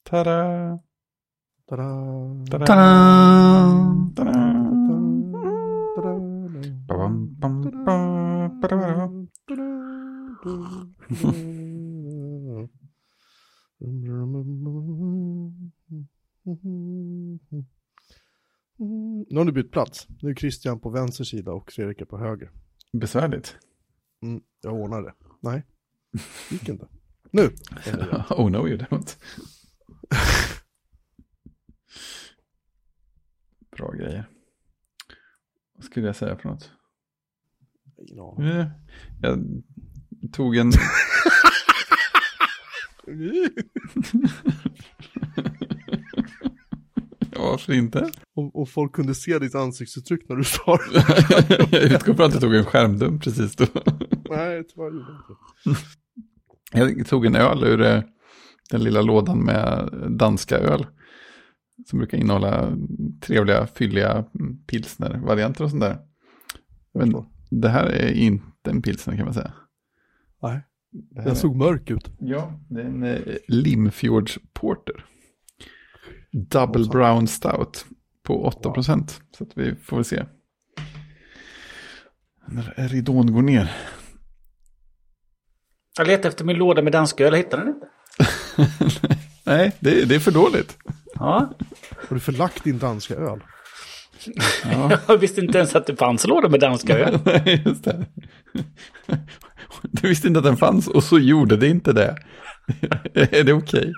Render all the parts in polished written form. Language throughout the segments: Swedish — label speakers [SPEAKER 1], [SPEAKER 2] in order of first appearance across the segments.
[SPEAKER 1] Ta-da!
[SPEAKER 2] Ta-da!
[SPEAKER 1] Ta-da!
[SPEAKER 3] Ta-da!
[SPEAKER 1] Ta-da! Bam, bam, bam, ba-da-ba-da.
[SPEAKER 2] Nu har du bytt plats. Nu är Christian på vänster sida och Fredrik är på höger.
[SPEAKER 1] Besvärligt.
[SPEAKER 2] Jag ordnar det. Nej, gick inte. Nu!
[SPEAKER 1] Oh no, you don't. Bra grejer. Vad skulle jag säga för något? Jag tog en... Ja, varför inte?
[SPEAKER 2] Och folk kunde se ditt ansiktsuttryck när du sa det.
[SPEAKER 1] Jag utgår från att jag tog en skärmdump precis då.
[SPEAKER 2] Nej, tyvärr gjorde inte.
[SPEAKER 1] Jag tog en öl ur den lilla lådan med danska öl. Som brukar innehålla trevliga, fylliga pilsner-varianter och sånt där. Men det här är inte en pilsner kan man säga.
[SPEAKER 2] Nej, den såg mörk ut.
[SPEAKER 1] Ja, det är en Limfjords Porter. Double Brown Stout på 8%. Så att vi får väl se. När ridån går ner.
[SPEAKER 3] Jag letar efter min låda med danska öl, hittar den inte.
[SPEAKER 1] Nej, det är för dåligt.
[SPEAKER 3] Ja.
[SPEAKER 2] Har du förlagt din danska öl?
[SPEAKER 1] Ja.
[SPEAKER 3] Jag visste inte ens att det fanns låda med danska öl.
[SPEAKER 1] Nej, just det. Du visste inte att den fanns och så gjorde det inte det. Är det okej?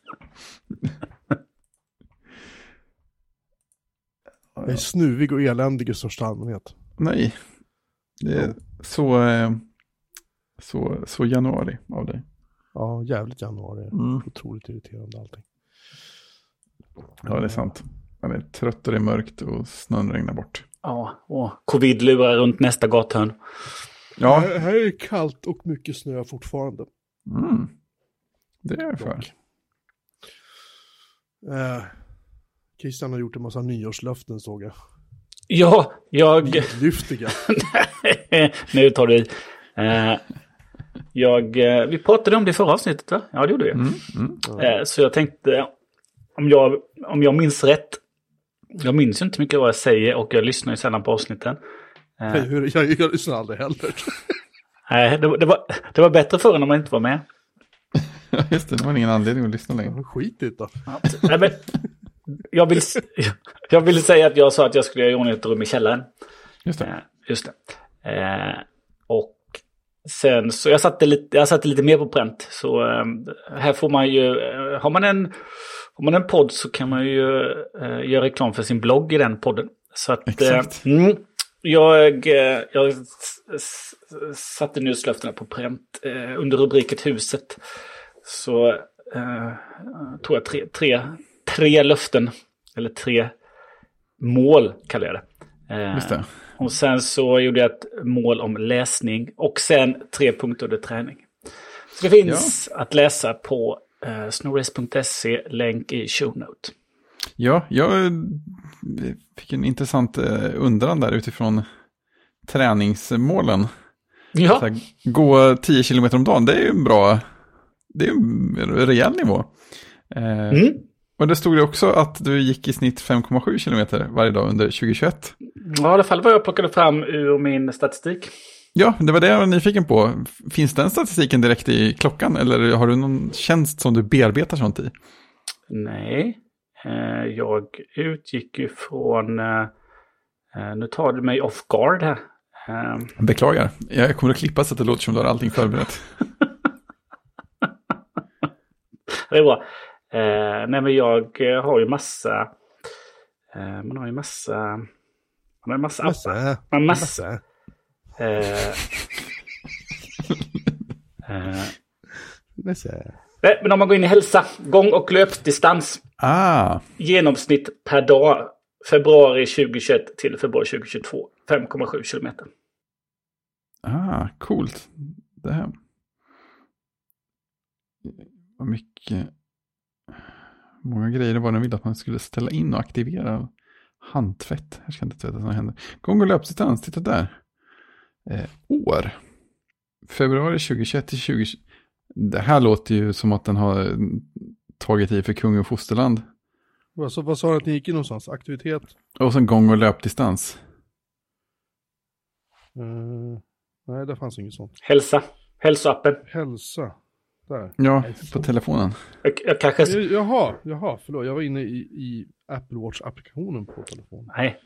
[SPEAKER 2] Jag är snuvig och eländig i största allmänhet.
[SPEAKER 1] Nej, det är så januari av dig.
[SPEAKER 2] Ja, jävligt januari. Otroligt irriterande allting.
[SPEAKER 1] Ja, det är sant. Man är trött och det är mörkt och snön regnar bort.
[SPEAKER 3] Ja, och covid lurar runt nästa gathörn.
[SPEAKER 1] Ja.
[SPEAKER 2] Här är kallt och mycket snö fortfarande.
[SPEAKER 1] Det är för.
[SPEAKER 2] Christian har gjort en massa nyårslöften, såg jag.
[SPEAKER 3] Ja, jag...
[SPEAKER 2] Lyftiga.
[SPEAKER 3] Nu tar du i. Vi pratade om det i förra avsnittet, va? Ja, det gjorde vi. Så jag tänkte, om jag minns rätt, jag minns inte mycket vad jag säger och jag lyssnar ju sällan på avsnitten.
[SPEAKER 2] Jag lyssnar aldrig heller.
[SPEAKER 3] Nej, det var bättre förr när man inte var med.
[SPEAKER 1] Just det, det var ingen anledning att lyssna längre.
[SPEAKER 2] Skitigt då.
[SPEAKER 3] Nej, men, jag ville säga att jag sa att jag skulle göra ordning ett rum i källaren.
[SPEAKER 1] Just det.
[SPEAKER 3] Och sen så jag satte lite mer på pränt. Så här får man ju, har man en podd så kan man ju göra reklam för sin blogg i den podden. Så att jag satte nyårslöftena på pränt under rubriket Huset. Så tog jag tre löften, eller 3 mål kallar jag det.
[SPEAKER 1] Just det.
[SPEAKER 3] Och sen så gjorde jag ett mål om läsning och sen 3 punkter under träning. Så det finns att läsa på snorres.se, länk i show note.
[SPEAKER 1] Ja, jag fick en intressant undran där utifrån träningsmålen.
[SPEAKER 3] Ja.
[SPEAKER 1] Här, gå 10 kilometer om dagen, det är ju en bra, det är en rejäl nivå. Och det stod ju också att du gick i snitt 5,7 kilometer varje dag under 2021.
[SPEAKER 3] Ja, i alla fall vad jag plockade fram ur min statistik.
[SPEAKER 1] Ja, det var det jag var nyfiken på. Finns den statistiken direkt i klockan eller har du någon tjänst som du bearbetar sånt i?
[SPEAKER 3] Nej, jag utgick ju från, nu tar du mig off guard här.
[SPEAKER 1] Beklagar, jag kommer att klippa så att det låter som du har allting förberett.
[SPEAKER 3] Det är bra. Nej, men jag har ju massa men om man går in i hälsa, gång- och löpdistans. Genomsnitt per dag, februari 2021 till februari 2022, 5,7 kilometer.
[SPEAKER 1] Coolt. Det här var mycket, många grejer det var när de ville att man skulle ställa in och aktivera handtvätt. Här ska inte tvätta sådana händer. Gång- och löpdistans, titta där. År. Februari 2021 till 2020. Det här låter ju som att den har tagit i för kung och fosterland.
[SPEAKER 2] Vad sa du att ni gick in någonstans? Aktivitet?
[SPEAKER 1] Och sen gång- och löpdistans.
[SPEAKER 2] Nej, det fanns inget sånt.
[SPEAKER 3] Hälsoappen.
[SPEAKER 2] Hälsa. Där.
[SPEAKER 1] Ja, på telefonen.
[SPEAKER 3] Jag kanske...
[SPEAKER 2] Jaha, förlåt. Jag var inne i Apple Watch-applikationen på telefonen.
[SPEAKER 3] Nej.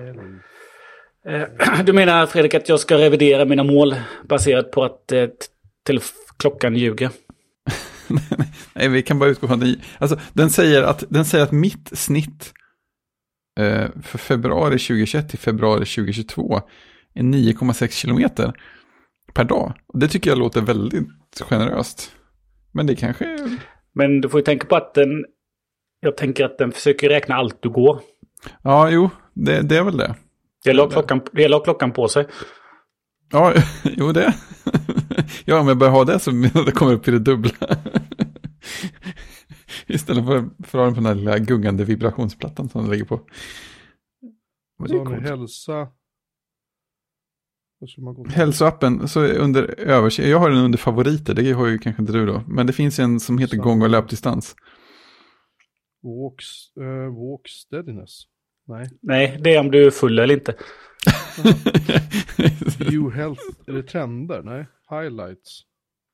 [SPEAKER 3] Du menar, Fredrik, att jag ska revidera mina mål baserat på att klockan ljuger?
[SPEAKER 1] Nej, vi kan bara utgå från det. Alltså, den säger att mitt snitt för februari 2021 till februari 2022 är 9,6 kilometer per dag. Och det tycker jag låter väldigt generöst. Men det kanske...
[SPEAKER 3] Men du får ju tänka på att jag tänker att den försöker räkna allt du går.
[SPEAKER 1] Ja, jo, det är väl det.
[SPEAKER 3] Det la klockan på sig.
[SPEAKER 1] Ja, jo det. Ja, om jag börjar ha det så det kommer upp i det dubbla. Istället för att ha den på den här lilla gungande vibrationsplattan som den ligger på.
[SPEAKER 2] Så har ni hälsa.
[SPEAKER 1] Hälsoappen, så under jag har den under favoriter, det har ju kanske inte du då. Men det finns en som heter gång- och löpdistans.
[SPEAKER 2] Walk steadiness.
[SPEAKER 3] Nej, det är om du är full eller inte.
[SPEAKER 2] View health, är det trender? Nej, highlights.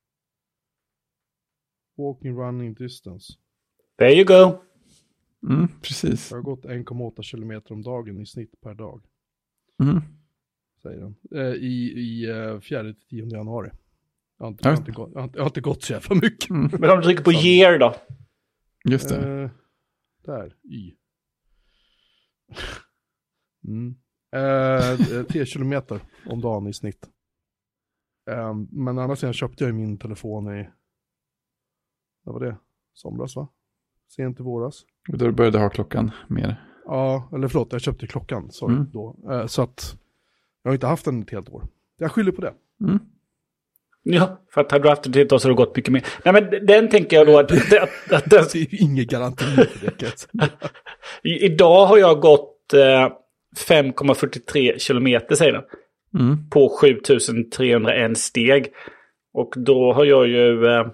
[SPEAKER 2] Walking, running, distance.
[SPEAKER 3] There you go.
[SPEAKER 1] Precis.
[SPEAKER 2] Jag har gått 1,8 kilometer om dagen i snitt per dag. Säger den. I 4-10 januari. Jag har inte gått så jävla mycket.
[SPEAKER 3] Men om du trycker på year då?
[SPEAKER 1] Just det.
[SPEAKER 2] Där, Y. 10 kilometer om dagen i snitt. Men annars sen köpte jag min telefon i... Vad var det? Somras, va? Sent i våras.
[SPEAKER 1] Och då började ha klockan mer.
[SPEAKER 2] Ja, eller förlåt, jag köpte klockan. Då. Så att jag har inte haft den ett helt år. Jag skyller på det.
[SPEAKER 3] Ja, för att hade du haft det till så har det gått mycket mer. Nej, men den tänker jag då att den...
[SPEAKER 2] Det är ju ingen garanti för det.
[SPEAKER 3] Idag har jag gått 5,43 kilometer, säger den. På 7301 steg. Och då har jag ju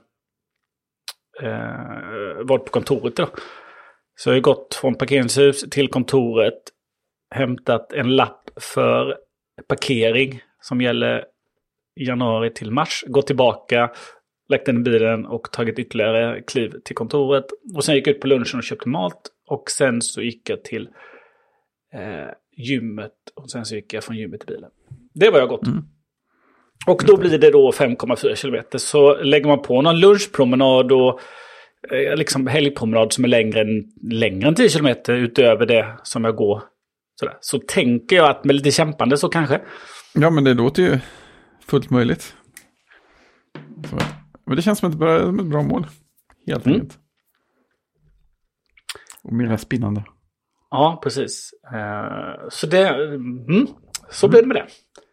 [SPEAKER 3] varit på kontoret då. Så jag har gått från parkeringshus till kontoret, hämtat en lapp för parkering som gäller januari till mars, gått tillbaka, lagt den i bilen och tagit ytterligare kliv till kontoret. Och sen gick jag ut på lunchen och köpte mat. Och sen så gick jag till gymmet. Och sen så gick jag från gymmet till bilen. Det var jag gått. Och då blir det då 5,4 kilometer. Så lägger man på någon lunchpromenad och liksom helgpromenad som är längre än 10 kilometer utöver det som jag går. Sådär. Så tänker jag att med lite kämpande så kanske.
[SPEAKER 1] Ja, men det låter ju fullt möjligt. Så. Men det känns som ett bra mål. Helt enkelt. Och mer spinnande.
[SPEAKER 3] Ja, precis. Så det... så blev det med det.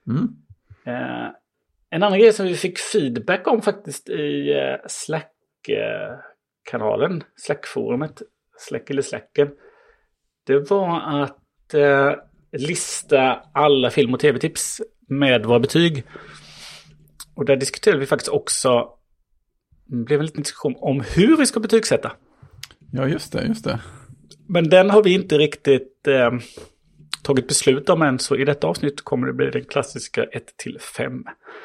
[SPEAKER 3] En annan grej som vi fick feedback om faktiskt i Slack-kanalen, Slack-forumet, Slack eller Slacken, det var att lista alla film- och tv-tips med våra betyg. Och där diskuterade vi faktiskt också, det blev en liten diskussion om hur vi ska betygsätta.
[SPEAKER 1] Ja, just det.
[SPEAKER 3] Men den har vi inte riktigt tagit beslut om än, så i detta avsnitt kommer det bli den klassiska 1-5.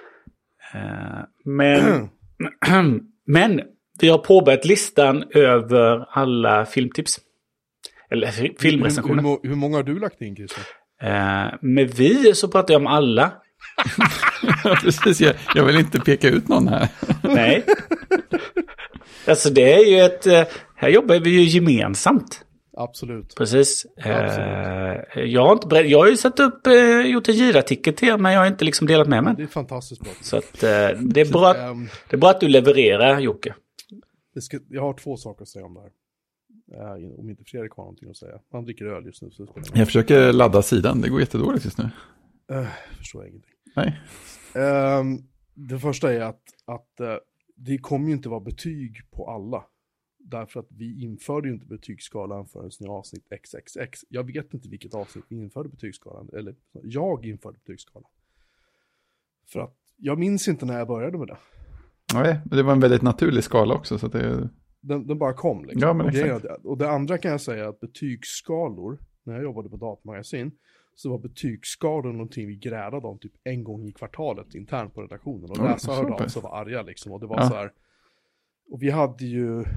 [SPEAKER 3] Men vi har påbörjat listan över alla filmtips. Eller filmrecensioner.
[SPEAKER 2] Hur många har du lagt in, Christian?
[SPEAKER 3] Med vi så pratar jag om alla.
[SPEAKER 1] Precis, jag vill inte peka ut någon här. Nej.
[SPEAKER 3] Alltså det är ju här jobbar vi ju gemensamt.
[SPEAKER 2] Absolut.
[SPEAKER 3] Precis. Absolut. Jag har ju satt upp, gjort en girartikel till er, men jag har inte liksom delat med mig.
[SPEAKER 2] Det är fantastiskt bra.
[SPEAKER 3] Så att, det är bra att du levererar, Jocke.
[SPEAKER 2] Jag har 2 saker att säga om det här. Om inte Fredrik har någonting att säga. Han dricker öl just nu. Så
[SPEAKER 1] jag försöker ladda sidan. Det går jättedåligt just nu.
[SPEAKER 2] Förstår jag ingenting.
[SPEAKER 1] Nej.
[SPEAKER 2] Det första är att det kommer ju inte vara betyg på alla. Därför att vi införde ju inte betygsskalan förrän i avsnitt XXX. Jag vet inte vilket avsnitt vi införde betygsskalan. Eller jag införde betygsskalan. För att jag minns inte när jag började med det.
[SPEAKER 1] Nej, det var en väldigt naturlig skala också. Så att det
[SPEAKER 2] Den bara kom liksom.
[SPEAKER 1] Ja, men exakt.
[SPEAKER 2] Och det andra kan jag säga att betygsskalor, när jag jobbade på datamagasin, så var betygsskalor någonting vi grävade om typ en gång i kvartalet internt på redaktionen. Och läsare hörde av sig var arga liksom. Och det var så här. Och vi hade ju,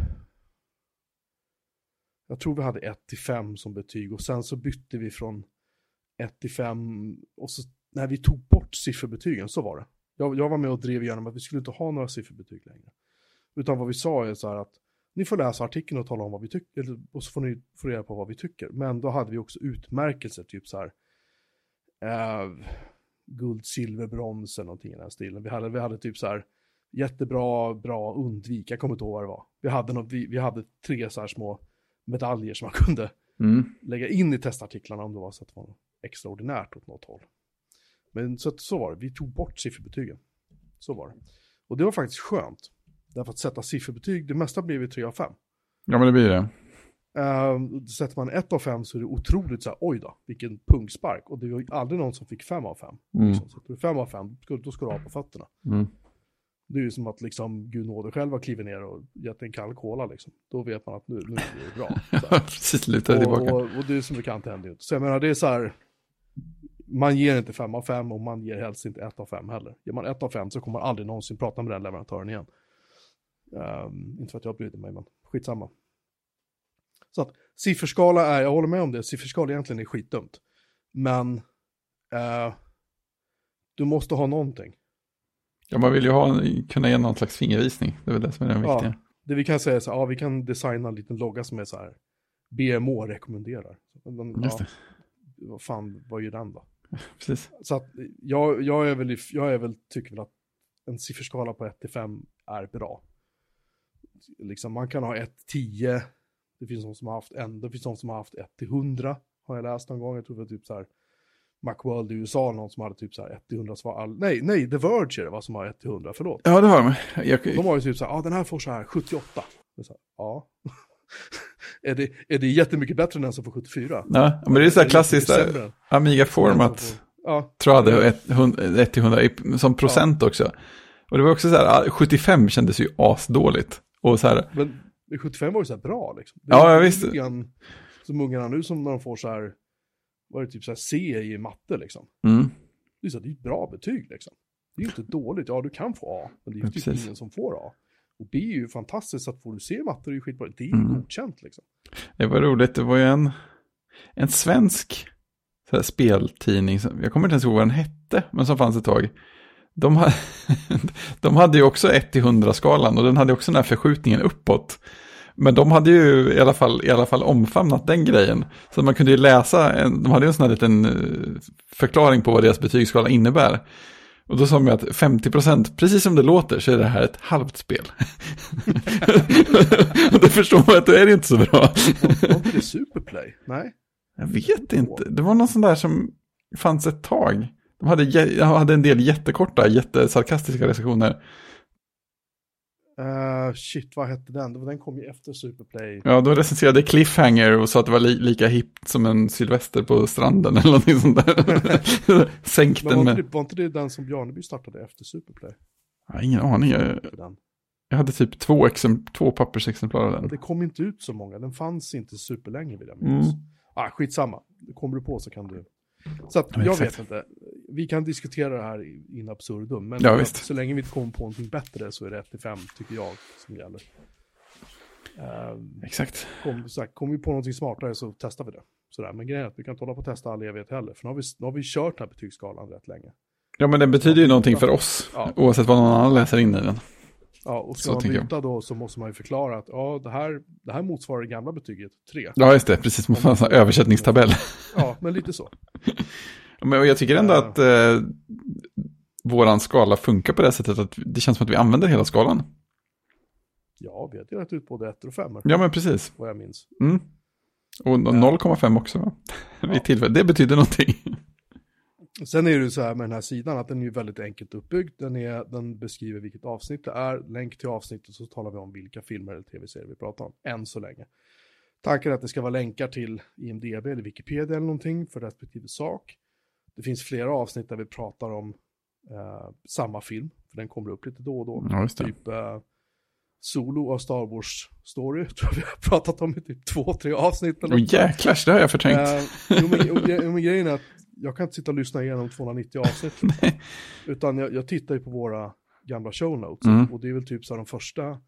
[SPEAKER 2] jag tror vi hade 1-5 som betyg. Och sen så bytte vi från 1-5. Och så när vi tog bort sifferbetygen, så var det. Jag var med och drev igenom att vi skulle inte ha några sifferbetyg längre. Utan vad vi sa är så här att ni får läsa artikeln och tala om vad vi tycker. Och så får ni få reda på vad vi tycker. Men då hade vi också utmärkelser, typ så här. Guld, silver, brons eller någonting i den här stilen. Vi hade typ så här jättebra undvik. Jag kommer inte ihåg vad det var. Vi hade 3 så här små medaljer som man kunde lägga in i testartiklarna om det var så att det var extraordinärt åt något håll. Men så var det. Vi tog bort sifferbetygen. Så var det. Och det var faktiskt skönt. Därför att sätta sifferbetyg, det mesta blev ju 3 av 5.
[SPEAKER 1] Ja, men det blir det.
[SPEAKER 2] Sätter man 1 av 5 så är det otroligt så här, oj då, vilken pungspark. Och det var ju aldrig någon som fick 5 av 5. Liksom. Så 5 av 5, då ska du ha på fötterna. Det är ju som att liksom Gud nåde själv har klivit ner och gett en kall kola liksom. Då vet man att nu blir det bra.
[SPEAKER 1] Precis, lite tillbaka.
[SPEAKER 2] Och det är som bekant händer inte. Så jag menar, det är så här, man ger inte 5 av 5 och man ger helst inte 1 av 5 heller. Ger man 1 av 5 så kommer man aldrig någonsin prata med den leverantören igen. Inte för att jag bryter mig, men skitsamma. Så att sifferskala är, jag håller med om det, sifferskala egentligen är skitdumt. Men du måste ha någonting. Ja,
[SPEAKER 1] man vill ju kunna ge någon slags fingervisning. Det är väl det som är den viktiga.
[SPEAKER 2] Det vi kan säga är så här, vi kan designa en liten logga som är så här, BMO rekommenderar.
[SPEAKER 1] Just det.
[SPEAKER 2] Vad gör den då?
[SPEAKER 1] Precis.
[SPEAKER 2] Så att jag tycker väl att en sifferskala på 1-5 är bra. Liksom, man kan ha 1-10. Det finns någon som har haft det finns någon som har haft 1-100. Har jag läst någon gång. Jag tror det var typ så här Macworld i USA, någon som hade typ så här 1-100 svar. Nej, The Verge är det, vad som har 1-100, förlåt.
[SPEAKER 1] Ja, det har de.
[SPEAKER 2] De har ju typ så här, den här får så här 78. Det är så här, ja. är det jättemycket bättre än den som får 74?
[SPEAKER 1] Ja, men det är så här klassiskt där. Amiga Format. Tror jag hade 1-100 som procent också. Och det var också så här, 75 kändes ju asdåligt. Och så här.
[SPEAKER 2] Men 75 var ju så här bra liksom.
[SPEAKER 1] Ja, visst.
[SPEAKER 2] Som ungarna nu som när de får så här, var det typ så här C i matte liksom. Det är så här, det är ett bra betyg liksom. Det är ju inte dåligt. Ja, du kan få A, men det är ju typ ingen som får A. Och B är ju fantastiskt, att får du se i matte, det är ju skitbra. Det är ju godkänt liksom. Det var roligt, det var ju en svensk så här speltidning, jag kommer inte ens ihåg vad den hette, men som fanns ett tag. De hade ju också 1-100-skalan och den hade också den här förskjutningen uppåt. Men de hade ju i alla fall omfamnat den grejen. Så man kunde ju läsa, de hade ju en sån här liten förklaring på vad deras betygsskala innebär. Och då sa man att 50%, precis som det låter, så är det här ett halvt spel. Och då förstår man att då är det inte så bra. Var inte det Superplay? Nej.
[SPEAKER 1] Jag vet inte. Det var någon sån där som fanns ett tag. Jag hade en del jättekorta, jättesarkastiska recensioner.
[SPEAKER 2] Shit, vad hette den? Den kom ju efter Superplay.
[SPEAKER 1] Ja, då recenserade Cliffhanger och sa att det var lika hippt som en Sylvester på stranden eller någonting sånt där. Sänkt den med.
[SPEAKER 2] Var inte det den som Bjarneby startade efter Superplay?
[SPEAKER 1] Jag har ingen aning. Jag hade typ 2 pappersexemplar av den.
[SPEAKER 2] Ja, det kom inte ut så många. Den fanns inte superlänge vid den. Skitsamma. Kommer du på så kan du. Så att, jag vet inte. Vi kan diskutera det här in absurdum. Men så länge vi inte kommer på någonting bättre så är det 1-5 tycker jag som gäller.
[SPEAKER 1] Exakt.
[SPEAKER 2] Kommer vi på någonting smartare så testar vi det. Sådär. Men grejen är att vi kan inte hålla på att testa all evighet heller. För nu har vi kört den här betygsskalan rätt länge.
[SPEAKER 1] Ja, men den betyder ju någonting för oss. Oavsett vad någon annan läser in i den.
[SPEAKER 2] Ja, och ska man byta då så måste man ju förklara att det här motsvarar det gamla betyget 3.
[SPEAKER 1] Ja, just det. Precis, man får en översättningstabell.
[SPEAKER 2] Ja, men lite så.
[SPEAKER 1] Men jag tycker ändå att våran skala funkar på det sättet att det känns som att vi använder hela skalan.
[SPEAKER 2] Ja, vi har delat ut både 1 och 5.
[SPEAKER 1] Ja, men precis.
[SPEAKER 2] Vad jag minns.
[SPEAKER 1] Och 0,5 också. Va? Ja. Det betyder någonting.
[SPEAKER 2] Sen är det så här med den här sidan att den är väldigt enkelt uppbyggd. Den beskriver vilket avsnitt det är. Länk till avsnittet så talar vi om vilka filmer eller tv-serier vi pratar om. Än så länge. Tanken är att det ska vara länkar till IMDb eller Wikipedia eller någonting för respektive sak. Det finns flera avsnitt där vi pratar om samma film. För den kommer upp lite då och då.
[SPEAKER 1] Ja, just det.
[SPEAKER 2] Typ Solo av Star Wars Story. Tror jag vi har pratat om i typ 2-3 avsnitt.
[SPEAKER 1] Jäklars, det har jag förträngt.
[SPEAKER 2] Men grejen är att jag kan inte sitta och lyssna igenom 290 avsnitt. Utan jag tittar ju på våra gamla show notes. Och det är väl typ så här de första,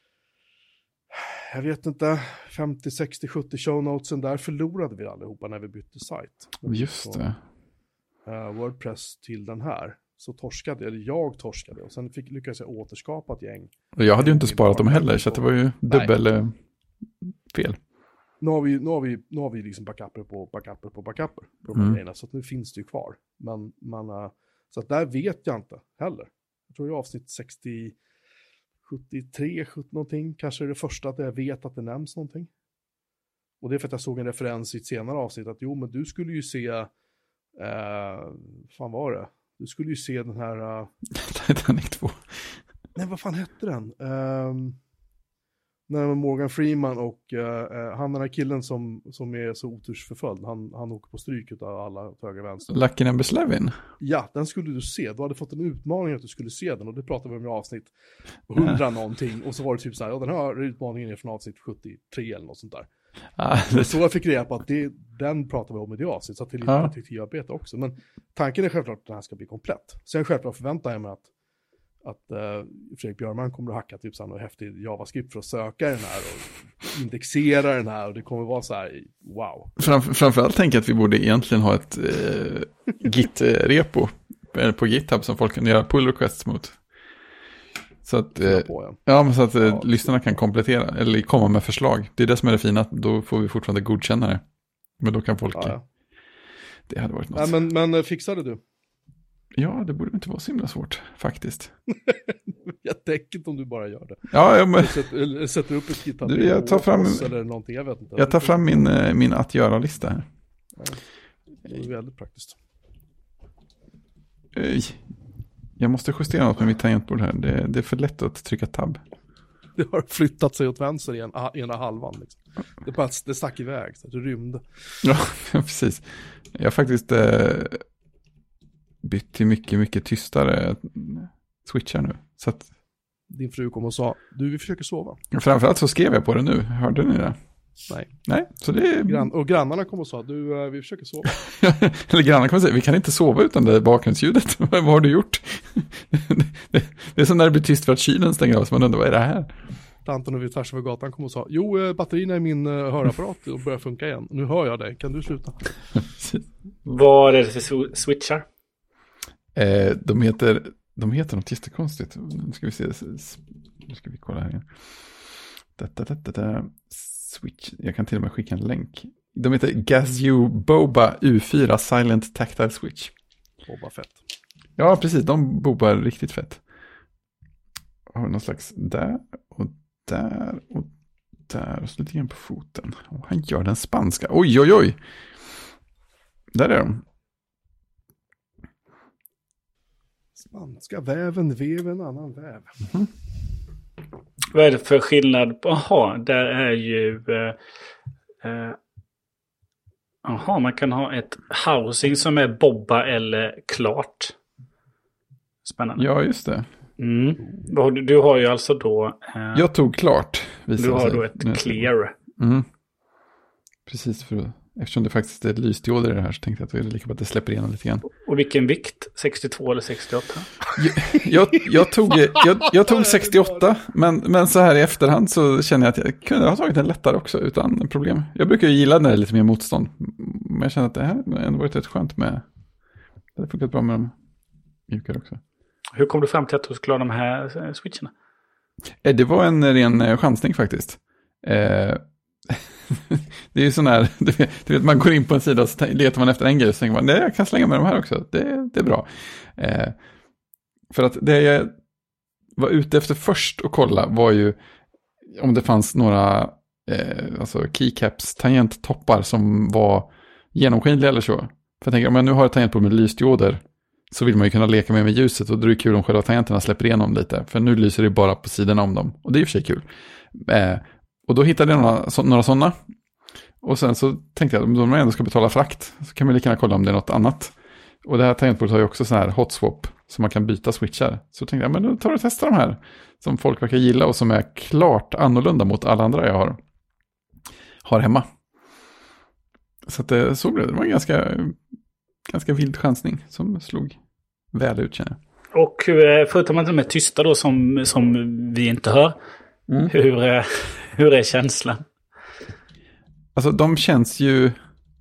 [SPEAKER 2] jag vet inte, 50, 60, 70 show notesen. Där förlorade vi allihopa när vi bytte sajt.
[SPEAKER 1] Just det.
[SPEAKER 2] WordPress till den här. Så jag torskade. Och sen lyckades jag återskapa ett gäng.
[SPEAKER 1] Och jag hade ju inte sparat dem heller, så det var ju dubbel fel.
[SPEAKER 2] Nu har vi liksom backuper på backuper på de grejerna, så att nu finns det ju kvar. Men så att där vet jag inte heller. Jag tror det är avsnitt 60, 73, 70 någonting. Kanske är det första att jag vet att det nämns någonting. Och det är för att jag såg en referens i ett senare avsnitt att men du skulle ju se fan var det? Du skulle ju se den här
[SPEAKER 1] Titanic 2.
[SPEAKER 2] Nej, vad fan hette den? När Morgan Freeman och han den här killen som är så otursförföljd, han åker på stryk av alla höger vänster.
[SPEAKER 1] Lucky Number 11?
[SPEAKER 2] Ja, den skulle du se. Du hade fått en utmaning att du skulle se den, och det pratade vi om i avsnitt 100 någonting, och så var det typ så här, den här utmaningen är från avsnitt 73 eller något sånt där. Så jag fick reda på att den pratar vi om i det avsnitt, så att det är lite detektivarbete också. Men tanken är självklart att den här ska bli komplett. Sen självklart förväntar jag mig att Fredrik Björman kommer att hacka typ så här något häftigt JavaScript för att söka den här och indexera den här, och det kommer vara så här, wow.
[SPEAKER 1] Framförallt tänker jag att vi borde egentligen ha ett Git-repo på GitHub som folk kan göra pull requests mot. Så att, så att lyssnarna kan komplettera eller komma med förslag. Det är det som är det fina, då får vi fortfarande godkänna det. Men då kan folk... Det hade varit något.
[SPEAKER 2] Men fixade du?
[SPEAKER 1] Ja, det borde inte vara så himla svårt, faktiskt.
[SPEAKER 2] Jag tänker inte om du bara gör det.
[SPEAKER 1] Ja, men...
[SPEAKER 2] Sätter upp ett GitHub
[SPEAKER 1] jag tar fram,
[SPEAKER 2] eller någonting, jag vet inte.
[SPEAKER 1] Jag tar fram min att göra-lista här.
[SPEAKER 2] Ja, det är väldigt praktiskt.
[SPEAKER 1] Jag måste justera något med mitt tangentbord här. Det är för lätt att trycka tab.
[SPEAKER 2] Det har flyttat sig åt vänster i ena halvan. Liksom. Det stack iväg, så det rymde.
[SPEAKER 1] Ja, precis. Jag har faktiskt bytt till mycket, mycket tystare switchar nu. Så att...
[SPEAKER 2] Din fru kom och sa, vi försöker sova.
[SPEAKER 1] Framförallt så skrev jag på det nu. Hörde ni det? Nej, så det är...
[SPEAKER 2] Och grannarna kom och sa, vi försöker sova.
[SPEAKER 1] Eller grannarna kommer säga, vi kan inte sova utan det bakgrundsljudet. Vad har du gjort? Det är som när det blir tyst för att kylen stänger av, så man undrar, vad är det här?
[SPEAKER 2] Tanten och vi tvärs över gatan kom och sa, batterierna i min hörapparat och börjar funka igen. Nu hör jag dig, kan du sluta?
[SPEAKER 3] Vad är det för switchar?
[SPEAKER 1] De heter något jättekonstigt. Nu ska vi se. Nu ska vi kolla här igen. Switch. Jag kan till och med skicka en länk. De heter Gazoo Boba U4 Silent Tactile Switch.
[SPEAKER 2] Boba fett.
[SPEAKER 1] Ja, precis. De bobar riktigt fett. Har någon slags där och där och där. Och så lite grann på foten. Och han gör den spanska. Oj, oj, oj. Där är de.
[SPEAKER 2] Spanska väven, veven, annan väv.
[SPEAKER 1] Mm.
[SPEAKER 3] Vad är det för skillnad? Jaha, där är ju... man kan ha ett housing som är bobba eller klart. Spännande.
[SPEAKER 1] Ja, just det.
[SPEAKER 3] Mm. Du har ju alltså då...
[SPEAKER 1] jag tog klart.
[SPEAKER 3] Du har då ett clear.
[SPEAKER 1] Mm. Precis, eftersom det faktiskt är lysdioder i det här så tänkte jag att det är lika bra att det släpper igenom lite grann.
[SPEAKER 3] Och vilken vikt? 62 eller 68?
[SPEAKER 1] Jag tog 68, men så här i efterhand så känner jag att jag kunde ha tagit den lättare också utan problem. Jag brukar ju gilla när det är lite mer motstånd, men jag känner att det här har ändå varit rätt skönt med. Det har funkat bra med de mjukare också.
[SPEAKER 3] Hur kom du fram till att du skulle ha de här switcherna?
[SPEAKER 1] Det var en ren chansning faktiskt. Det är ju sån här, du vet, man går in på en sida och så letar man efter en grej och så tänker man, nej, jag kan slänga med de här också, det är bra. För att det jag var ute efter först att kolla var ju om det fanns några alltså keycaps, tangenttoppar som var genomskinliga eller så. För jag tänker, om jag nu har ett tangentbord med lysdioder så vill man ju kunna leka med ljuset och då är det kul om själva tangenterna släpper igenom lite. För nu lyser det bara på sidorna om dem. Och det är i och för sig kul. Och då hittade jag några sådana. Och sen så tänkte jag att om man ändå ska betala frakt så kan man lika gärna kolla om det är något annat. Och det här tangentbordet har ju också sån här hot swap Så man kan byta switchar. Så tänkte jag, men då tar du och testar de här. Som folk verkar gilla och som är klart annorlunda mot alla andra jag har hemma. Så att det såg det. Det var en ganska vild chansning som slog väl ut, känner jag.
[SPEAKER 3] Och förutom att de är tysta då som vi inte hör. Hur är känslan?
[SPEAKER 1] Alltså de känns ju...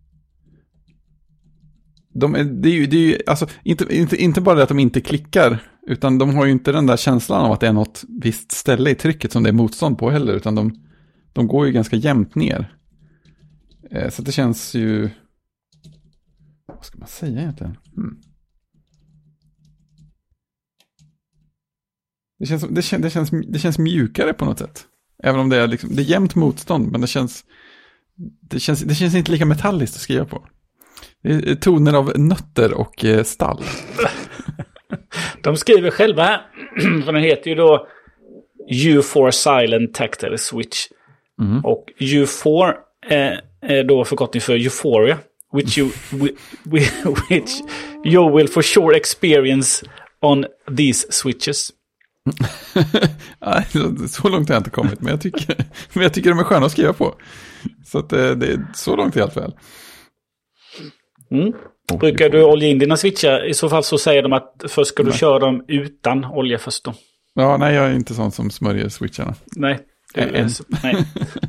[SPEAKER 1] Det är ju alltså, inte bara det att de inte klickar, utan de har ju inte den där känslan av att det är något visst ställe i trycket som det är motstånd på heller, utan de går ju ganska jämnt ner. Så det känns ju... Vad ska man säga egentligen? Det känns mjukare på något sätt. Även om det är liksom, det är jämnt motstånd, men det känns inte lika metalliskt att skriva på. Det är toner av nötter och stall.
[SPEAKER 3] De skriver själva här, för den heter ju då U4 Silent Tactile Switch. Och U4 är då förkortning för Euphoria, which you will for sure experience on these switches.
[SPEAKER 1] Så långt har jag inte kommit, men jag tycker de är sköna att skriva på. Så att det är så långt i alla fall.
[SPEAKER 3] Brukar du olja in dina switchar? I så fall så säger de att först ska du köra dem utan olja först då.
[SPEAKER 1] Ja, nej, jag är inte sån som smörjer switcharna.
[SPEAKER 3] Nej.
[SPEAKER 1] Nej.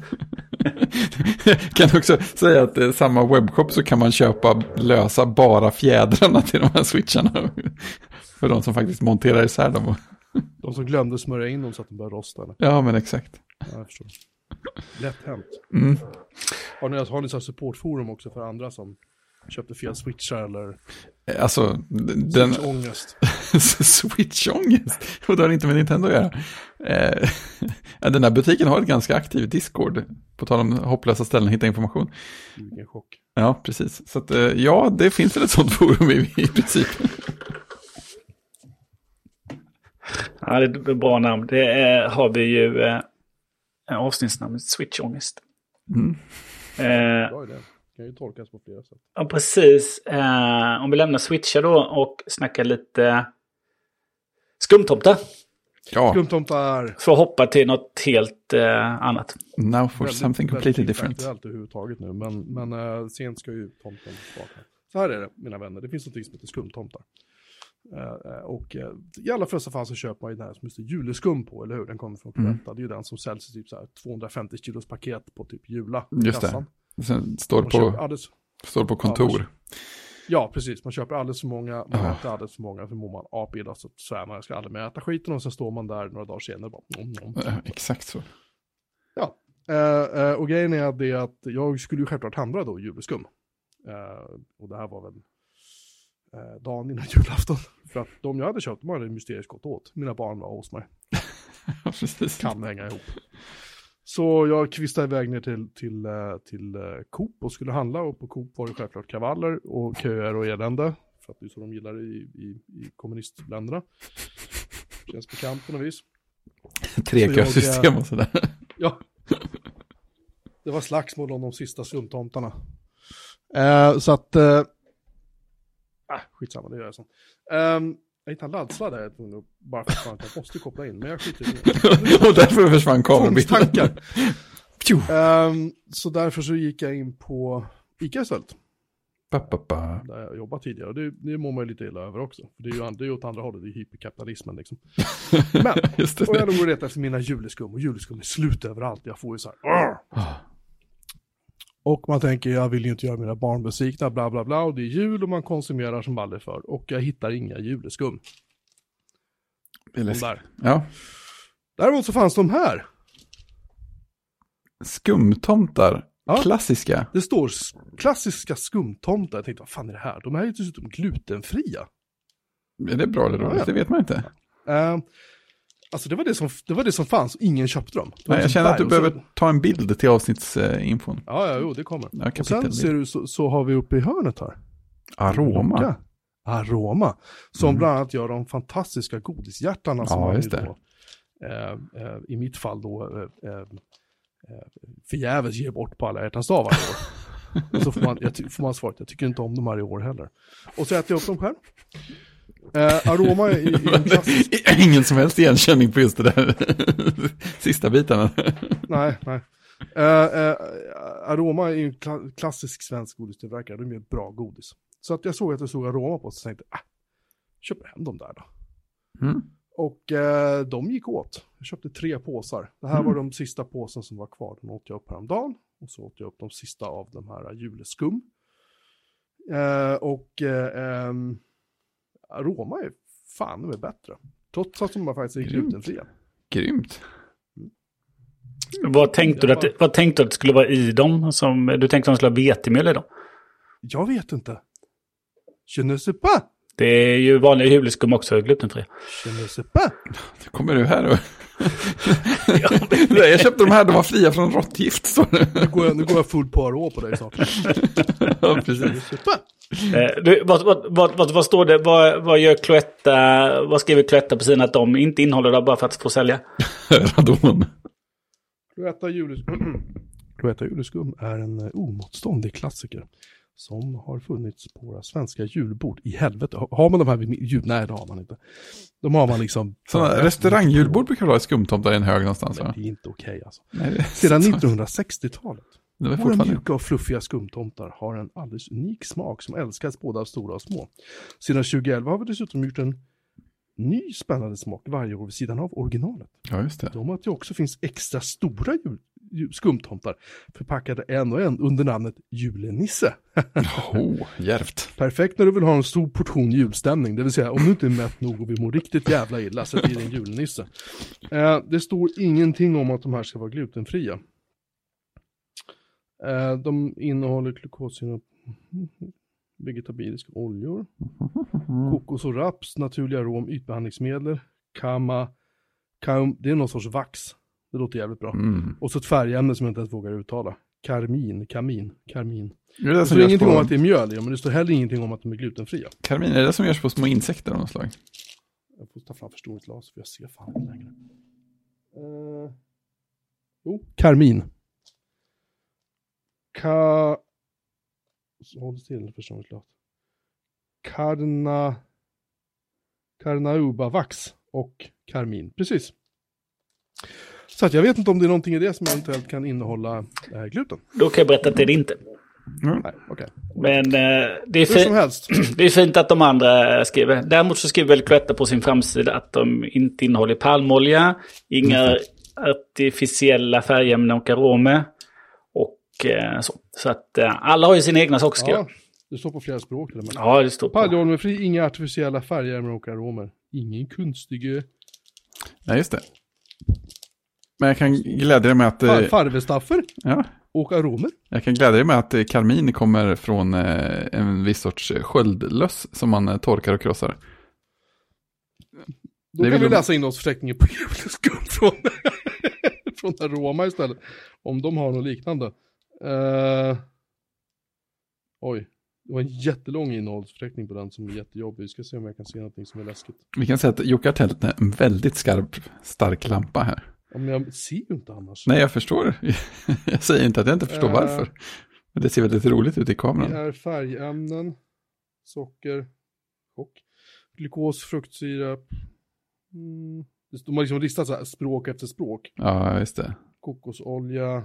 [SPEAKER 1] Kan också säga att samma webbshop så kan man lösa bara fjädrarna till de här switcharna. För de som faktiskt monterar isär dem.
[SPEAKER 2] De som glömde smörja in dem så att de började rosta. Eller?
[SPEAKER 1] Ja, men exakt.
[SPEAKER 2] Ja, jag förstår. Lätt hänt. Har ni så supportforum också för andra som köpte fel switchar eller
[SPEAKER 1] alltså
[SPEAKER 2] switchångest?
[SPEAKER 1] Switchångest? Och det har inte med Nintendo att göra. Den här butiken har ett ganska aktivt Discord på tal om hopplösa ställen att hitta information.
[SPEAKER 2] Vilken chock.
[SPEAKER 1] Ja, precis. Så att, ja, det finns väl ett sånt forum i princip.
[SPEAKER 3] Ja, det är ett bra namn. Det har vi ju avsnittsnamnet Switchångest.
[SPEAKER 2] Bra idé. Kan ju tolkas på flera sätt.
[SPEAKER 3] Ja, precis. Om vi lämnar switchar då och snackar lite skumtomtar.
[SPEAKER 1] Ja.
[SPEAKER 2] Skumtomtar.
[SPEAKER 3] För att hoppa till något helt annat.
[SPEAKER 1] Now for something completely different.
[SPEAKER 2] Det är allt överhuvudtaget nu, men sent ska ju tomten tillbaka. Så här är det, mina vänner. Det finns något som heter skumtomtar. Och i alla flesta fall så köper man ju den här som just juleskum på, eller hur? Den kommer från Cloetta. Det är ju den som säljs i typ så här 250 kilos paket på typ Jula.
[SPEAKER 1] Just det. Sen står på kontor.
[SPEAKER 2] Ja, precis. Man köper alldeles för många, man äter alldeles för många, för mår man apida så svär man, jag ska aldrig mer äta skiten, och sen står man där några dagar senare och bara...
[SPEAKER 1] Exakt så.
[SPEAKER 2] Ja, och grejen är det att jag skulle ju självklart handla då juleskum. Och det här var väl dagen innan julafton. För att de jag hade köpt, de hade mysterisk gått åt. Mina barn var hos mig.
[SPEAKER 1] Precis.
[SPEAKER 2] Kan hänga ihop. Så jag kvistade iväg ner till Coop och skulle handla. Och på Coop var det självklart kravaller och köer och elände. För att det är så de gillar i kommunistländerna. Känns bekant på något vis.
[SPEAKER 1] Trekösystem och sådär.
[SPEAKER 2] Ja. Det var slagsmål om de sista skumtomtarna. Så att... skitsamma, det gör jag så. Jag hittade en laddsladd här, bara för att jag måste koppla in, men jag skiter i det.
[SPEAKER 1] Och därför försvann kamerabiten.
[SPEAKER 2] Så därför så gick jag in på Ica istället. Där jag jobbat tidigare. Och det mår man ju lite illa över också. För det är ju åt andra hållet, det är hyperkapitalismen liksom. Men, och jag låg och retade efter mina juleskum. Och juleskum är slut överallt. Jag får ju så här... Och man tänker, jag vill ju inte göra mina barn besvikna, bla bla bla. Och det är jul och man konsumerar som aldrig för. Och jag hittar inga juleskum. Där.
[SPEAKER 1] Ja.
[SPEAKER 2] Däremot så fanns de här.
[SPEAKER 1] Skumtomtar. Ja. Klassiska.
[SPEAKER 2] Det står klassiska skumtomtar. Jag tänkte, vad fan är det här? De här är ju dessutom glutenfria.
[SPEAKER 1] Är det bra eller dåligt? Ja. Det vet man inte.
[SPEAKER 2] Alltså det var det som fanns. Ingen köpte dem.
[SPEAKER 1] Nej, jag känner att du behöver ta en bild till avsnittsinfon.
[SPEAKER 2] Ja, det kommer.
[SPEAKER 1] Ja,
[SPEAKER 2] och sen ser du så har vi uppe i hörnet här. Aroma. Som bland annat gör de fantastiska godishjärtarna. Som man just det. Då, i mitt fall då förgäves ger bort på alla hjärtans dagar. Och så får man svaret, jag tycker inte om de här i år heller. Och så äter jag upp dem själv. Aroma är en klassisk...
[SPEAKER 1] Ingen som helst igenkänning på just det där sista biten.
[SPEAKER 2] Nej. Aroma är ju en klassisk svensk godistillverkare. De gör bra godis. Så att jag såg att det stod Aroma på, så tänkte jag, köper hem dem där då. Och de gick åt. Jag köpte 3 påsar. Det här var de sista påsen som var kvar. De åt jag upp häromdagen. Och så åt jag upp de sista av de här juleskum. Aroma är fan med bättre. Trots att de var faktiskt glutenfria.
[SPEAKER 1] Grymt.
[SPEAKER 3] Vad tänkte du att det skulle vara i dem? Du tänkte att de skulle ha vetemjöl i dem?
[SPEAKER 2] Jag vet inte. Je ne sais pas.
[SPEAKER 3] Det är ju vanliga juleskum också glutenfria.
[SPEAKER 2] Je ne sais pas.
[SPEAKER 1] Nu kommer du här och... Jag köpte de här, de var fria från råttgift. Så.
[SPEAKER 2] Nu går jag full på aroma på dig snart.
[SPEAKER 1] Ja, precis.
[SPEAKER 3] Vad står det? Vad gör Cloetta? Vad skriver Cloetta på sidan att de inte innehåller det bara för att få sälja?
[SPEAKER 1] Radon.
[SPEAKER 2] Cloetta juleskum är en omotståndlig klassiker som har funnits på våra svenska julbord. I helvete. Har man de här vid nej, det har man inte. De har man liksom...
[SPEAKER 1] Sådana restaurangjulbord brukar ha skumtomtar i en hög någonstans.
[SPEAKER 2] Men det är inte okej alltså.
[SPEAKER 1] Nej,
[SPEAKER 2] sedan 1960-talet.
[SPEAKER 1] Våra
[SPEAKER 2] mjuka och fluffiga skumtomtar har en alldeles unik smak som älskas både av stora och små. Sedan 2011 har vi dessutom gjort en ny spännande smak varje år vid sidan av originalet.
[SPEAKER 1] Ja, just det.
[SPEAKER 2] De att det också finns extra stora skumtomtar förpackade en och en under namnet Julenisse.
[SPEAKER 1] Djärvt.
[SPEAKER 2] Perfekt när du vill ha en stor portion julstämning, det vill säga om du inte är mätt nog och vill må riktigt jävla illa så blir det en julnisse. Det står ingenting om att de här ska vara glutenfria. De innehåller glukossyra, vegetabiliska oljor, kokos och raps, naturliga arom, ytbehandlingsmedel, det är någon sorts vax. Det låter jävligt bra. Och så ett färgämne som jag inte ens vågar uttala. Karmin. Det står ingenting om att det är mjöl, men det står heller ingenting om att de är glutenfria.
[SPEAKER 1] Karmin, är det som görs på små insekter av något slag?
[SPEAKER 2] Jag får ta fram för stort glas för jag ser fan inte längre. Karmin. Så håll till för stort glas. Carnauba-vax och karmin. Precis. Så att jag vet inte om det är någonting i det som eventuellt kan innehålla gluten.
[SPEAKER 3] Då kan jag berätta att det är det inte.
[SPEAKER 2] Nej, okej.
[SPEAKER 3] Men det är
[SPEAKER 2] som helst.
[SPEAKER 3] Det är fint att de andra skriver. Däremot så skriver väl Cloetta på sin framsida att de inte innehåller palmolja, inga artificiella färgämnen och aromer och så. Så att alla har ju sina egna saker.
[SPEAKER 2] Ja, det står på flera språk.
[SPEAKER 3] Ja, det står på.
[SPEAKER 2] Palmolja, inga artificiella färgämnen och aromer. Ingen kunstig...
[SPEAKER 1] Nej, just det. Men jag kan glädja dig med att...
[SPEAKER 2] Farvestaffer
[SPEAKER 1] ja.
[SPEAKER 2] Och aromer. Jag
[SPEAKER 1] kan glädja dig med att karmin kommer från en viss sorts sköldlöss som man torkar och krossar.
[SPEAKER 2] Då kan vi läsa in oss förteckningen på juleskum från Aroma istället. Om de har något liknande. Oj. Det var en jättelång innehållsförteckning på den som är jättejobbig. Vi ska se om jag kan se någonting som är läskigt.
[SPEAKER 1] Vi kan säga att Jocke har tänt en väldigt stark lampa här.
[SPEAKER 2] Ja, men jag ser ju inte annars.
[SPEAKER 1] Nej, jag förstår. Jag säger inte att jag inte förstår varför. Men det ser väldigt roligt ut i kameran.
[SPEAKER 2] Det är färgämnen, socker, glukos, fruktsirap. De har liksom listat så här språk efter språk.
[SPEAKER 1] Ja, just det.
[SPEAKER 2] Kokosolja.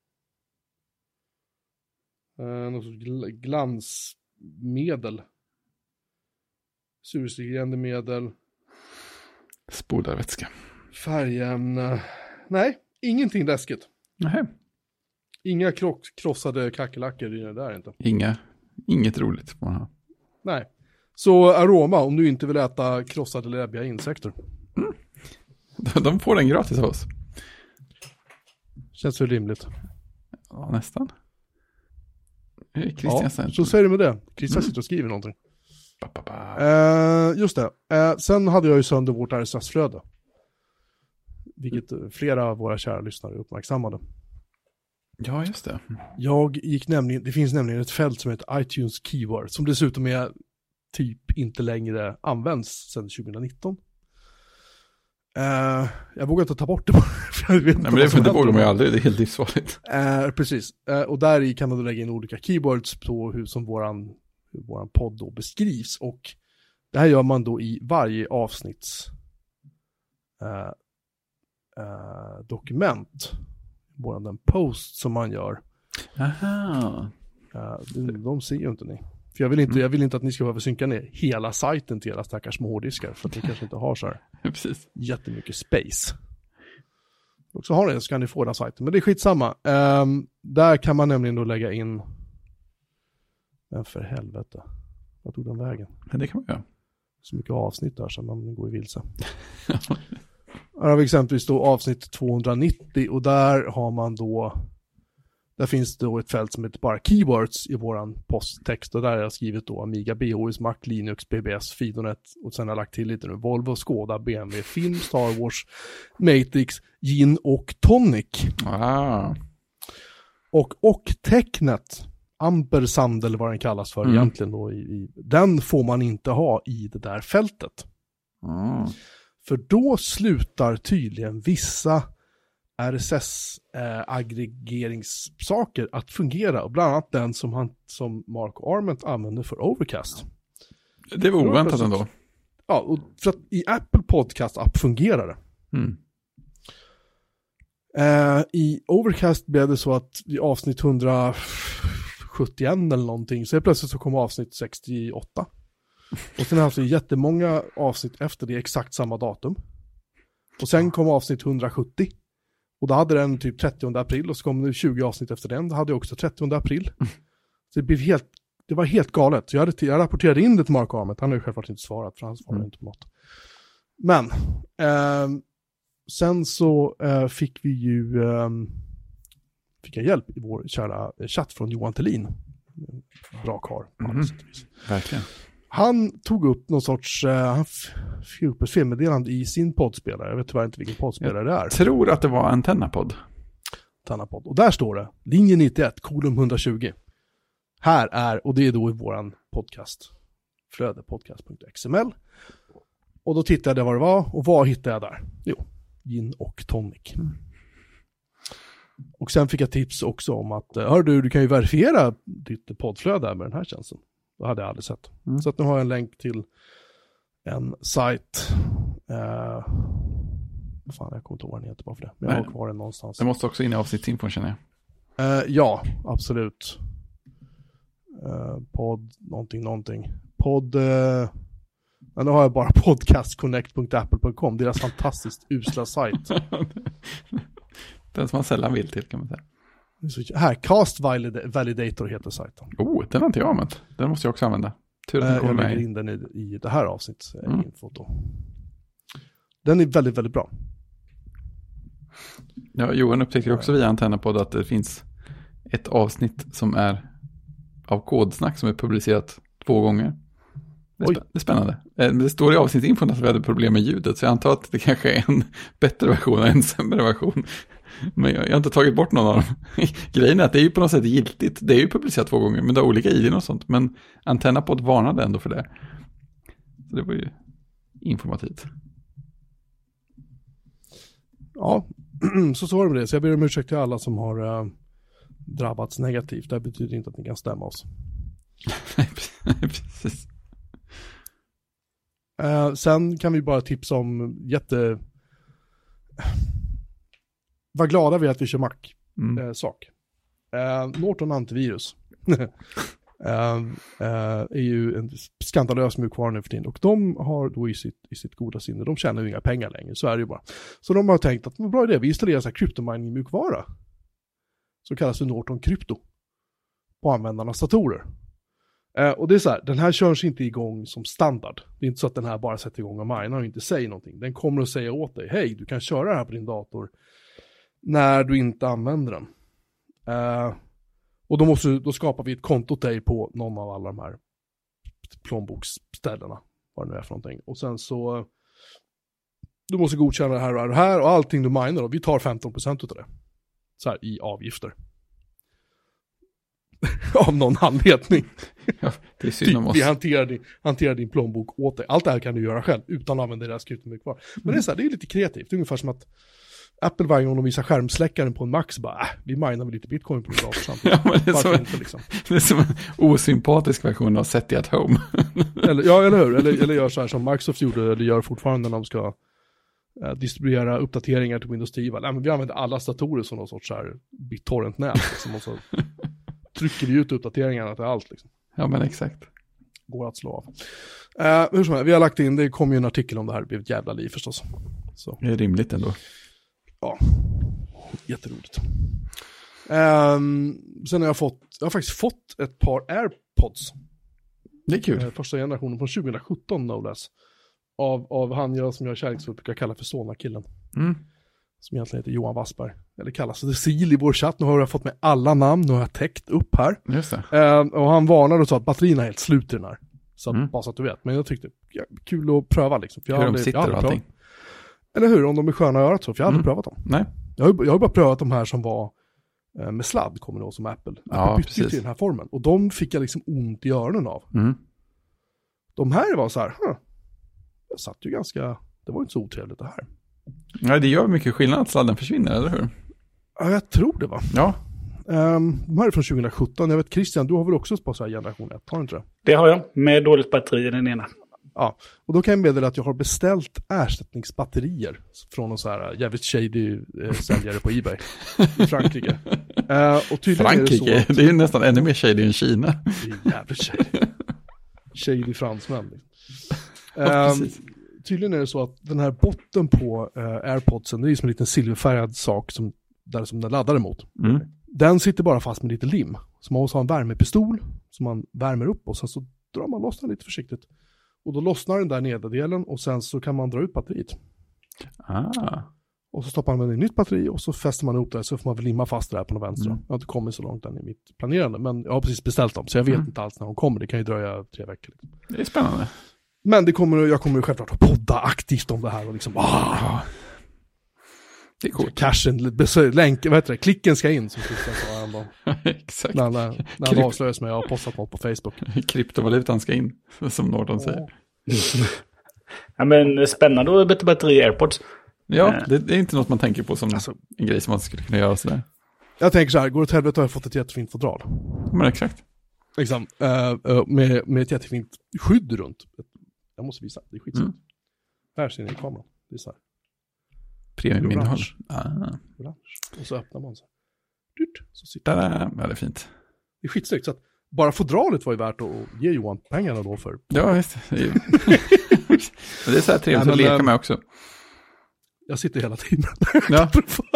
[SPEAKER 2] Något sorts glansmedel. Surstigrande medel.
[SPEAKER 1] Spolarvätska.
[SPEAKER 2] Färgämne. Nej, ingenting läskigt.
[SPEAKER 1] Nej.
[SPEAKER 2] Inga krossade kackerlackor i det där inte.
[SPEAKER 1] Inget roligt på den här.
[SPEAKER 2] Nej. Så Aroma, om du inte vill äta krossade läbbiga insekter.
[SPEAKER 1] De får den gratis av oss.
[SPEAKER 2] Känns väl rimligt.
[SPEAKER 1] Ja, nästan.
[SPEAKER 2] Ja, så säger du med det. Christian sitter och skriver någonting. Just det. Sen hade jag ju sönder vårt RSS-flöde. Vilket flera av våra kära lyssnare uppmärksammade.
[SPEAKER 1] Ja, just det.
[SPEAKER 2] Det finns nämligen ett fält som heter iTunes Keyword. Som dessutom är typ inte längre används sedan 2019. Jag vågar inte ta bort det. Nej,
[SPEAKER 1] men det vågar man ju aldrig. Det är helt livsfarligt.
[SPEAKER 2] Precis. Och där i kan du lägga in olika keywords på hur våran podd då beskrivs. Och Det här gör man då i varje avsnitts dokument. Bara den post som man gör.
[SPEAKER 1] Aha.
[SPEAKER 2] De ser ju inte ni. För jag vill inte att ni ska behöva synka ner hela sajten till era stackars små hårddiskar. För att ni kanske inte har så här jättemycket space. Och så har ni, så kan ni få den sajten. Men det är skitsamma. Där kan man nämligen då lägga in... Men för helvete. Vad tog den vägen?
[SPEAKER 1] Men det kan man göra.
[SPEAKER 2] Så mycket avsnitt där så man går i vilse. Här har vi exempelvis då avsnitt 290 och där har man då, där finns då ett fält som heter bara keywords i våran posttext och där har jag skrivit då Amiga, BHS, Mac, Linux, BBS, Fidonet och sen har jag lagt till lite nu Volvo, Skoda, BMW, Film, Star Wars, Matrix, Gin och Tonic. Och tecknet ampersand eller vad den kallas för egentligen då den får man inte ha i det där fältet. För då slutar tydligen vissa RSS-aggregeringssaker att fungera. Och bland annat den som Mark Arment använder för Overcast.
[SPEAKER 1] Det var oväntat ändå.
[SPEAKER 2] Ja, och för att i Apple Podcast-app fungerar det. I Overcast blev det så att i avsnitt 171 eller någonting så plötsligt så kom avsnitt 68. Och sen har vi jättemånga avsnitt efter det exakt samma datum. Och sen kom avsnitt 170. Och då hade den typ 30 april och så kom det 20 avsnitt efter den. Då hade jag också 30 april. Så det var helt galet. Så jag rapporterade in det till Mark Arment. Han har ju självklart inte svarat för han svarade inte på något. Men sen så fick jag hjälp i vår kära chatt från Johan Thelin. Bra karl på alla sätt och vis.
[SPEAKER 1] Verkligen.
[SPEAKER 2] Han tog upp någon sorts han fick upp ett filmmeddelande i sin poddspelare. Jag vet tyvärr inte vilken poddspelare det är.
[SPEAKER 1] Jag tror att det var Antennapodd.
[SPEAKER 2] Och där står det linje 91, kolon 120. Här är, och det är då i våran podcast. Flöde podcast.xml. Och då tittade jag vad det var. Och vad hittade jag där? Jo, gin och tonic. Och sen fick jag tips också om att hör du kan ju verifiera ditt poddflöde med den här tjänsten. Det hade jag aldrig sett. Så att nu har jag en länk till en sajt. Fan, jag kommer inte ihåg vad den heter bara för det. Men jag har kvar den någonstans.
[SPEAKER 1] Det måste också in i avsnittsinfon känner
[SPEAKER 2] jag. Ja, absolut. Podd, någonting. Nu har jag bara podcastconnect.apple.com. Deras fantastiskt usla sajt.
[SPEAKER 1] Den som man sällan vill till kan man säga.
[SPEAKER 2] Här, Cast Validator heter sajten.
[SPEAKER 1] Den har inte jag använt. Den måste jag också använda. Tur att
[SPEAKER 2] jag lägger in den i det här avsnittet. Den är väldigt, väldigt bra.
[SPEAKER 1] Ja, Johan upptäckte också via Antennapodd att det finns ett avsnitt som är av kodsnack som är publicerat 2 gånger. Det är spännande. Det står i avsnittsinfon att vi hade problem med ljudet, så jag antar att det kanske är en bättre version än en sämre version. Men jag har inte tagit bort någon av dem. Grejen är att det är ju på något sätt giltigt. Det är ju publicerat 2 gånger, men det har olika ID och sånt. Men Antennapodd varnade ändå för det. Så det var ju informativt.
[SPEAKER 2] Ja, så var det med det. Så jag ber om ursäkt till alla som har drabbats negativt. Det betyder inte att ni kan stämma oss.
[SPEAKER 1] Nej, precis.
[SPEAKER 2] Sen kan vi bara tipsa om var glada vi att vi kör Mac sak. Norton antivirus är ju en skandalös mjukvara nu för tiden. Och de har då i sitt goda sinne, de tjänar ju inga pengar längre, så är det ju bara. Så de har tänkt att det var bra idé, vi installerar så här kryptomining-mjukvara. Så kallas det Norton Krypto på användarnas datorer. Och det är så här, den här körs inte igång som standard. Det är inte så att den här bara sätter igång och minar och inte säger någonting. Den kommer att säga åt dig, hej, du kan köra det här på din dator när du inte använder den. Och då skapar vi ett konto till dig på någon av alla de här plånboksställena, vad det nu är för någonting. Och sen så du måste godkänna det här och det här och allting du minar, och vi tar 15% av det. Så här i avgifter. Av någon anledning.
[SPEAKER 1] Ja, det är synd om oss.
[SPEAKER 2] Vi hanterar din plånbok åt dig. Allt det här kan du göra själv utan att använda deras kryptomjukvara. Men det är så här, det är lite kreativt. Ungefär som att Apple varje gång de visar skärmsläckaren på en Mac så bara, vi minar väl lite bitcoin på datorn samtidigt.
[SPEAKER 1] Ja, men det är som en osympatisk version av Set at Home.
[SPEAKER 2] eller hur? Eller gör så här som Microsoft gjorde, eller gör fortfarande när de ska distribuera uppdateringar till Windows 10. Nej, men vi använder alla datorer som någon sorts BitTorrent-nät. Liksom, och så trycker vi ut uppdateringarna till allt. Liksom.
[SPEAKER 1] Ja, men exakt.
[SPEAKER 2] Går att slå av. Hur som helst, vi har lagt in, det kom ju en artikel om det här, det blev ett jävla liv förstås. Så.
[SPEAKER 1] Det är rimligt ändå.
[SPEAKER 2] Ja, jätteroligt. Sen har jag faktiskt fått ett par AirPods.
[SPEAKER 1] Det är kul.
[SPEAKER 2] Första generationen från 2017 no less. Av han som jag kärleksfullt brukar kalla för Solna-killen. Som egentligen heter Johan Wassberg. Eller kallas det Sil i vår chatt. Nu har jag fått med alla namn. Nu har jag täckt upp här.
[SPEAKER 1] Just det.
[SPEAKER 2] Och han varnade och sa att batterierna är helt slut i den här. Så bara så att du vet. Men jag tyckte kul att pröva liksom. För
[SPEAKER 1] hur de sitter och allting.
[SPEAKER 2] Eller hur? Om de är sköna att göra så. För jag har aldrig prövat dem.
[SPEAKER 1] Nej.
[SPEAKER 2] Jag har bara prövat de här som var med sladd. Kommer då som Apple.
[SPEAKER 1] Ja,
[SPEAKER 2] bytte till den här formen. Och de fick jag liksom ont i öronen av. De här var så här. Jag satt ju ganska. Det var inte så otrevligt det här.
[SPEAKER 1] Nej, det gör mycket skillnad att sladden försvinner, eller hur?
[SPEAKER 2] Ja, jag tror det va.
[SPEAKER 1] Ja.
[SPEAKER 2] De här är från 2017. Jag vet, Christian, du har väl också på så här generation 1, har du inte det?
[SPEAKER 3] Det har jag, med dåligt batteri i den ena.
[SPEAKER 2] Ja, och då kan jag meddela att jag har beställt ersättningsbatterier från någon så här jävligt shady säljare på eBay i Frankrike. Och
[SPEAKER 1] Frankrike?
[SPEAKER 2] Är det, så
[SPEAKER 1] det är ju nästan ännu mer shady än Kina.
[SPEAKER 2] Det är jävligt shady. Shady fransmän. Tydligen är det så att den här botten på AirPodsen, det är som en liten silverfärgad sak som den laddar emot. Den sitter bara fast med lite lim. Så man måste ha en värmepistol som man värmer upp och sen så drar man loss den lite försiktigt. Och då lossnar den där nederdelen och sen så kan man dra ut batteriet. Och så stoppar man med ett nytt batteri och så fäster man ihop det så får man väl limma fast det här på den vänstra. Jag har inte kommit så långt än i mitt planerande, men jag har precis beställt dem så jag vet inte alls när de kommer. Det kan ju dröja 3 veckor.
[SPEAKER 1] Det är spännande.
[SPEAKER 2] Men jag kommer självklart att podda aktivt om det här och liksom
[SPEAKER 1] det är coolt.
[SPEAKER 2] Cashen, klicken ska in som Christian sa en dag.
[SPEAKER 1] Exakt.
[SPEAKER 2] När han avslöjas med att jag har postat något på Facebook.
[SPEAKER 1] Kryptovalutan ska in, som Norton säger.
[SPEAKER 3] Ja, men spännande att byta batteri i AirPods.
[SPEAKER 1] Ja, det är inte något man tänker på som en grej som man skulle kunna göra sådär.
[SPEAKER 2] Jag tänker så här, går det åt helvete har jag fått ett jättefint fodral.
[SPEAKER 1] Men exakt.
[SPEAKER 2] Liksom, med ett jättefint skydd runt. Jag måste visa, det är skitsnyggt. Här ser ni i kameran. Det är så här.
[SPEAKER 1] Premiuminnehåll.
[SPEAKER 2] Och så öppnar man så. Så
[SPEAKER 1] sitter det. Ja, det är fint.
[SPEAKER 2] Det är skitsnyggt. Så att bara fodralet var ju värt att ge Johan pengarna då för.
[SPEAKER 1] Ja, visst. Det är så här trevligt att leka med också.
[SPEAKER 2] Jag sitter hela tiden.
[SPEAKER 1] Ja.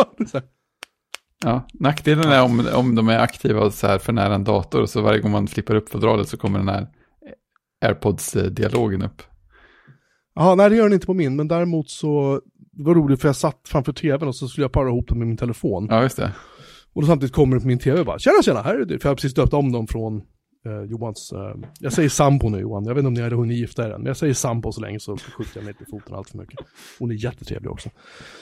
[SPEAKER 1] Ja, nackdelen är om de är aktiva så här för nära en dator och så varje gång man flippar upp fodralet så kommer den här AirPods-dialogen upp.
[SPEAKER 2] Ja, nej det gör den inte på min, men däremot så det var roligt för jag satt framför tvn och så skulle jag para ihop dem med min telefon.
[SPEAKER 1] Ja, just det.
[SPEAKER 2] Och då samtidigt kommer det på min tv och bara, tjena, här är det. För jag har precis döpt om dem från Johans, jag säger sambo nu Johan, jag vet inte om ni hade hunnit gifta er än, men jag säger sambo så länge så skjuter jag mig inte i foten allt för mycket. Hon är jättetrevlig också.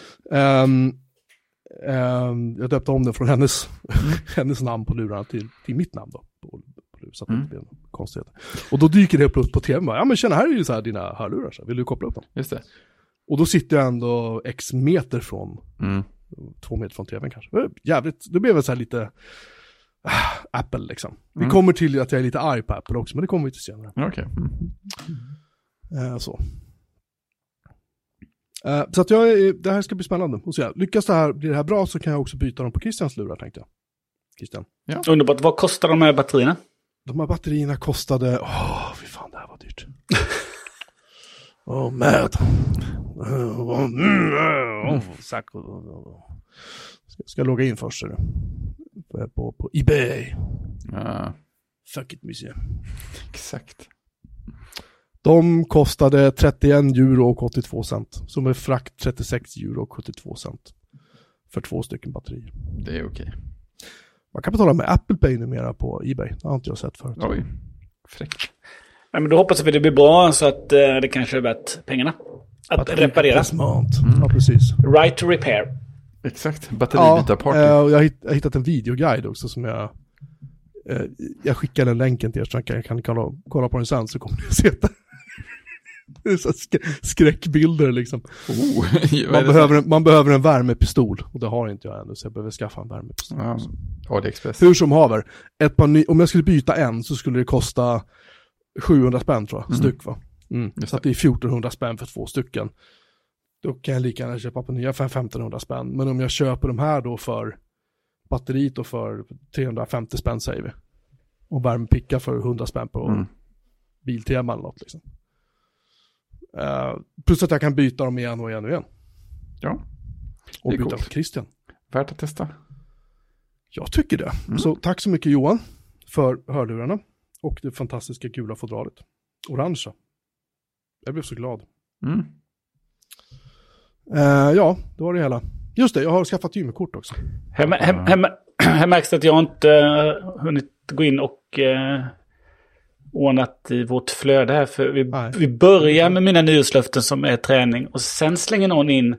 [SPEAKER 2] Jag döpte om den från hennes namn på lurarna till mitt namn då. Så att det inte blir någon konstighet. Och då dyker det upp på tv och bara, ja men tjena, här är ju så här dina hörlurar, så vill du koppla upp dem?
[SPEAKER 1] Just det.
[SPEAKER 2] Och då sitter jag ändå x meter från 2 meter från tvn kanske. Jävligt, det blev väl så här lite Apple liksom. Vi kommer till att jag är lite arg på Apple också, men det kommer vi till senare.
[SPEAKER 1] Okej.
[SPEAKER 2] Så. Så att det här ska bli spännande. Och så lyckas blir det här bra så kan jag också byta dem på Christians lurar, tänkte jag. Christian.
[SPEAKER 3] Ja. Underbart. Vad kostar de här batterierna?
[SPEAKER 2] De här batterierna kostade... fy fan, det här var dyrt. Mad. Ska logga in först på eBay. Fuck it, monsieur.
[SPEAKER 1] Exakt.
[SPEAKER 2] De kostade 31 euro och 82 cent. Som är frakt 36 euro och 72 cent. För 2 stycken batterier.
[SPEAKER 1] Det är okej.
[SPEAKER 2] Man kan betala med Apple Pay numera på eBay. Det har inte jag sett förut.
[SPEAKER 1] Oj, fräckt.
[SPEAKER 3] Ja, men då hoppas vi det blir bra så att det kanske är värt pengarna. Att reparera.
[SPEAKER 2] Ja, precis.
[SPEAKER 3] Right to repair.
[SPEAKER 1] Exakt, batteribytarparty.
[SPEAKER 2] Ja, jag har hittat en videoguide också som jag skickar den länken till er så kan kolla på den sen så kommer ni att se det. Det är så skräckbilder liksom.
[SPEAKER 1] Oh,
[SPEAKER 2] man behöver en värmepistol. Och det har inte jag ännu, så jag behöver skaffa en värmepistol.
[SPEAKER 1] Ja, AliExpress.
[SPEAKER 2] Hur som haver. Om jag skulle byta en så skulle det kosta 700 spänn tror jag, styck va. Så att det är 1400 spänn för 2 stycken. Då kan jag lika gärna köpa på nya för 1500 spänn. Men om jag köper de här då för batteriet och för 350 spänn säger vi. Och värmepicka för 100 spänn på Biltema eller något liksom. Plus att jag kan byta dem igen och igen och igen.
[SPEAKER 1] Ja.
[SPEAKER 2] Och byta
[SPEAKER 1] coolt.
[SPEAKER 2] på Christian.
[SPEAKER 1] Värt att testa.
[SPEAKER 2] Jag tycker det. Så tack så mycket Johan för hörlurarna. Och det fantastiska gula fodralet. Orangea. Jag blev så glad. Ja, det var det hela. Just det, jag har skaffat gymkort också.
[SPEAKER 3] Här märks det att jag inte hunnit gå in och ordnat i vårt flöde här. För vi börjar med mina nyårslöften som är träning. Och sen slänger någon in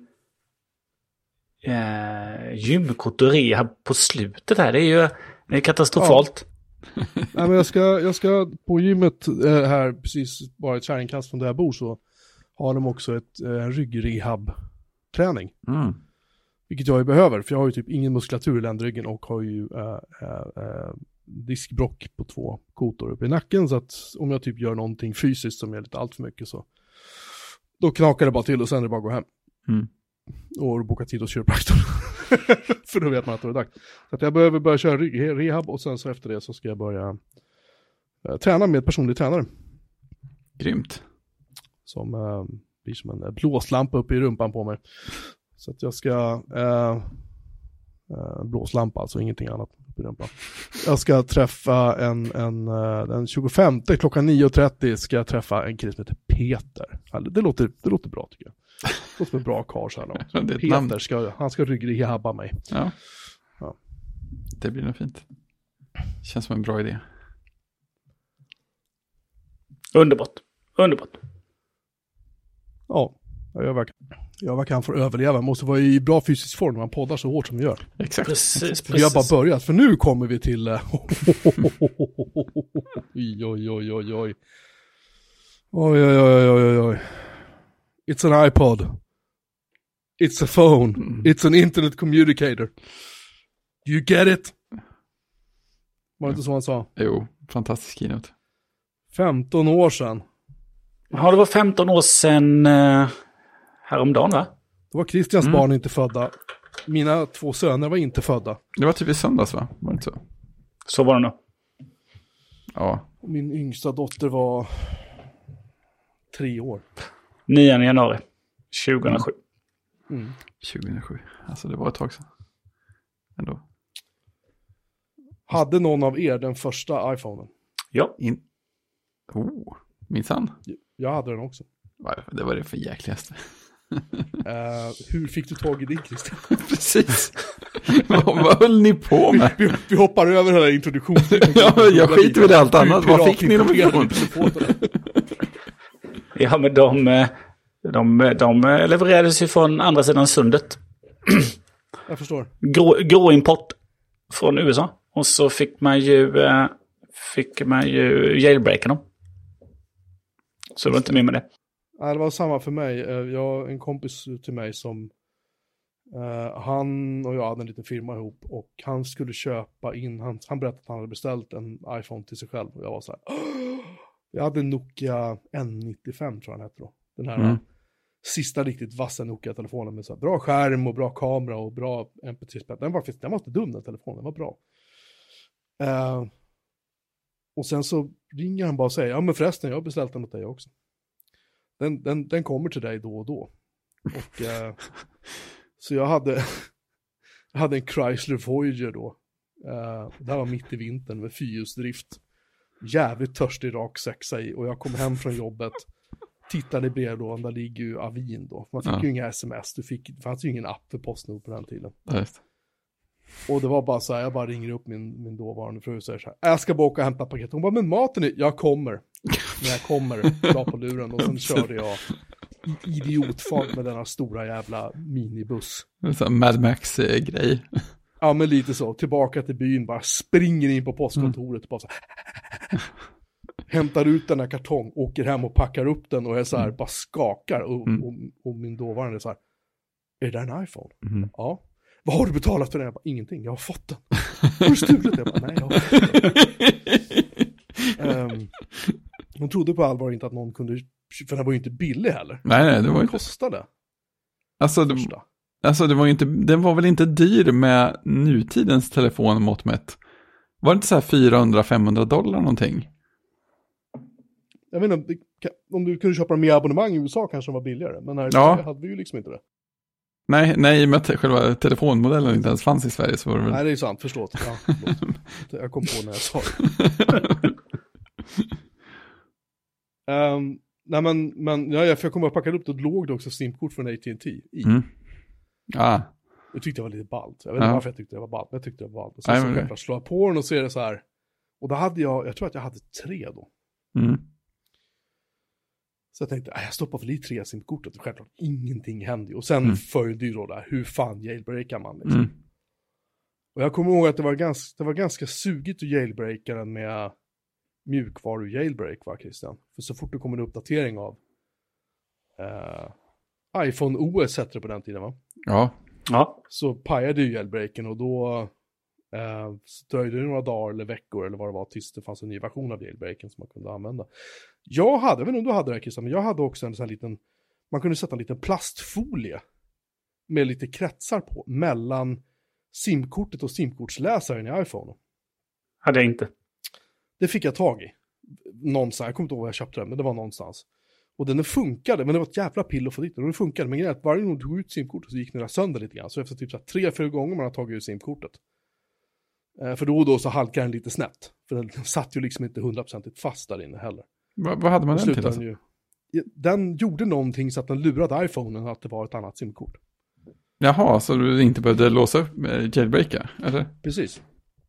[SPEAKER 3] gymkort och rehab på slutet här. Det är katastrofalt.
[SPEAKER 2] Nej, men jag ska på gymmet här precis bara ett kärringkast från där jag bor så har de också ett ryggrehab-träning. Vilket jag ju behöver, för jag har ju typ ingen muskulatur i ländryggen och har ju diskbrock på 2 kotor uppe i nacken, så att om jag typ gör någonting fysiskt som är lite allt för mycket så då knakar det bara till och sen är det bara att gå hem. Och boka tid hos kiropraktorn. För då vet man att det är dags. Så att jag behöver börja köra rehab och sen så efter det så ska jag börja träna med personlig tränare.
[SPEAKER 1] Grymt.
[SPEAKER 2] Som blir som en blåslampa uppe i rumpan på mig. Så att jag ska blåslampa, alltså ingenting annat uppe i rumpan. Jag ska träffa den 25 klockan 9:30 ska jag träffa en kille som heter Peter. Det låter bra tycker jag. Det låter som en bra karl så här långt. Peter han ska ryggrehabba mig.
[SPEAKER 1] Ja. Det blir nog fint. Känns som en bra idé.
[SPEAKER 3] Underbart.
[SPEAKER 2] Ja, jag vad kan för att överleva. Man måste vara i bra fysisk form när man poddar så hårt som vi gör.
[SPEAKER 3] Exakt. Precis.
[SPEAKER 2] Vi har bara börjat, för nu kommer vi till oj. It's an iPod. It's a phone. It's an internet communicator. Do you get it? Var det inte så han sa?
[SPEAKER 1] Jo, fantastisk keynote.
[SPEAKER 2] 15 år sedan.
[SPEAKER 3] Ja, det var 15 år sedan häromdagen va?
[SPEAKER 2] Då var Christians barn inte födda. Mina 2 söner var inte födda.
[SPEAKER 1] Det var typ i söndags va? Var det inte så?
[SPEAKER 3] Så var det nog.
[SPEAKER 1] Ja.
[SPEAKER 2] Min yngsta dotter var 3 år.
[SPEAKER 3] 9 januari 2007.
[SPEAKER 1] 2007. Alltså det var ett tag sedan. Ändå.
[SPEAKER 2] Hade någon av er den första iPhonen?
[SPEAKER 3] Ja.
[SPEAKER 1] Minsann.
[SPEAKER 2] Jag hade den också.
[SPEAKER 1] Det var det för jäkligaste.
[SPEAKER 2] Hur fick du tag i din, Christian?
[SPEAKER 1] Precis. Vad höll ni på med?
[SPEAKER 2] Vi hoppar över hela introduktionen.
[SPEAKER 1] Ja, jag skiter med allt annat. Vad fick ni dem ifrån?
[SPEAKER 3] Ja, men de levererades ju från andra sidan sundet.
[SPEAKER 2] Jag förstår.
[SPEAKER 3] Grå import från USA. Och så fick man ju jailbreaka dem. Så det var inte mer med det.
[SPEAKER 2] Nej, det var samma för mig. En kompis till mig som han och jag hade en liten firma ihop och han skulle köpa in, han berättade att han hade beställt en iPhone till sig själv och jag var så här. Jag hade en Nokia N95 tror jag den hette då. Den här sista riktigt vassa Nokia-telefonen med så här bra skärm och bra kamera och bra MP3-spel. Den var inte dum den telefonen, den var bra. Och sen så ringer han bara och säger, ja men förresten jag har beställt den åt dig också. Den kommer till dig då och då. Och så jag hade en Chrysler Voyager då. Det här var mitt i vintern med fyrhjulsdrift. Jävligt törstig rak sexa i. Och jag kom hem från jobbet. Tittade i brevlådan, där ligger ju Avin då. Man fick ju inga sms. Det fanns ju ingen app för Postnord på den tiden.
[SPEAKER 1] Just.
[SPEAKER 2] Och det var bara så här, jag bara ringer upp min dåvarande fru och säger så här, jag ska bara åka och hämta paket. Hon bara, men maten är, jag kommer. När jag kommer, dra på luren. Och sen körde jag idiotfart med den här stora jävla minibuss.
[SPEAKER 1] En sån Mad Max-grej.
[SPEAKER 2] Ja, men lite så. Tillbaka till byn, bara springer in på postkontoret och bara så här. hämtar ut den här kartong, åker hem och packar upp den och är så här, bara skakar. Och min dåvarande är så här, är det där en iPhone? Ja. Vad har du betalat för den? Jag bara, ingenting, jag har fått den. Har du stulit det? Jag bara, nej, jag har fått den. Hon trodde på allvar inte att någon kunde, för den var ju inte billig heller.
[SPEAKER 1] Nej, det var inte.
[SPEAKER 2] Kostade.
[SPEAKER 1] Alltså det var ju inte, den var väl inte dyr med nutidens telefonmått mätt. Var det inte så här $400-500 någonting?
[SPEAKER 2] Jag vet inte, om du kunde köpa med abonnemang i USA kanske var billigare. Men här i Sverige hade vi ju liksom inte det.
[SPEAKER 1] Nej, med själva telefonmodellen inte ens fanns i Sverige så var det väl...
[SPEAKER 2] Nej, det är sant, förstått. Ja, jag kom på när jag sa det. Nej, men för jag kom och packade upp det och låg det också SIM-kort från AT&T i.
[SPEAKER 1] Ja.
[SPEAKER 2] Jag tyckte det var lite ballt. Jag vet inte varför jag tyckte det var ballt, men jag tyckte det var ballt. Och sen så självklart slår jag på den och ser det så här. Och då hade jag tror att jag hade 3 då. Så jag tänkte, jag stoppar väl i 3 SIM-kortet. Och självklart ingenting hände. Och sen följde ju då där, hur fan jailbreakar man liksom. Och jag kommer ihåg att det var ganska sugigt att jailbreaka den med mjukvaru-jailbreak, va Christian? För så fort det kommer en uppdatering av iPhone OS hette det på den tiden, va?
[SPEAKER 1] Ja.
[SPEAKER 2] Så pajade ju jailbreaken och då så dröjde det några dagar eller veckor eller vad det var tills det fanns en ny version av jailbreaken som man kunde använda. Jag vet inte om du hade det här, Christian, men jag hade också en sån här liten, man kunde sätta en liten plastfolie med lite kretsar på mellan simkortet och simkortsläsaren i iPhone.
[SPEAKER 3] Hade jag inte.
[SPEAKER 2] Det fick jag tag i. Någonstans, jag kommer inte ihåg var jag köpte den, men det var någonstans. Och den funkade, men det var ett jävla pill att få dit den. Och det funkade, men att varje gång du tog ut simkortet så gick den där sönder lite grann. Så efter typ 3-4 gånger man har tagit ut simkortet. För då och då så halkade den lite snett. För den satt ju liksom inte 100% fast där inne heller.
[SPEAKER 1] Vad hade man den till alltså?
[SPEAKER 2] Den gjorde någonting så att den lurade iPhonen att det var ett annat simkort.
[SPEAKER 1] Jaha, så du inte behövde låsa upp jailbreaka, eller?
[SPEAKER 2] Precis.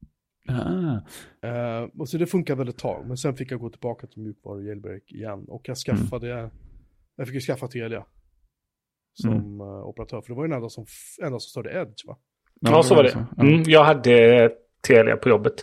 [SPEAKER 2] Och så det funkar väl ett tag. Men sen fick jag gå tillbaka till mjukvaru jailbreak igen. Och jag fick ju skaffa Telia som operatör. För det var ju den enda som störde Edge, va?
[SPEAKER 3] Ja, så var det. Jag hade Telia på jobbet.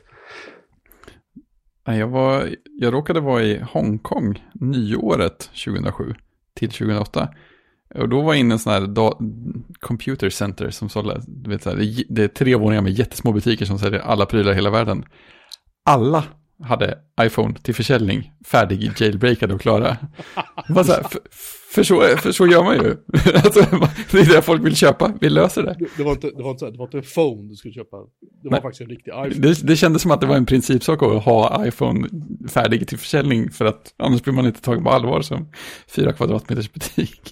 [SPEAKER 1] Jag råkade vara i Hongkong nyåret 2007 till 2008. Och då var jag inne i en sån här computer center som sålde, du vet så här, det är 3 våningar med jättesmå butiker som säljer alla prylar i hela världen. Alla hade iPhone till försäljning, färdig, jailbreakade och klara. Så här, för så gör man ju. Alltså, det är det folk vill köpa, vi löser det.
[SPEAKER 2] Det var inte en phone du skulle köpa, det var faktiskt en riktig iPhone.
[SPEAKER 1] Det kändes som att det var en principsak att ha iPhone färdig till försäljning för att annars blir man inte tagen på allvar som 4 kvadratmeters butik.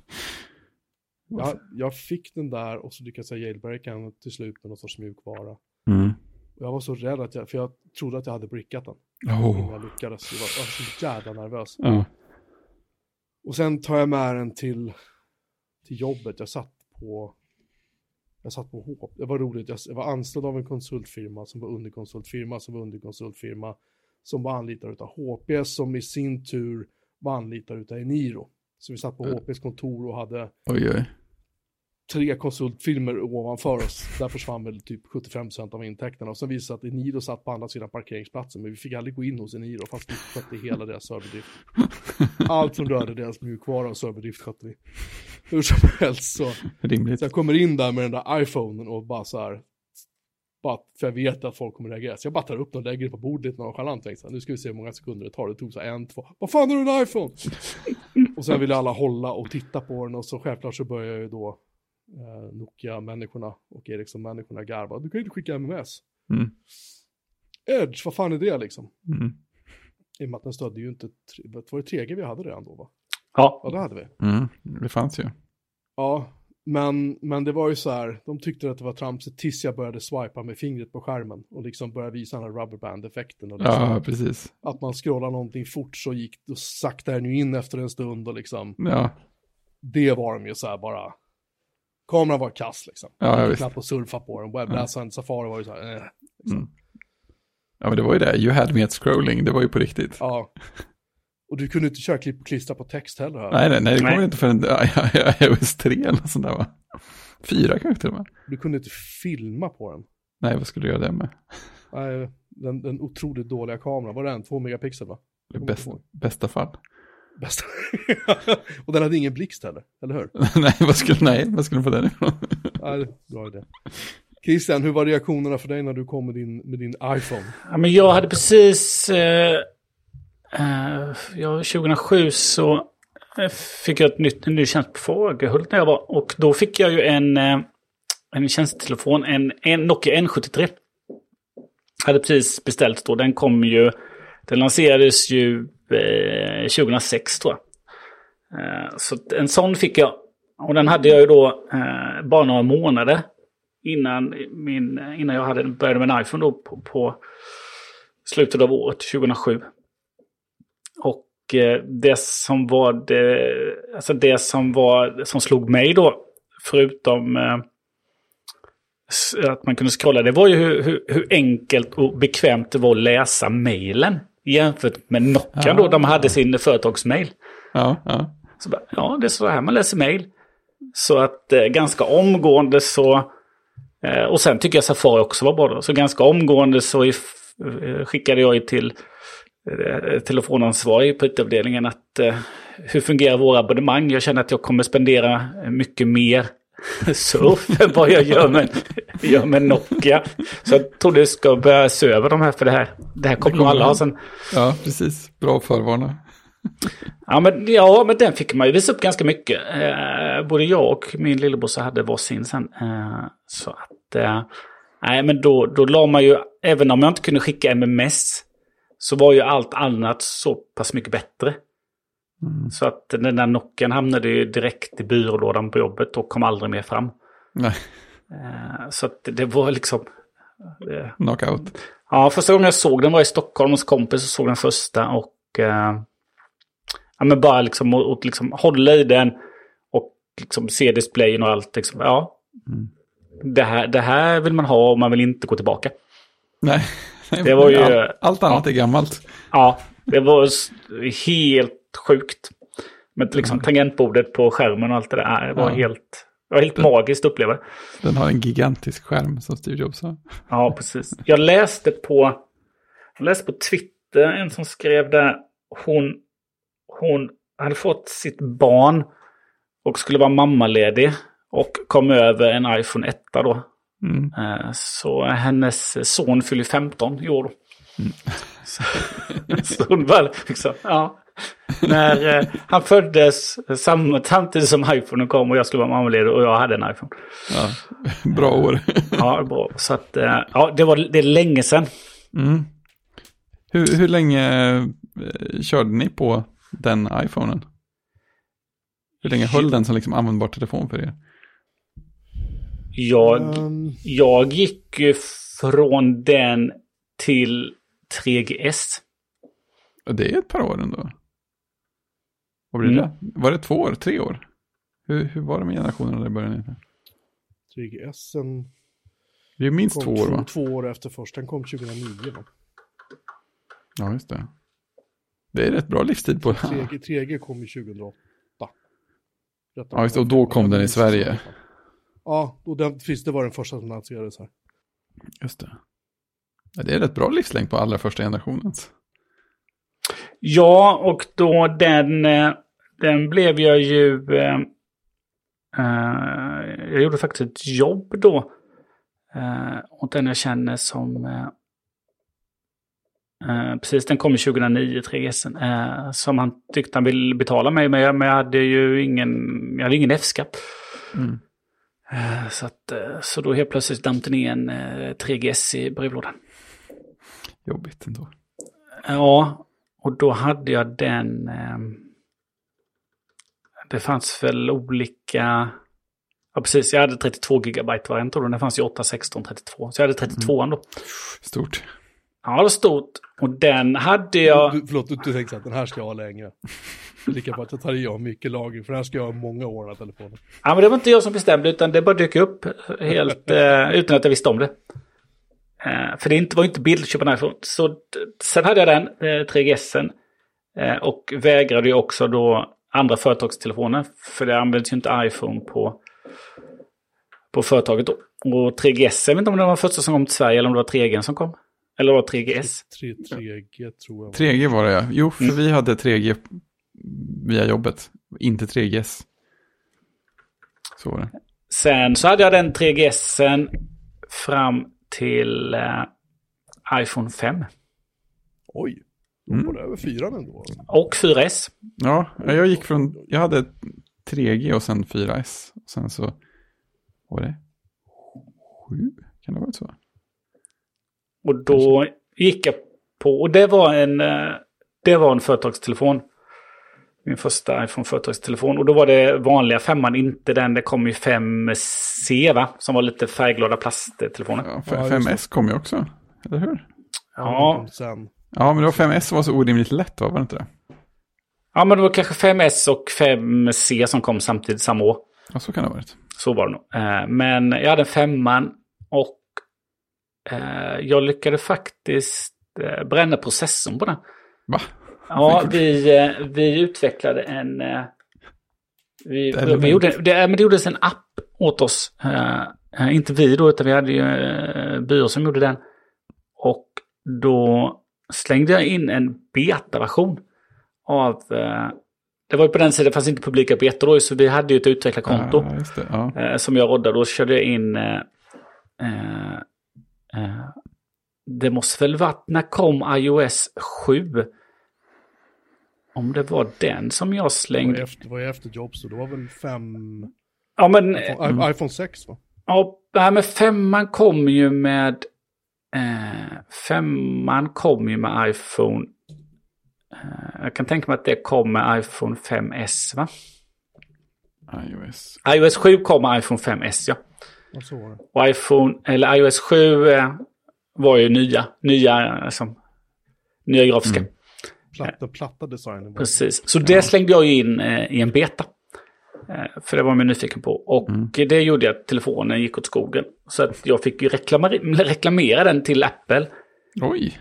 [SPEAKER 2] Jag fick den där och så lyckades jag jailbreaka den till slut med någon sorts mjukvara. Och jag var så rädd för jag trodde att jag hade brickat den. Jag lyckades, jag var så jävla nervös. Och sen tar jag med den till jobbet. Jag satt på HP. Det var roligt. Jag var anställd av en konsultfirma som var underkonsultfirma som var anlitad utav HP som i sin tur var anlitad utav Eniro. Så vi satt på HPs kontor och hade 3 konsultfirmor ovanför oss. Där försvann väl typ 75% av intäkterna. Och sen visade att Eniro satt på andra sidan parkeringsplatsen. Men vi fick aldrig gå in hos Eniro fast vi skötte hela deras serverdrift. Allt som rörde deras mjukvara och serverdrift skötte vi. Hur som helst så jag kommer in där med den där iPhonen och bara så här. För jag vet att folk kommer reagera. Så jag bara tar upp den och lägger det på bordet nonchalant. Nu ska vi se hur många sekunder det tar. Det tog så 1, 2. Vad fan är det en iPhone? Och sen ville alla hålla och titta på den. Och så självklart så börjar ju då Nokia-människorna och Ericsson-människorna garva. Du kan ju inte skicka MMS. Edge, vad fan är det liksom? I och med att den stödde ju inte... Det var det 3G vi hade redan då, va?
[SPEAKER 3] Ja,
[SPEAKER 2] det hade vi.
[SPEAKER 1] Det fanns ju.
[SPEAKER 2] Ja, men det var ju så här, de tyckte att det var tramsigt tills jag började swipa med fingret på skärmen och liksom började visa den här rubberband-effekten. Och liksom,
[SPEAKER 1] ja, precis.
[SPEAKER 2] Att man scrollar någonting fort så sakta den ju in efter en stund och liksom.
[SPEAKER 1] Ja.
[SPEAKER 2] Det var de ju så här bara. Kameran var kass liksom.
[SPEAKER 1] Ja, jag
[SPEAKER 2] knappt att surfa på den. Webbläsaren, Safari var ju så här. Liksom.
[SPEAKER 1] Ja, men det var ju det. You had me at scrolling. Det var ju på riktigt.
[SPEAKER 2] Ja. Och du kunde inte köra klipp och klistra på text heller.
[SPEAKER 1] Här. Nej, det kom inte för en iOS 3 eller sånt där, va? 4 kanske till och med.
[SPEAKER 2] Du kunde inte filma på den.
[SPEAKER 1] Nej, vad skulle du göra det med?
[SPEAKER 2] Nej, den otroligt dåliga kameran. Var det en 2 megapixel, va?
[SPEAKER 1] Bästa fall.
[SPEAKER 2] Bästa. Och den hade ingen blixt heller, eller hur?
[SPEAKER 1] Vad skulle du få den ifrån?
[SPEAKER 2] Nej, bra idé. Christian, hur var reaktionerna för dig när du kom med din iPhone?
[SPEAKER 3] Ja, men jag hade precis... 2007 så fick jag en ny tjänst på Fagerhult när jag var. Och då fick jag ju en tjänstetelefon, en Nokia N73. Hade precis beställt då. Den lanserades ju 2006 tror jag. Så en sån fick jag. Och den hade jag ju då bara några månader innan jag började med en iPhone då på slutet av året 2007. Och det som slog mig då, förutom att man kunde scrolla, det var ju hur enkelt och bekvämt det var att läsa mejlen jämfört med Nokia då de hade sin företagsmail.
[SPEAKER 1] Ja.
[SPEAKER 3] Så det är så här man läser mejl. Så att ganska omgående så, och sen tycker jag Safari också var bra då, så ganska omgående så skickade jag till telefonansvarig på utavdelningen att hur fungerar våra abonnemang? Jag känner att jag kommer spendera mycket mer surf än vad jag gör med Nokia. Så jag tror det ska börja se över de här, för det här kommer nog alla ha sen.
[SPEAKER 1] Ja, precis. Bra förvarna.
[SPEAKER 3] Men den fick man ju visa upp ganska mycket. Både jag och min lillebror hade varsin sen. Så att men då la man ju, även om jag inte kunde skicka MMS, så var ju allt annat så pass mycket bättre. Så att den där Nokian hamnade ju direkt i byrålådan på jobbet och kom aldrig mer fram.
[SPEAKER 1] Nej.
[SPEAKER 3] Så att det var liksom...
[SPEAKER 1] Knockout.
[SPEAKER 3] Ja, första gången jag såg den var i Stockholm hos kompis och såg den första. Och men bara liksom, och liksom hålla i den och liksom se displayen och allt. Liksom, det här vill man ha och man vill inte gå tillbaka.
[SPEAKER 1] Nej.
[SPEAKER 3] Det var ju,
[SPEAKER 1] allt annat är gammalt.
[SPEAKER 3] Ja, det var helt sjukt. Men liksom tangentbordet på skärmen och allt det där. Det var helt magiskt att uppleva.
[SPEAKER 1] Den har en gigantisk skärm som Steve Jobs har.
[SPEAKER 3] Ja, precis. Jag läste på Twitter en som skrev där hon hade fått sitt barn och skulle vara mammaledig och kom över en iPhone 1 då. Så hennes son fyller 15 i år. Så hon var liksom, när han föddes samtidigt som iPhone kom och jag skulle vara mammaledig och jag hade en iPhone.
[SPEAKER 1] Ja, bra år.
[SPEAKER 3] Ja, bra. Så att, det är länge sedan.
[SPEAKER 1] Hur länge körde ni på den iPhonen? Hur länge höll den som liksom användbar telefon för er? Jag gick från den till 3GS. Det är ett par år ändå. Vad blir det? Var det 2 år? 3 år? Hur var det med generationerna i början?
[SPEAKER 2] 3GSen...
[SPEAKER 1] Det är minst 2 år, va?
[SPEAKER 2] 2 år efter först. Den kom 2009, va?
[SPEAKER 1] Ja, just det. Det är rätt bra livstid på
[SPEAKER 2] 3G kom ju 2008.
[SPEAKER 1] Ja, just det. Och då kom den i Sverige.
[SPEAKER 2] Ja, och det var den första som lanserades här.
[SPEAKER 1] Just det. Ja, det är rätt bra livslängd på allra första generationens.
[SPEAKER 3] Ja, och då den blev jag ju... jag gjorde faktiskt ett jobb då. Och den jag känner som... precis, den kom 2009, 3GSen. Som han tyckte han ville betala mig med. Men jag hade ju ingen F-skatt. Så då helt plötsligt dampte ner en 3GS i brevlådan. Jobbigt ändå. Ja, och då hade jag den... det fanns väl olika... Ja, precis. Jag hade 32 gigabyte variant och det fanns ju 8, 16, 32. Så jag hade 32 då. Stort. Ja, det var stort. Och den hade jag...
[SPEAKER 2] Förlåt, du tänkte att den här ska jag ha länge. Lika på att jag tar i av mycket lager. För den här ska jag ha många år den här telefonen.
[SPEAKER 3] Ja, men det var inte jag som bestämde utan det bara dök upp helt utan att jag visste om det. För det var inte billigt att köpa en iPhone. Så sen hade jag den 3GSen. Och vägrade ju också då andra företagstelefoner. För det används ju inte iPhone på företaget då. Och 3GS, jag vet inte om det var första som kom till Sverige eller om det var 3G som kom. Eller var det 3GS?
[SPEAKER 2] 3G tror jag.
[SPEAKER 1] 3G var det, ja. Jo, för vi hade 3G via jobbet. Inte 3GS. Så var det.
[SPEAKER 3] Sen så hade jag den 3GSen fram till iPhone 5.
[SPEAKER 2] Oj, då var det över 4 ändå.
[SPEAKER 3] Och 4S.
[SPEAKER 1] Ja, jag hade 3G och sen 4S. Och sen så var det 7, kan det vara så?
[SPEAKER 3] Och då gick jag på, och det var en företagstelefon. Min första iPhone-företagstelefon. Och då var det vanliga 5:an, inte den. Det kom ju 5C, va? Som var lite färgglada plasttelefoner.
[SPEAKER 1] Ja, 5S kom ju också, eller hur?
[SPEAKER 3] Ja.
[SPEAKER 1] Ja, men det var 5S var så orimligt lätt, var det inte det?
[SPEAKER 3] Ja, men det var kanske 5S och 5C som kom samtidigt samma år.
[SPEAKER 1] Ja, så kan det ha varit.
[SPEAKER 3] Så var det nog. Men jag hade 5:an och jag lyckades faktiskt bränna processorn på den.
[SPEAKER 1] Va?
[SPEAKER 3] Ja, vi utvecklade en... Det gjordes en app åt oss. Inte vi då, utan vi hade ju byrå som gjorde den. Och då slängde jag in en beta-version av... det var ju på den sidan, det fanns inte publika beta då, så vi hade ju ett utvecklarkonto som jag roddade. Då körde jag in... det måste väl varit, när kom iOS 7? Om det var den som jag slängde...
[SPEAKER 2] Det var efter Jobs, så det var väl 5...
[SPEAKER 3] Ja, men...
[SPEAKER 2] iPhone 6, va?
[SPEAKER 3] Ja, men 5:an kom ju med... 5:an kom ju med iPhone... jag kan tänka mig att det kom med iPhone 5S, va? iOS 7 kom med iPhone 5S, ja.
[SPEAKER 2] Och så var det.
[SPEAKER 3] Och iOS 7 var ju nya grafiska.
[SPEAKER 2] Platta designen.
[SPEAKER 3] Precis. Så det slängde jag in i en beta. För det var jag nyfiken på. Och det gjorde att telefonen gick åt skogen. Så att jag fick ju reklamera den till Apple.
[SPEAKER 1] Oj.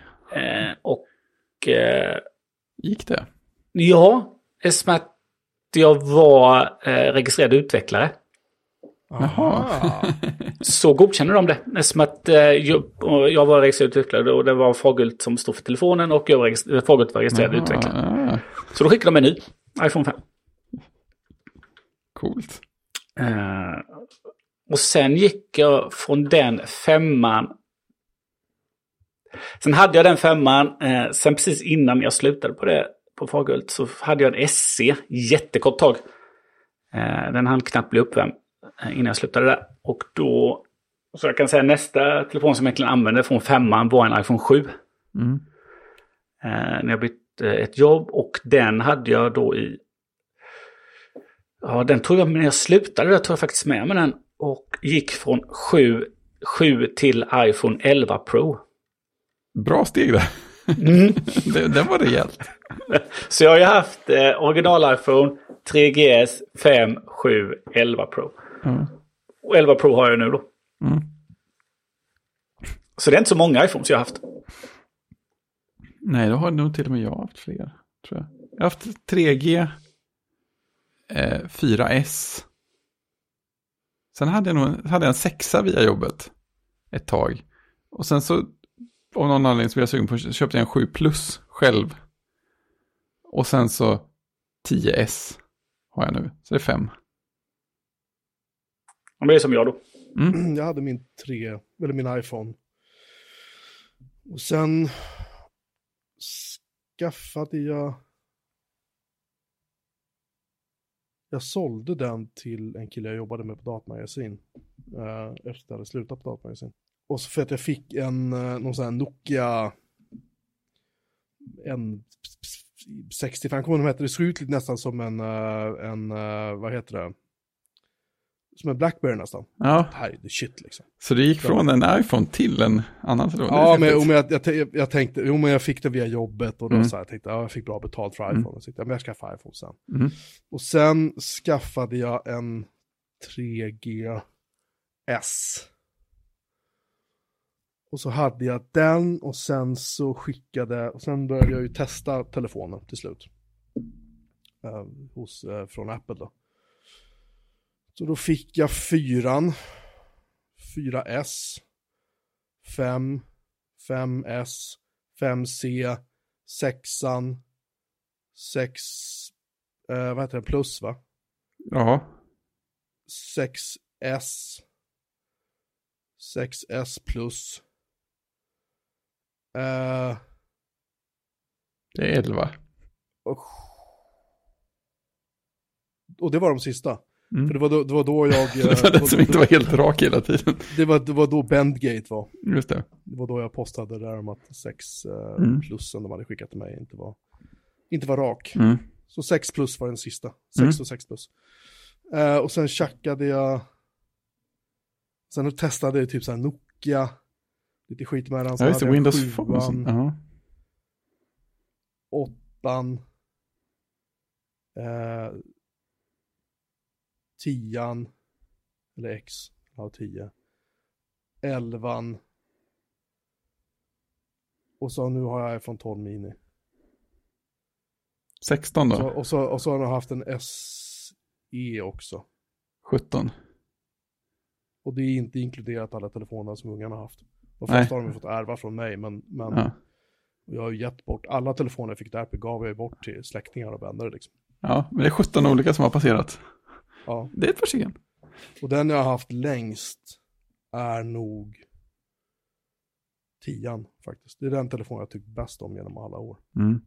[SPEAKER 1] Gick det?
[SPEAKER 3] Ja, eftersom att jag var registrerad utvecklare.
[SPEAKER 1] Jaha.
[SPEAKER 3] Så godkände de det. Eftersom att jag var registrerad utvecklare och det var Fagerhult som stod för telefonen och Fagerhult var registrerad utvecklare. Så då skickade de en ny iPhone 5.
[SPEAKER 1] Coolt.
[SPEAKER 3] Och sen gick jag från den 5:an. Sen hade jag den 5:an. Sen precis innan jag slutade på Fagerhult så hade jag en SC jättekort tag. Den hann knappt bli uppvärmd innan jag slutade där. Och då, så jag kan säga nästa telefon som jag egentligen använde från 5:an var en iPhone 7. När jag bytte ett jobb, och den hade jag då i... Ja, den tog jag, när jag slutade där tog jag faktiskt med mig den. Och gick från 7 till iPhone 11 Pro.
[SPEAKER 1] Bra steg där. Det var rejält.
[SPEAKER 3] Så jag har ju haft original iPhone, 3GS, 5, 7, 11 Pro. Och 11 Pro har jag nu då. Så det är inte så många iPhones jag har haft.
[SPEAKER 1] Nej, då har nog till och med jag haft fler, tror jag. Jag har haft 3G, 4S. Sen hade jag en 6 via jobbet ett tag. Och sen så, av någon anledning som jag sugen på, köpte jag en 7 Plus själv. Och sen så 10S har jag nu. Så det är 5.
[SPEAKER 3] Ja, det är som jag då.
[SPEAKER 2] Jag hade min min iPhone. Och sen skaffade jag sålde den till en kille jag jobbade med på datamagasin. Efter att jag hade slutat på datamagasin. Och så för att jag fick någon sån här Nokia N65, kommer de hette, det såg ut lite nästan som en vad heter det? Som en BlackBerry nästan.
[SPEAKER 1] Ja.
[SPEAKER 2] Det här är the shit liksom.
[SPEAKER 1] Så det gick från en iPhone till en annan telefon?
[SPEAKER 2] Ja, men jag tänkte, men jag fick det via jobbet och då så här, jag tänkte, jag fick bra betalt för iPhone. Och så tänkte jag, men jag skaffade iPhone sen. Och sen skaffade jag en 3GS. Och så hade jag den och sen så sen började jag ju testa telefonen till slut. Från Apple då. Så då fick jag 4S, 5, 5S, 5C, 6an, 6, vad heter det, plus va?
[SPEAKER 1] Ja.
[SPEAKER 2] 6S, 6S plus.
[SPEAKER 1] Det är 11.
[SPEAKER 2] Och det var de sista.
[SPEAKER 1] Mm.
[SPEAKER 2] För det var då jag...
[SPEAKER 1] Det var den som inte var helt rak hela tiden.
[SPEAKER 2] Det var då Bendgate var.
[SPEAKER 1] Just det.
[SPEAKER 2] Det var då jag postade där om att 6 plussen de hade skickat till mig inte var rak.
[SPEAKER 1] Mm.
[SPEAKER 2] Så 6 plus var den sista. 6 och 6 plus. Och sen checkade jag. Sen testade jag typ så här Nokia. Lite skit med den.
[SPEAKER 1] Ja, just det. Windows 7.
[SPEAKER 2] 8. 10. Eller X. Ja, 10. 11. Och så nu har jag iPhone 12 mini.
[SPEAKER 1] 16 då?
[SPEAKER 2] Och så har jag haft en SE också.
[SPEAKER 1] 17.
[SPEAKER 2] Och det är inte inkluderat alla telefoner som ungarna har haft. Och först har de fått ärva från mig, men jag har ju gett bort alla telefoner jag fick därpå gav jag bort till släktingar och vänner liksom.
[SPEAKER 1] Ja, men det är 17 olika som har passerat.
[SPEAKER 2] Ja.
[SPEAKER 1] Det är ett par.
[SPEAKER 2] Och den jag har haft längst är nog 10 faktiskt. Det är den telefon jag tyckt bäst om genom alla år.
[SPEAKER 1] Mm.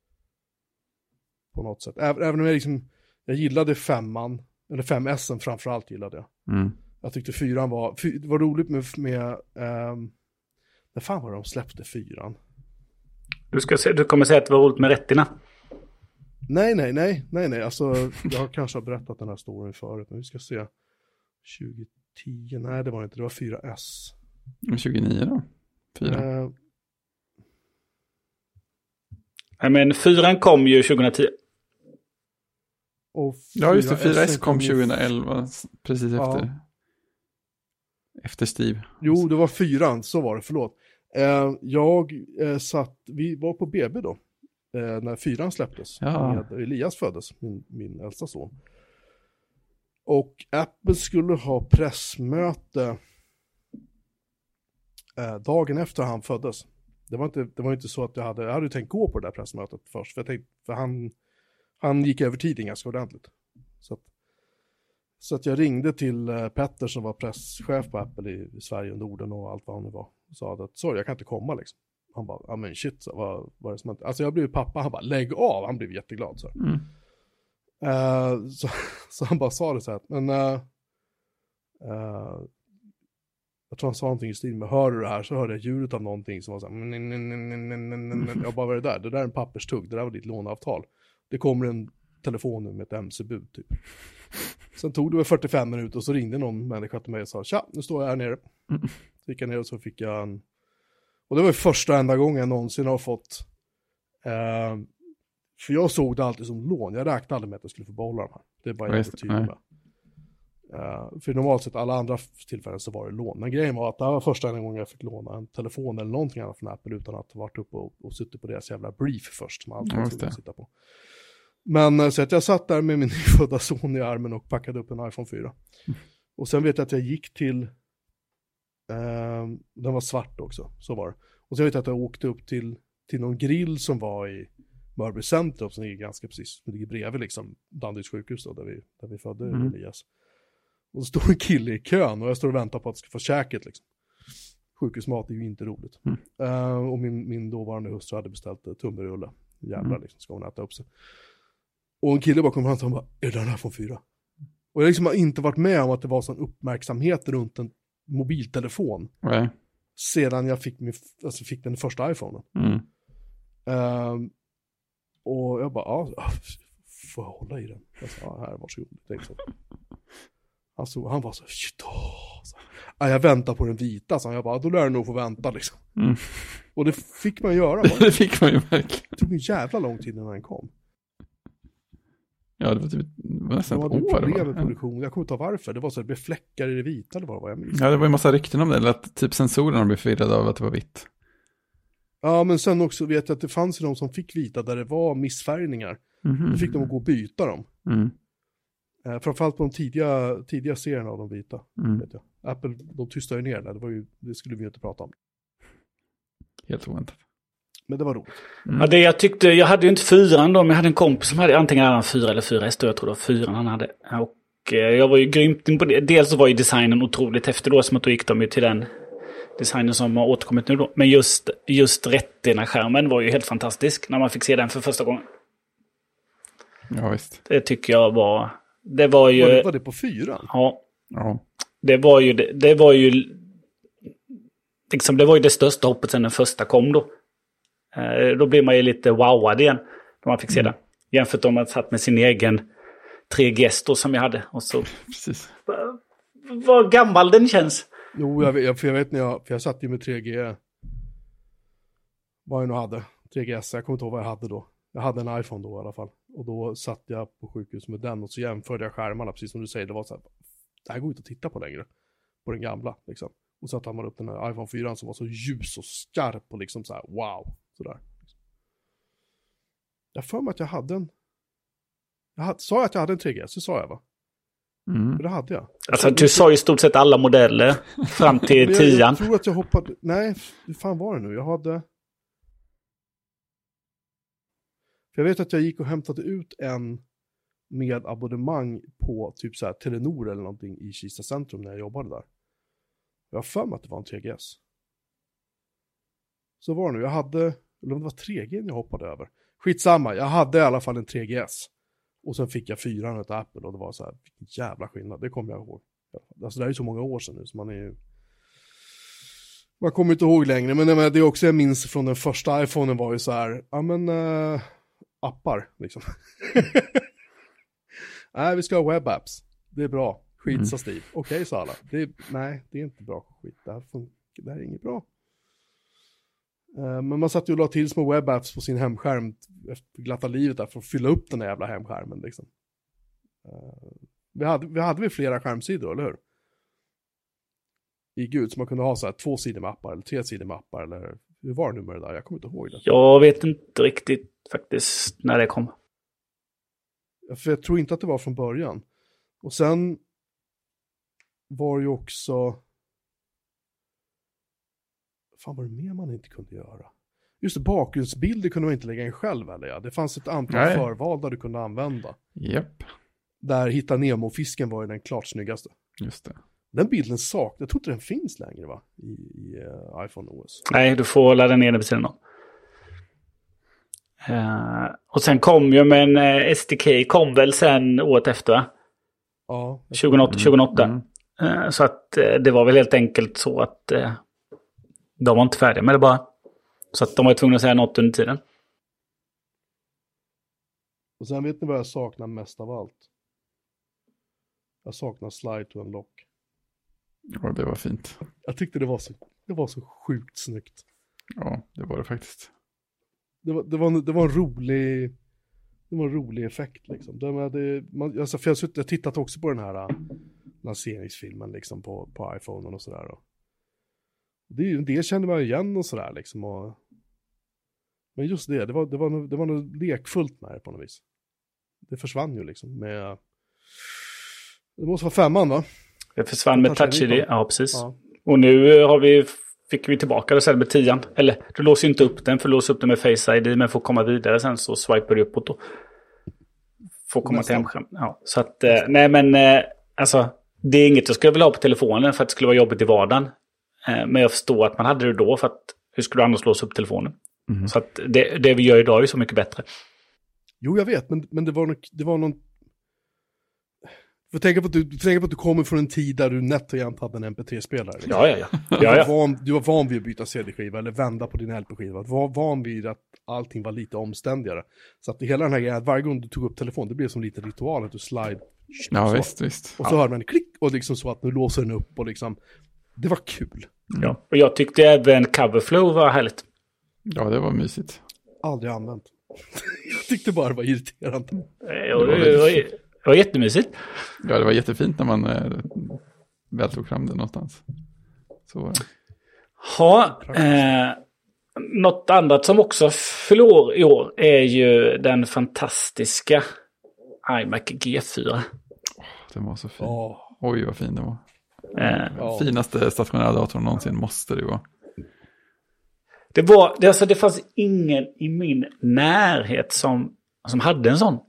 [SPEAKER 2] På något sätt. Även om jag gillade 5an, eller 5S'en framförallt gillade jag.
[SPEAKER 1] Mm.
[SPEAKER 2] Jag tyckte 4an var roligt med när fan var det de släppte 4an?
[SPEAKER 3] Du kommer säga att det var roligt med rätterna.
[SPEAKER 2] Nej. Alltså, jag kanske har berättat den här storyn förut, men vi ska se. 2010, nej det var inte, det var 4S.
[SPEAKER 1] 29 då? 4.
[SPEAKER 3] Nej, men 4 kom ju 2010.
[SPEAKER 2] Och
[SPEAKER 1] ja, just det. 4S kom 2011, precis efter Steve.
[SPEAKER 2] Jo, det var 4, så var det, förlåt. Vi var på BB då, när 4 släpptes. Med Elias föddes, min äldsta son. Och Apple skulle ha pressmöte dagen efter han föddes. Det var inte så att jag hade tänkt gå på det där pressmötet först. För han gick över tiden ganska ordentligt. Så att jag ringde till Petter som var presschef på Apple i Sverige och Norden och allt vad han nu var. Och sa att sorry, jag kan inte komma liksom. Han bara, ja men shit, vad är det som hänt? Alltså jag blev pappa, han bara, lägg av. Han blev jätteglad så. Så han bara sa det så här, men jag tror han sa någonting i stil med, hör du det här? Så hörde jag ljudet av någonting som var så här, jag bara, vad är det där? Det där är en papperstugg, det där var ditt låneavtal. Det kommer en telefon nu med ett MC-bud typ. Sen tog det väl 45 minuter och så ringde någon människa till mig och sa, tja, nu står jag här nere. Så gick jag ner och så fick jag och det var första enda gången jag någonsin har fått för jag såg det alltid som lån. Jag räknade aldrig med att jag skulle få behålla de här. Det är bara jag tydlig med. För normalt sett alla andra tillfällen så var det lån. Men grejen var att det här var första gången jag fick låna en telefon eller någonting annat från Apple utan att ha varit uppe och suttit på deras jävla brief först som alltid skulle sitta på. Men så att jag satt där med min nyfödda son i armen och packade upp en iPhone 4. Och sen vet jag att jag gick till den var svart också, så var det. Och sen vet jag att jag åkte upp till någon grill som var i Mörby Centrum som ligger ganska precis, det ligger bredvid liksom Danderyds sjukhus då, där vi födde Elias. Och så står en kille i kön och jag står och väntar på att jag ska få käket liksom. Sjukhusmat är ju inte roligt. Och min dåvarande hustru hade beställt tummerulle. Jävlar liksom, ska hon äta upp sig. Och en kille bara kom fram och han bara, är det den här från 4? Och jag liksom har inte varit med om att det var sån uppmärksamhet runt en mobiltelefon. Sedan jag fick den första iPhonen. Och jag bara, får jag hålla i den? Jag sa, här, varsågod. Alltså, han var så, shit, jag väntar på den vita. Så jag bara, då lär jag nog få vänta liksom. Och det fick man göra.
[SPEAKER 1] Det fick man ju verkligen.
[SPEAKER 2] Det tog en jävla lång tid innan den kom.
[SPEAKER 1] Ja, det var nästan ett år.
[SPEAKER 2] Problem med produktion. Jag kommer inte ihåg varför. Det var så att det blev fläckar i det vita eller vad jag minns.
[SPEAKER 1] Ja, det var en massa rykten om det. Eller att typ sensorerna blev förvirrade av att det var vitt.
[SPEAKER 2] Ja, men sen också vet jag att det fanns ju de som fick vita där det var missfärgningar. Då fick de gå och byta dem. Framförallt på de tidiga serierna av de vita. Vet jag. Apple, de tystade ju ner det. Det skulle vi ju inte prata om.
[SPEAKER 1] helt oväntat.
[SPEAKER 2] Men det var roligt.
[SPEAKER 3] Ja, det jag tyckte, jag hade ju inte 4:an då, men jag hade en kompis som hade antingen en 4 eller 4S då, jag tror det var 4:an han hade. Och jag var ju grymt imponerad. Dels så var ju designen otroligt häftig då, som att då gick de ju till den designen som har återkommit nu då. Men just Retina-skärmen var ju helt fantastisk när man fick se den för första gången.
[SPEAKER 1] Ja, visst.
[SPEAKER 3] Det tycker jag var... Det var ju...
[SPEAKER 2] Var det på 4:an?
[SPEAKER 3] Ja.
[SPEAKER 1] Ja.
[SPEAKER 3] Det var ju liksom, det var ju det största hoppet sen den första kom då. Då blir man ju lite wowad igen när man fick se det. Jämfört om man satt med sin egen 3GS då som jag hade. Och så...
[SPEAKER 1] Precis.
[SPEAKER 3] Vad gammal den känns.
[SPEAKER 2] Jo, jag vet för jag satt ju med 3G. Vad jag nu hade. 3GS, jag kommer inte ihåg vad jag hade då. Jag hade en iPhone då i alla fall. Och då satt jag på sjukhus med den och så jämförde jag skärmarna, precis som du säger. Det var så här, det här går inte att titta på längre. På den gamla, liksom. Och så tar man upp den här iPhone 4 som var så ljus och skarp och liksom så här, wow. Sådär. Jag för mig att jag hade en... Sa jag att jag hade en 3GS? Det sa jag, va? För det hade jag.
[SPEAKER 3] Alltså du sa ju i stort sett alla modeller fram till 10:an.
[SPEAKER 2] Jag tror att jag hoppade... Nej, hur fan var det nu? Jag hade... För jag vet att jag gick och hämtade ut en med abonnemang på typ så här Telenor eller någonting i Kista centrum när jag jobbade där. Jag har för mig att det var en 3GS. Så var det nu. Jag hade... Eller om det var 3G jag hoppade över. Skitsamma, jag hade i alla fall en 3GS. Och sen fick jag 4:an av Apple och det var så här, vilken jävla skillnad. Det kommer jag ihåg. Alltså det är ju så många år sedan nu så man är ju... Man kommer inte ihåg längre, men det är också jag minns från den första iPhonen var ju så här, ja men appar liksom. Nej, vi ska ha webapps. Det är bra. Skit sa Steve. Okej, sa alla. Nej, det är inte bra skit. Det här är inget bra. Men man satt ju och la till små webapps på sin hemskärm efter glatta livet där för att fylla upp den där jävla hemskärmen liksom. Vi hade flera skärmsidor, eller hur? I Gud, så man kunde ha så här 2 sidor med appar eller 3 sidor med appar eller hur var det nu med det där? Jag kommer inte ihåg det.
[SPEAKER 3] Jag vet inte riktigt faktiskt när det kom.
[SPEAKER 2] För jag tror inte att det var från början. Och sen var det ju också... Fan var det mer man inte kunde göra? Just det, bakgrundsbilder kunde man inte lägga in själv, eller ja. Det fanns ett antal förvalda du kunde använda.
[SPEAKER 1] Japp.
[SPEAKER 2] Där Hitta Nemo-fisken var ju den klart snyggaste.
[SPEAKER 1] Just det.
[SPEAKER 2] Den bilden jag tror inte den finns längre, va? I iPhone OS.
[SPEAKER 3] Nej, du får ladda ner den vid sidan om. Och sen kom ju, men SDK kom väl sen året efter, va?
[SPEAKER 2] Ja.
[SPEAKER 3] 2008. Så att det var väl helt enkelt så att de var inte färdiga med det bara. Så att de var tvungna att säga något under tiden.
[SPEAKER 2] Och sen vet ni vad jag saknar mest av allt? Jag saknar slide to unlock.
[SPEAKER 1] Ja, det var fint.
[SPEAKER 2] Jag tyckte det var så sjukt snyggt.
[SPEAKER 1] Ja, det var det faktiskt.
[SPEAKER 2] Det var en rolig effekt liksom. För jag tittat också på den här lanseringsfilmen liksom på iPhone och sådär. Det kände man igen och sådär liksom. Men just det var något lekfullt med det på något vis. Det försvann ju liksom med... Det måste vara 5:an, va?
[SPEAKER 3] Det försvann med Touch ID, ja precis. Ja. Och nu fick vi tillbaka det sen med 10:an. Eller, du låser inte upp den, för att låsa upp den med Face ID, men får komma vidare sen så swipar du uppåt då. Får komma till hemskärm. Ja, så att, nej men, alltså, det är inget jag skulle vilja ha på telefonen för att det skulle vara jobbigt i vardagen. Men jag förstår att man hade det då, för att hur skulle du annars låsa upp telefonen? Så att det vi gör idag är ju så mycket bättre. Jo,
[SPEAKER 2] jag vet, men det var någon... För tänka på att du kommer från en tid där du nätt och jämt hade en MP3-spelare. Liksom.
[SPEAKER 3] Ja.
[SPEAKER 2] Du var van vid att byta CD-skiva eller vända på din LP-skiva. Du var van vid att allting var lite omständigare. Så att hela den här grejen, att varje gång du tog upp telefon, det blev som lite ritual att du slide.
[SPEAKER 1] Ja, visst.
[SPEAKER 2] Och så hörde man en klick och liksom så att nu låser den upp och liksom, det var kul.
[SPEAKER 3] Ja, och jag tyckte även Coverflow var härligt.
[SPEAKER 1] Ja, det var mysigt.
[SPEAKER 2] Aldrig använt. Jag tyckte bara det var irriterande.
[SPEAKER 3] Det var jättemysigt.
[SPEAKER 1] Ja, det var jättefint när man väl tog fram det någonstans. Så.
[SPEAKER 3] Något annat som också förlor i år är ju den fantastiska iMac G4.
[SPEAKER 1] Den var så fin. Oj, vad fin den var. Finaste stationära datorn någonsin måste det vara.
[SPEAKER 3] Det fanns ingen i min närhet som hade en sån.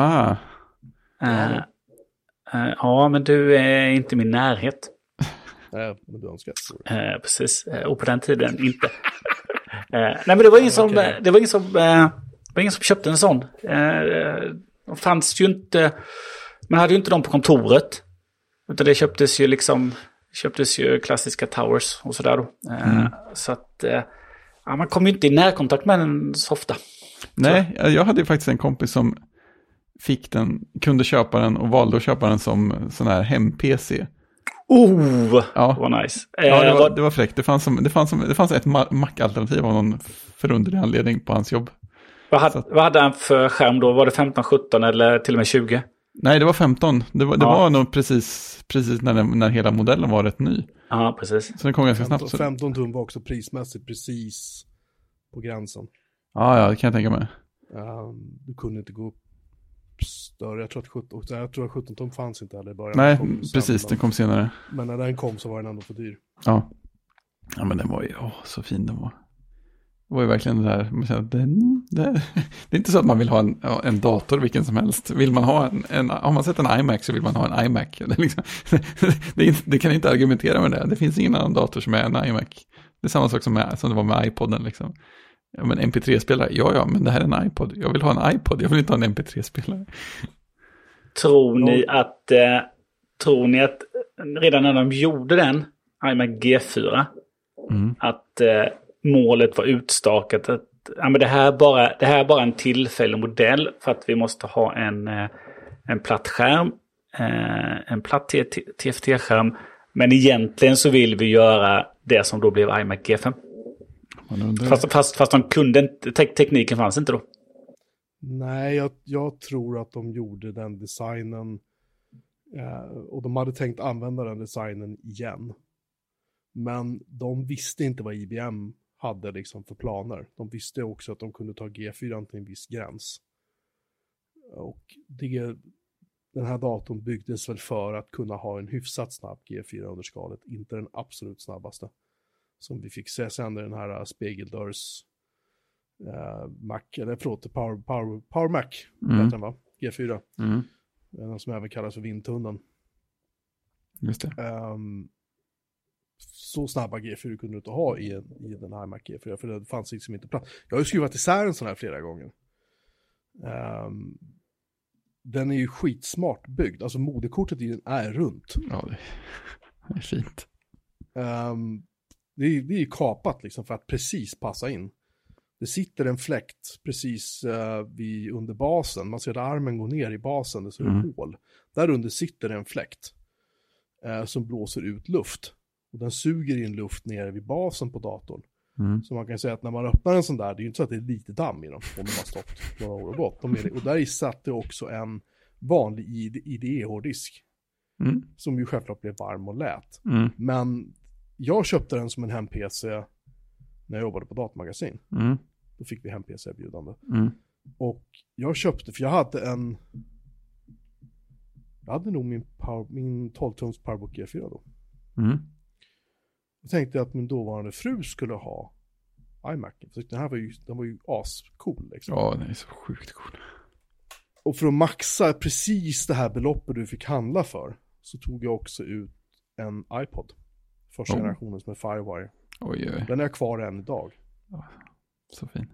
[SPEAKER 3] Ja, men du är inte i min närhet.
[SPEAKER 2] Nej, men du önskar.
[SPEAKER 3] Precis, och på den tiden inte. Nej, men det var ingen som köpte en sån. De fanns ju inte, man hade ju inte dem på kontoret. Utan det köptes ju klassiska towers och sådär då. Så att man kom ju inte i närkontakt med den så ofta.
[SPEAKER 1] Nej, jag hade ju faktiskt en kompis som kunde köpa den och valde att köpa den som sån här hem-PC.
[SPEAKER 3] Vad nice.
[SPEAKER 1] Ja, det var fräckt. Det fanns ett Mac-alternativ av någon förunderlig anledning på hans jobb.
[SPEAKER 3] Vad hade han för skärm då? Var det 15, 17 eller till och med 20?
[SPEAKER 1] Nej, det var 15. Det var nog precis när hela modellen var rätt ny.
[SPEAKER 3] Ja, precis.
[SPEAKER 1] Så den kom ganska snabbt.
[SPEAKER 2] 15 tum var också prismässigt precis på gränsen.
[SPEAKER 1] Ja, det kan jag tänka mig.
[SPEAKER 2] Du kunde inte gå upp större. Jag tror att 17 tum fanns inte heller i början.
[SPEAKER 1] Nej, precis. Den kom senare.
[SPEAKER 2] Men när den kom så var den ändå för dyr.
[SPEAKER 1] Ja, men den var ju så fin den var. Det var ju verkligen det där, man känner att det är inte så att man vill ha en dator vilken som helst. Vill man ha har man sett en iMac så vill man ha en iMac. Det kan inte argumentera med det. Det finns ingen annan dator som är en iMac. Det är samma sak som det var med iPoden liksom. Ja, men MP3-spelare, ja, men det här är en iPod. Jag vill ha en iPod, jag vill inte ha en MP3-spelare.
[SPEAKER 3] Tror ni att redan när de gjorde den iMac G4 att målet var utstakat att men det här är bara en tillfällig modell för att vi måste ha en platt skärm, en platt TFT-skärm, men egentligen så vill vi göra det som då blev iMac G5. Fast de kunde inte, tekniken fanns inte då.
[SPEAKER 2] Nej, jag tror att de gjorde den designen och de hade tänkt använda den designen igen. Men de visste inte vad IBM hade liksom för planer. De visste också att de kunde ta G4 till en viss gräns. Och den här datorn byggdes väl för att kunna ha en hyfsat snabb G4 under skalet. Inte den absolut snabbaste. Som vi fick se sen i den här spegeldörrs Power Mac. Den var G4. Den som även kallas för vindtunneln.
[SPEAKER 1] Just det.
[SPEAKER 2] Så snabba G4 kunde du inte ha i den här Mac G4 för det fanns liksom inte plats. Jag har ju skruvat isär en sån här flera gånger. Den är ju skitsmart byggd. Alltså moderkortet i den är runt.
[SPEAKER 1] Ja, det är fint.
[SPEAKER 2] Det är ju kapat liksom för att precis passa in. Det sitter en fläkt precis under basen. Man ser att armen går ner i basen. Det ser ett hål. Där under sitter en fläkt som blåser ut luft. Och den suger in luft ner vid basen på datorn. Så man kan säga att när man öppnar en sån där, det är ju inte så att det är lite damm i dem om de har stått några år och gått. Och där satt det också en vanlig IDE-hårddisk. Som ju självklart blev varm och lät. Men jag köpte den som en hem-PC när jag jobbade på datamagasin. Då fick vi hem-PC-erbjudande. Och jag köpte, för jag hade nog min 12-tums PowerBook G4 då. Jag tänkte att min dåvarande fru skulle ha iMac. Den var ju ascool liksom.
[SPEAKER 1] Ja, den är så sjukt cool.
[SPEAKER 2] Och för att maxa precis det här beloppet du fick handla för så tog jag också ut en iPod. Första generationen som är Firewire.
[SPEAKER 1] Oj.
[SPEAKER 2] Den är jag kvar än idag.
[SPEAKER 1] Ja, så fin.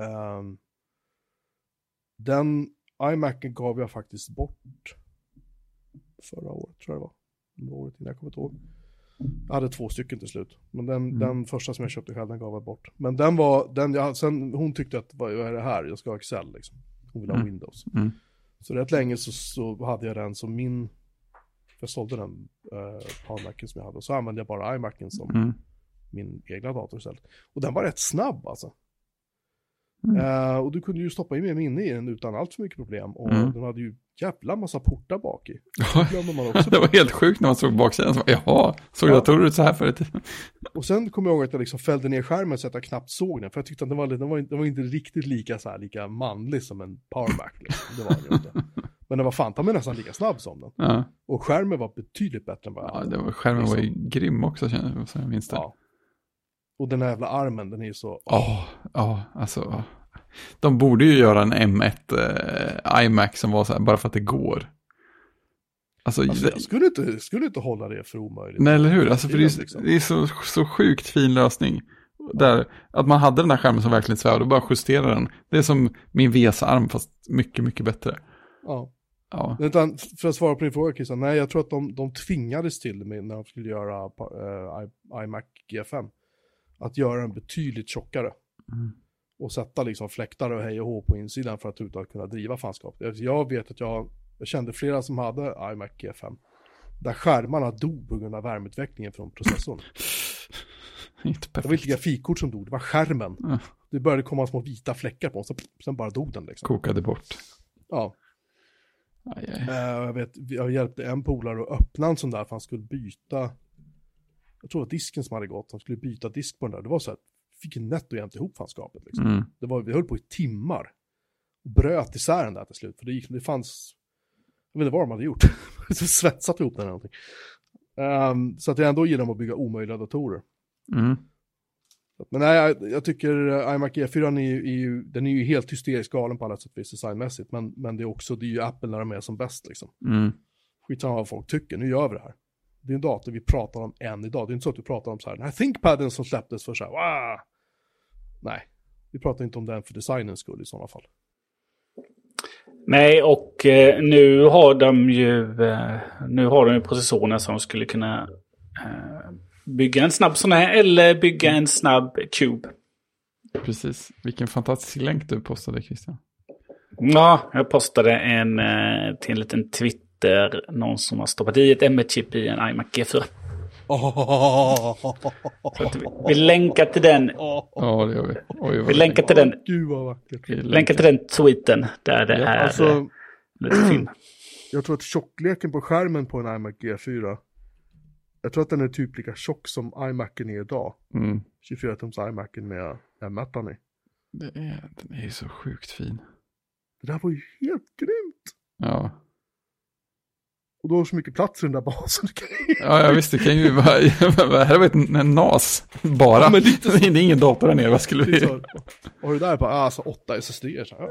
[SPEAKER 2] Den iMacen gav jag faktiskt bort förra året tror jag det var. Året innan, jag kommer inte ihåg. Jag hade 2 stycken till slut. Men den första som jag köpte själv, den gav jag bort. Men sen hon tyckte att, vad är det här? Jag ska ha Excel liksom. Hon vill ha Windows. Så rätt länge så hade jag den som min, jag sålde den PowerMacen som jag hade. Och så använde jag bara iMacen som min egna dator istället. Och den var rätt snabb alltså. Och du kunde ju stoppa in mer minne i den utan allt för mycket problem. Och den hade ju jävla massa portar bak i.
[SPEAKER 1] Det var helt sjukt när man såg baksidan. Jaha, såg datorer ut så här förut?
[SPEAKER 2] Och sen kom jag ihåg att jag liksom fällde ner skärmen så att jag knappt såg den. För jag tyckte att den var inte riktigt lika manlig som en Power Mac. Liksom. Det var den ju inte. Men den var fan nästan lika snabb som den.
[SPEAKER 1] Ja.
[SPEAKER 2] Och skärmen var betydligt bättre än vad jag hade.
[SPEAKER 1] Skärmen var ju grym också, så jag minns det.
[SPEAKER 2] Ja. Och den här jävla armen, den är ju så...
[SPEAKER 1] Alltså. De borde ju göra en M1 iMac som var så här, bara för att det går. Alltså
[SPEAKER 2] jag skulle inte hålla det för omöjligt.
[SPEAKER 1] Nej, eller hur? Alltså, för det är så sjukt fin lösning. Där, att man hade den här skärmen som verkligen svävade och bara justera den. Det är som min VS-arm fast mycket, mycket bättre. Ja.
[SPEAKER 2] Utan, för att svara på din fråga, Christian, nej, jag tror att de tvingades till det när de skulle göra iMac G5. Att göra den betydligt tjockare. Och sätta liksom fläktar och hej och hå på insidan för att kunna driva fanskap. Jag vet att jag kände flera som hade iMac G5. Där skärmarna dog på grund av värmeutvecklingen från processorn. Det var inte grafikkort som dog, det var skärmen. Det började komma små vita fläckar på, sen bara dog den liksom.
[SPEAKER 1] Kokade bort.
[SPEAKER 2] Ja. Jag hjälpte en polare att öppna en sån där för han skulle byta. Jag tror att disken som hade gått, han skulle byta disk på den där. Det var så att fick en nätt och jämt ihop fanskapet liksom. Vi höll på i timmar. Och bröt isär den där till slut. För det fanns, jag vet inte vad de hade gjort. Så svetsat ihop den eller någonting. Så att jag ändå gillar att bygga omöjliga datorer. Men nej, jag tycker iMac G4 den är ju helt hysterisk galen på alla sätt vis designmässigt. Men det är ju Apple när de är som bäst liksom. Skitsamma vad folk tycker, nu gör vi det här. Det är en dator vi pratar om än idag. Det är inte så att vi pratar om så här, den här ThinkPaden som släpptes för så här, wow! Nej, vi pratar inte om den för designens skull i sådana fall.
[SPEAKER 3] Nej, och nu har de ju processorer som skulle kunna bygga en snabb sån här eller bygga en snabb Cube.
[SPEAKER 1] Precis. Vilken fantastisk länk du postade, Christian.
[SPEAKER 3] Ja, jag postade till en liten Twitter, någon som har stoppat i ett M1-chip i en iMac G4. Så att vi länkar till den.
[SPEAKER 1] Ja, det gör vi. Oj,
[SPEAKER 3] vi länkar till den.
[SPEAKER 2] Gud vad vackert.
[SPEAKER 3] Länkar till den tweeten där det är lite film.
[SPEAKER 2] Jag tror att tjockleken på skärmen på en iMac G4, jag tror att den är typ lika tjock som iMacen är idag. 24-tums iMacen med M1 i.
[SPEAKER 1] Den är ju så sjukt fin.
[SPEAKER 2] Det där var ju helt grymt.
[SPEAKER 1] Ja.
[SPEAKER 2] Och då har så mycket plats i den där basen.
[SPEAKER 1] Ja, jag visste, det kan ju vara här var en NAS bara. Ja, men det är ingen dator där nere, vad skulle vi...
[SPEAKER 2] Och det där är bara 8 SSD.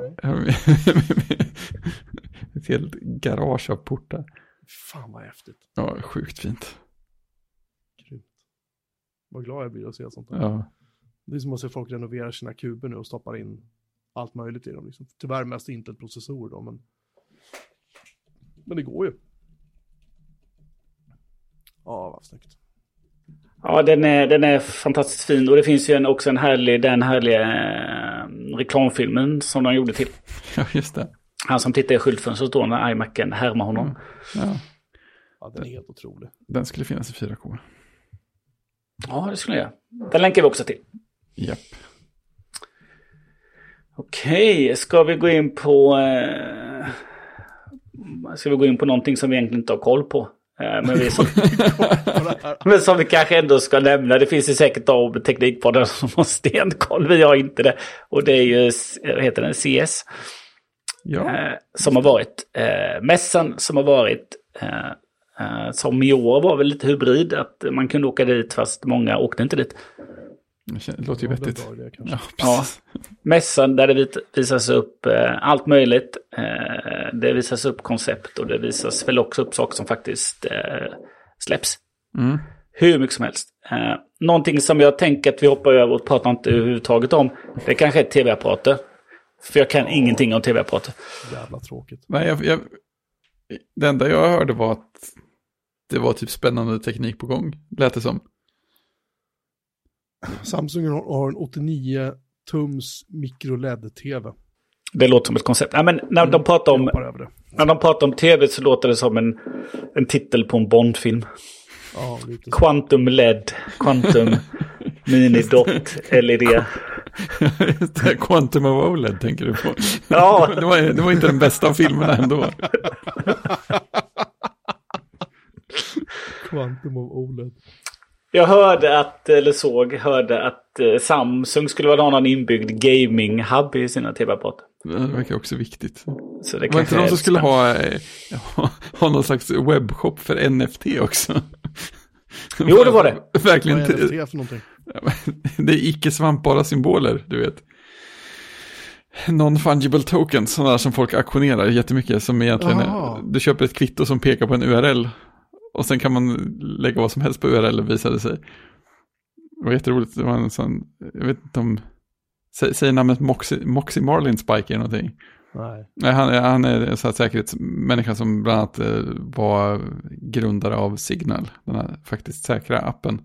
[SPEAKER 1] Ett helt garage av portar.
[SPEAKER 2] Fan vad häftigt.
[SPEAKER 1] Ja, sjukt fint.
[SPEAKER 2] Grymt. Vad glad jag blir att se sånt där.
[SPEAKER 1] Ja.
[SPEAKER 2] Det är som att se folk renovera sina kuber nu och stoppar in allt möjligt i dem. Liksom. Tyvärr mest inte ett processor då, men det går ju. Ja, vad snyggt.
[SPEAKER 3] Ja, den är fantastiskt fin. Och det finns ju också den härliga reklamfilmen som de gjorde till.
[SPEAKER 1] Ja, just det.
[SPEAKER 3] Han som tittar i skyltfönstret så står när iMacen härmar honom.
[SPEAKER 2] Ja, den är helt otrolig.
[SPEAKER 1] Den skulle finnas i 4K.
[SPEAKER 3] Ja, det skulle jag. Den länkar vi också till.
[SPEAKER 1] Japp.
[SPEAKER 3] Okej, ska vi gå in på någonting som vi egentligen inte har koll på? Men som vi kanske ändå ska nämna. Det finns ju säkert av teknikpodden som har stenkoll. Vi har inte det. Och det är ju, vad heter den? CS.
[SPEAKER 1] Ja.
[SPEAKER 3] Som har varit mässan som har varit som i år var väl lite hybrid. Att man kunde åka dit fast många åkte inte dit.
[SPEAKER 1] Det låter ju vettigt.
[SPEAKER 3] Ja, mässan där det visas upp allt möjligt. Det visas upp koncept och det visas väl också upp saker som faktiskt släpps. Hur mycket som helst. Någonting som jag tänker att vi hoppar över och pratar inte överhuvudtaget om. Det kanske är tv-apparater. För jag kan ingenting om tv-apparater.
[SPEAKER 2] Jävla tråkigt.
[SPEAKER 1] Nej, det enda jag hörde var att det var typ spännande teknik på gång. Lät det som.
[SPEAKER 2] Samsung har en 89-tums micro-LED-tv.
[SPEAKER 3] Det låter som ett koncept. Ja, men när de pratar om tv så låter det som en titel på en Bond-film.
[SPEAKER 2] Ja, lite.
[SPEAKER 3] Quantum LED, Quantum Mini Dot LED.
[SPEAKER 1] Quantum of OLED tänker du på.
[SPEAKER 3] Ja.
[SPEAKER 1] Det var inte den bästa av filmerna ändå.
[SPEAKER 2] Quantum of OLED.
[SPEAKER 3] Jag hörde att Samsung skulle ha någon inbyggd gaming-hub i sina tv-apparater.
[SPEAKER 1] Det verkar också viktigt.
[SPEAKER 3] Så det
[SPEAKER 1] var inte de som skulle ha någon slags webbshop för NFT också?
[SPEAKER 3] Jo, det var det.
[SPEAKER 1] Verkligen.
[SPEAKER 2] Vad är NFT för någonting?
[SPEAKER 1] Det är icke svampbara symboler, du vet. Non-fungible tokens, sådana där som folk auktionerar jättemycket, som egentligen du köper ett kvitto som pekar på en URL och sen kan man lägga vad som helst på URL och visa det sig. Det var jätteroligt, det var en sån, jag vet inte om, säger namnet Moxie Marlin Spike eller någonting. Nej, han är en sån här säkerhetsmänniska som bland annat var grundare av Signal, den här faktiskt säkra appen.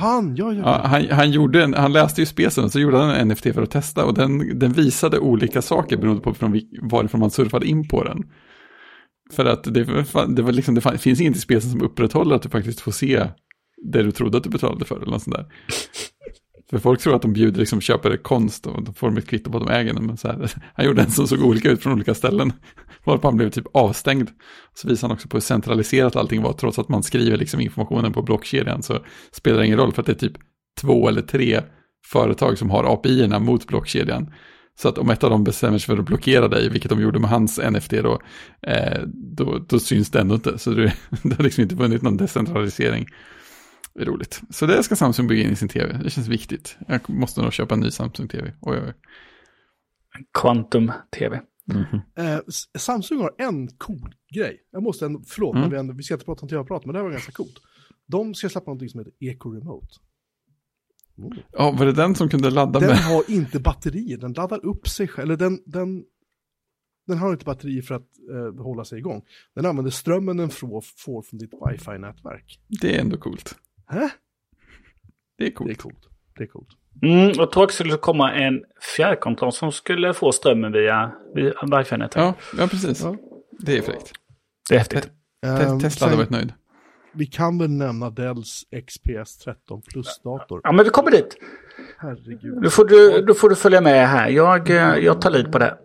[SPEAKER 1] Han läste ju specen och så gjorde han en NFT för att testa, och den visade olika saker beroende på varifrån man surfade in på den. För att det var liksom, det finns inget i specen som upprätthåller att du faktiskt får se det du trodde att du betalade för eller något sånt där. För folk tror att de bjuder, liksom, köper konst och de får de ett kvitto på att de äger den. Men så här, han gjorde en som såg olika ut från olika ställen. Varpå han blev typ avstängd. Så visar han också på hur centraliserat allting var. Trots att man skriver liksom informationen på blockkedjan så spelar det ingen roll. För att det är typ 2 eller 3 företag som har API-erna mot blockkedjan. Så att om ett av dem bestämmer sig för att blockera dig, vilket de gjorde med hans NFT då syns det ändå inte. Så det har liksom inte vunnit någon decentralisering. Det är roligt. Så det ska Samsung bygga in i sin tv. Det känns viktigt. Jag måste nog köpa en ny Samsung-tv. Oj.
[SPEAKER 3] Quantum-tv.
[SPEAKER 2] Samsung har en cool grej. Jag måste ändå, förlåt, vi ska inte prata om tv-prat, men det här var ganska coolt. De ska släppa någonting som heter Eco Remote.
[SPEAKER 1] Ja, var det den som kunde ladda med?
[SPEAKER 2] Den har inte batterier. Den laddar upp sig själv. Eller den har inte batterier för att hålla sig igång. Den använder strömmen den får från ditt wifi-nätverk.
[SPEAKER 1] Det är ändå coolt. Det är coolt.
[SPEAKER 3] Jag tror också det skulle komma en fjärrkontroll som skulle få strömmen via wifi-nätet.
[SPEAKER 1] Ja, precis. Ja. Det är fräckt.
[SPEAKER 3] Det är häftigt.
[SPEAKER 1] Tesla hade varit nöjd.
[SPEAKER 2] Vi kan väl nämna Dells XPS 13 Plus-dator.
[SPEAKER 3] Ja, men vi kommer dit.
[SPEAKER 2] Herregud.
[SPEAKER 3] Då får du följa med här. Jag tar lite på det.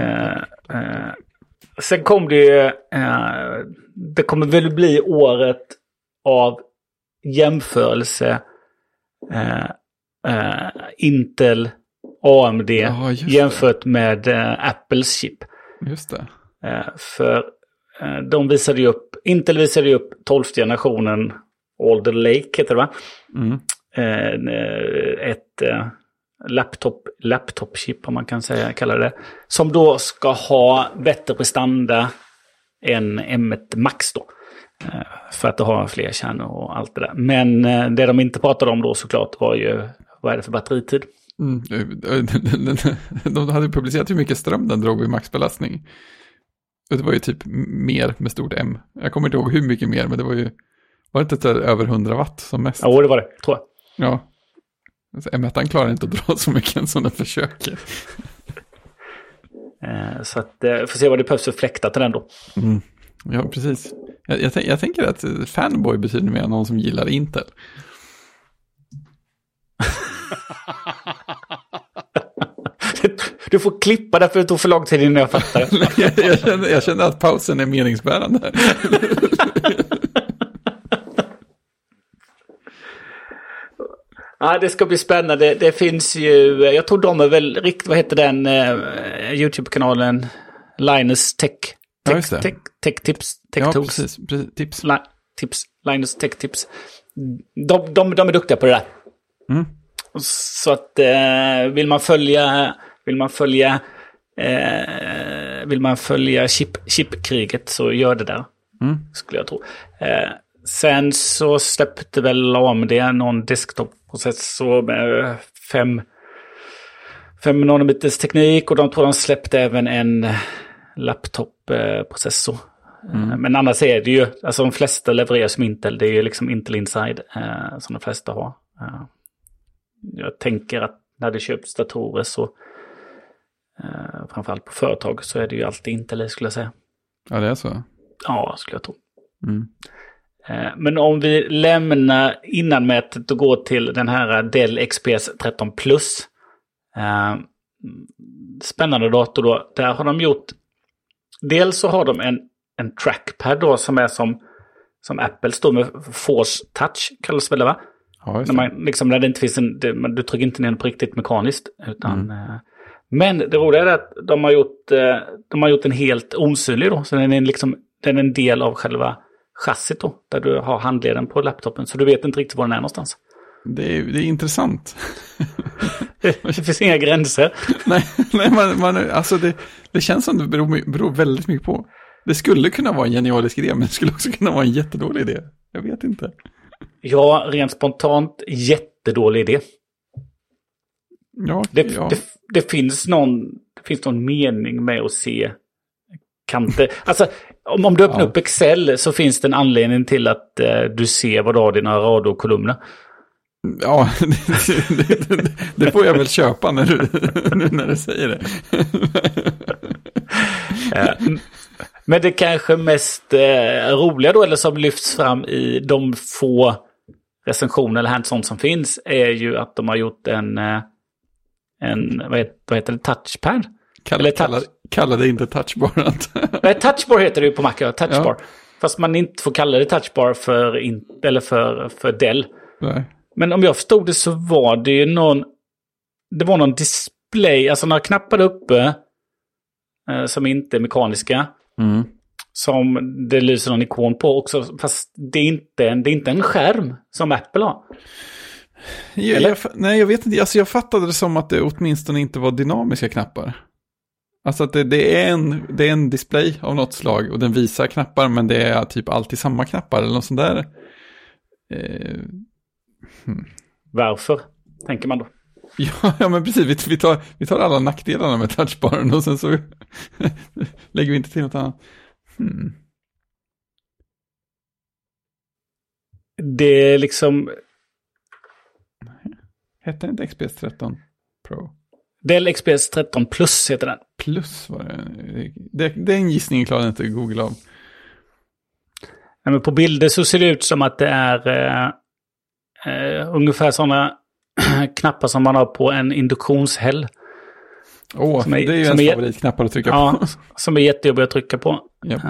[SPEAKER 3] Sen kom det det kommer väl bli året av jämförelse Intel, AMD jämfört med Apples chip.
[SPEAKER 1] Just det.
[SPEAKER 3] För Intel visade ju upp 12th generationen Alder Lake heter det, va? Ett laptop-chip om man kan kalla det. Som då ska ha bättre prestanda än M1 Max då. För att det har fler kärnor och allt det där. Men det de inte pratade om då såklart var ju, vad är det för batteritid?
[SPEAKER 1] De hade publicerat hur mycket ström den drog vid maxbelastning. Det var ju typ mer med stort M. Jag kommer inte ihåg hur mycket mer, men det var ju, var det inte över 100 watt som mest?
[SPEAKER 3] Ja, det var det, tror jag.
[SPEAKER 1] Ja. Alltså, M1 klarar inte att dra så mycket som den försöker.
[SPEAKER 3] Så att, får se vad det behövs för fläktar till den då.
[SPEAKER 1] Ja, precis. Jag tänker att fanboy betyder mer än någon som gillar Intel.
[SPEAKER 3] Du får klippa det för det tog för lång tid innan jag fattar.
[SPEAKER 1] jag känner att pausen är meningsbärande.
[SPEAKER 3] Ja, det ska bli spännande. Det finns ju, jag tror de är väl riktigt, vad heter den YouTube-kanalen? Linus Tech Tips. Tech Tools.
[SPEAKER 1] Precis.
[SPEAKER 3] Tips. Linus Tech Tips. De är duktiga på det där. Så att vill man följa chipkriget så gör det där. Skulle jag tro. Sen så släppte väl AMD någon desktop-processor med 5 nanometers teknik, och de tror de släppte även en laptop-processor. Men annars är det ju, alltså de flesta levererar som Intel, det är ju liksom Intel Inside som de flesta har. Jag tänker att när det köps datorer så framförallt på företag så är det ju alltid Intel, skulle jag säga.
[SPEAKER 1] Ja, det är så.
[SPEAKER 3] Ja, skulle jag tro. Men om vi lämnar innanmätet och går till den här Dell XPS 13 Plus. Spännande dator då. Där har de gjort, dels så har de en trackpad då som är som Apple står med Force Touch, kallas det väl, va?
[SPEAKER 1] Ja,
[SPEAKER 3] när man liksom, när det inte finns du trycker inte ner den på riktigt mekaniskt utan men det roliga är att de har gjort en helt osynlig då, så den är en del av själva chassit då, där du har handleden på laptopen, så du vet inte riktigt var den är någonstans.
[SPEAKER 1] Det är intressant.
[SPEAKER 3] Det finns inga gränser.
[SPEAKER 1] nej alltså det känns som det beror väldigt mycket på. Det skulle kunna vara en genialisk idé, men det skulle också kunna vara en jättedålig idé. Jag vet inte.
[SPEAKER 3] Ja, rent spontant jättedålig idé.
[SPEAKER 1] Ja,
[SPEAKER 3] det finns någon mening med att se kanter. Alltså, om du öppnar upp Excel så finns det en anledning till att du ser vad du har dina rader och kolumner.
[SPEAKER 1] Ja, det får jag väl köpa när du säger det.
[SPEAKER 3] Men det kanske mest roliga då, eller som lyfts fram i de få recensioner eller hands-on som finns, är ju att de har gjort en vad heter det, touchpad?
[SPEAKER 1] Kalla det inte touchbar.
[SPEAKER 3] Nej, touchbar heter det ju på Mac, touchbar. Ja. Fast man inte får kalla det touchbar för Dell. Nej. Men om jag förstod det så var det ju någon display, alltså några knappar uppe som inte är mekaniska. Mm. Som det lyser någon ikon på också, fast det är inte en skärm som Apple har.
[SPEAKER 1] Nej, jag vet inte. Alltså jag fattade det som att det åtminstone inte var dynamiska knappar. Alltså att det är en display av något slag och den visar knappar, men det är typ alltid samma knappar eller något sånt där.
[SPEAKER 3] Varför, tänker man då?
[SPEAKER 1] Ja, men precis. Vi tar alla nackdelarna med touchbaren och sen så lägger vi inte till något annat.
[SPEAKER 3] Det är liksom...
[SPEAKER 1] Hette det inte XPS 13 Pro?
[SPEAKER 3] Dell XPS 13 Plus heter den.
[SPEAKER 1] Plus var det. Det är en gissning, klarar inte Google av.
[SPEAKER 3] Ja, men på bilder så ser det ut som att det är ungefär sådana knappar som man har på en induktionshäll.
[SPEAKER 1] Det är ju en favoritknappar att trycka på.
[SPEAKER 3] Som är jättejobbiga att trycka på.
[SPEAKER 1] Yep.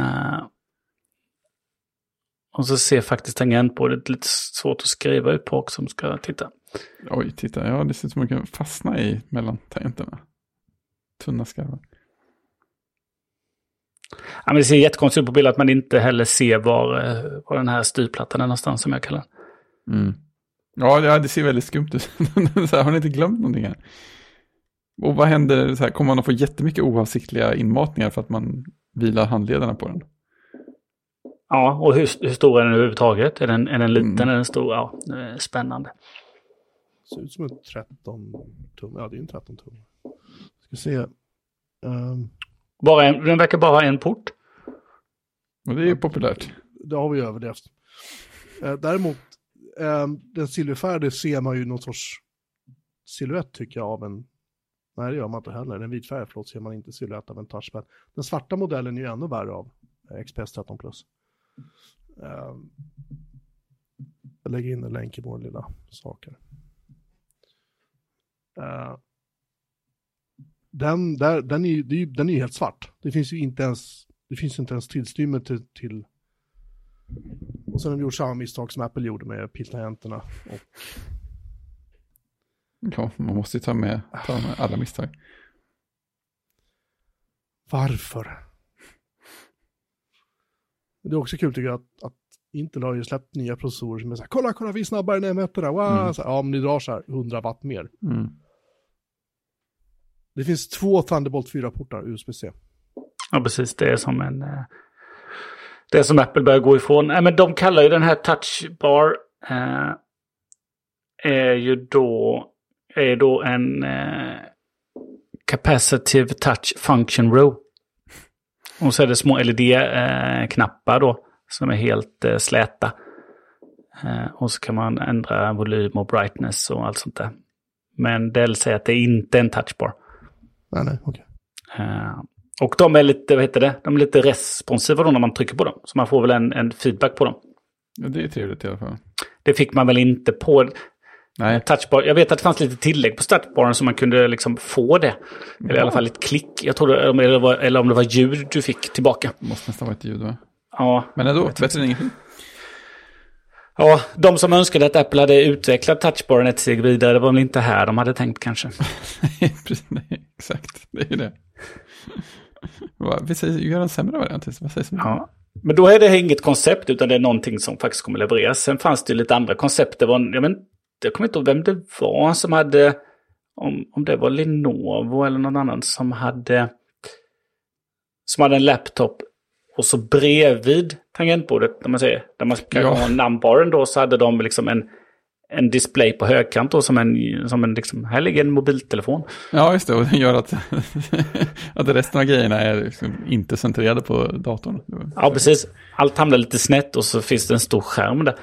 [SPEAKER 3] Och så ser faktiskt tangentbordet lite svårt att skriva ut på också, som ska titta.
[SPEAKER 1] Oj, titta. Ja, det ser ut som att man kan fastna i mellan tangenterna. Tunna skarvar.
[SPEAKER 3] Ja, men det ser jättekonstigt ut på bild att man inte heller ser var den här styrplattan är någonstans, som jag kallar den.
[SPEAKER 1] Mm. Ja, det ser väldigt skumt ut. Så här, har ni inte glömt någonting här? Och vad händer? Så här, kommer man att få jättemycket oavsiktliga inmatningar för att man vilar handledarna på den?
[SPEAKER 3] Ja, och hur stor är den överhuvudtaget? Är den liten eller den stor? Ja, det är spännande.
[SPEAKER 2] Det ser ut som en 13 tum. Ja, det är en 13 tum. Ska se.
[SPEAKER 3] Den verkar bara ha en port.
[SPEAKER 1] Och det är ju populärt.
[SPEAKER 2] Det har vi överlevt. Däremot, den silverfärgade ser man ju någon sorts silhuett, tycker jag, av en... Nej, det gör man inte heller. Den vitfärgade, ser man inte silhuett av en touchpad. Den svarta modellen är ju ännu värre av XPS 13 Plus. Jag lägger in en länk i vår lilla saker. Den är ju helt svart. Det finns ju inte ens tillstymme till. Och sen har de gjort samma misstag som Apple gjorde med piltangenterna.
[SPEAKER 1] Ja, man måste ju ta med alla misstag.
[SPEAKER 2] Varför? Det är också kul, tycker jag, att Intel har ju släppt nya processorer som är så här: kolla, vi är snabbare än M1-erna. Wow! Så här, ja, men ni drar så här 100 watt mer. Mm. Det finns 2 Thunderbolt 4-portar USB-C.
[SPEAKER 3] Ja, precis. Det är som Apple börjar gå ifrån. Men de kallar ju den här touchbar är då en capacitive touch function row. Och så är det små LED-knappar då som är helt släta. Och så kan man ändra volym och brightness och allt sånt där. Men Dell säger att det är inte en touchbar.
[SPEAKER 2] Nej, okej.
[SPEAKER 3] Och de är lite, de är lite responsiva då när man trycker på dem. Så man får väl en feedback på dem.
[SPEAKER 1] Ja, det är trevligt i alla fall.
[SPEAKER 3] Det fick man väl inte på touchbar. Jag vet att det fanns lite tillägg på touchbaren så man kunde liksom få det. Eller i alla fall ett klick. Jag tror eller om det var ljud du fick tillbaka.
[SPEAKER 1] Det måste nästan vara ett ljud, va?
[SPEAKER 3] Ja.
[SPEAKER 1] Men ändå, bättre än ingenting.
[SPEAKER 3] Ja, de som önskade att Apple hade utvecklat touchbaren ett steg vidare, det var väl inte här de hade tänkt kanske.
[SPEAKER 1] Nej, exakt. Det är ju det. Vi säger, gör en sämre variant. Vad sägs om det?
[SPEAKER 3] Ja. Men då är det inget koncept, utan det är någonting som faktiskt kommer levereras. Sen fanns det ju lite andra koncept. Det var jag kommer inte ihåg vem det var som hade, om det var Lenovo eller någon annan som hade en laptop och så bredvid tangentbordet, där man kan ha namnbaren då, så hade de liksom en display på högkant då, som en liksom, här ligger en mobiltelefon.
[SPEAKER 1] Ja, just det, och det gör att resten av grejerna är liksom inte centrerade på datorn.
[SPEAKER 3] Ja, precis. Allt hamnar lite snett och så finns det en stor skärm där.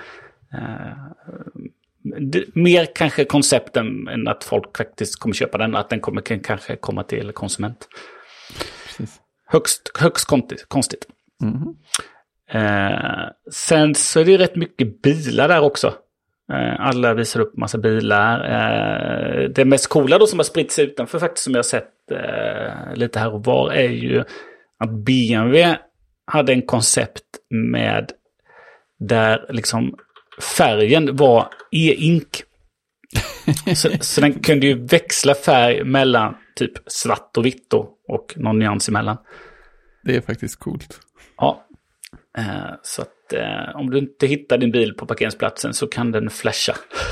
[SPEAKER 3] Mer kanske koncepten än att folk faktiskt kommer köpa den, att den kommer kanske komma till konsument.
[SPEAKER 1] Precis.
[SPEAKER 3] Högst konstigt. Sen så är det rätt mycket bilar där också. Alla visar upp massa bilar. Det mest coola då som har spritt sig utanför faktiskt, som jag har sett lite här och var, är ju att BMW hade en koncept med där liksom färgen var e-ink. så den kunde ju växla färg mellan typ svart och vitt och någon nyans emellan.
[SPEAKER 1] Det är faktiskt coolt.
[SPEAKER 3] Ja. Så att om du inte hittar din bil på parkeringsplatsen så kan den flasha.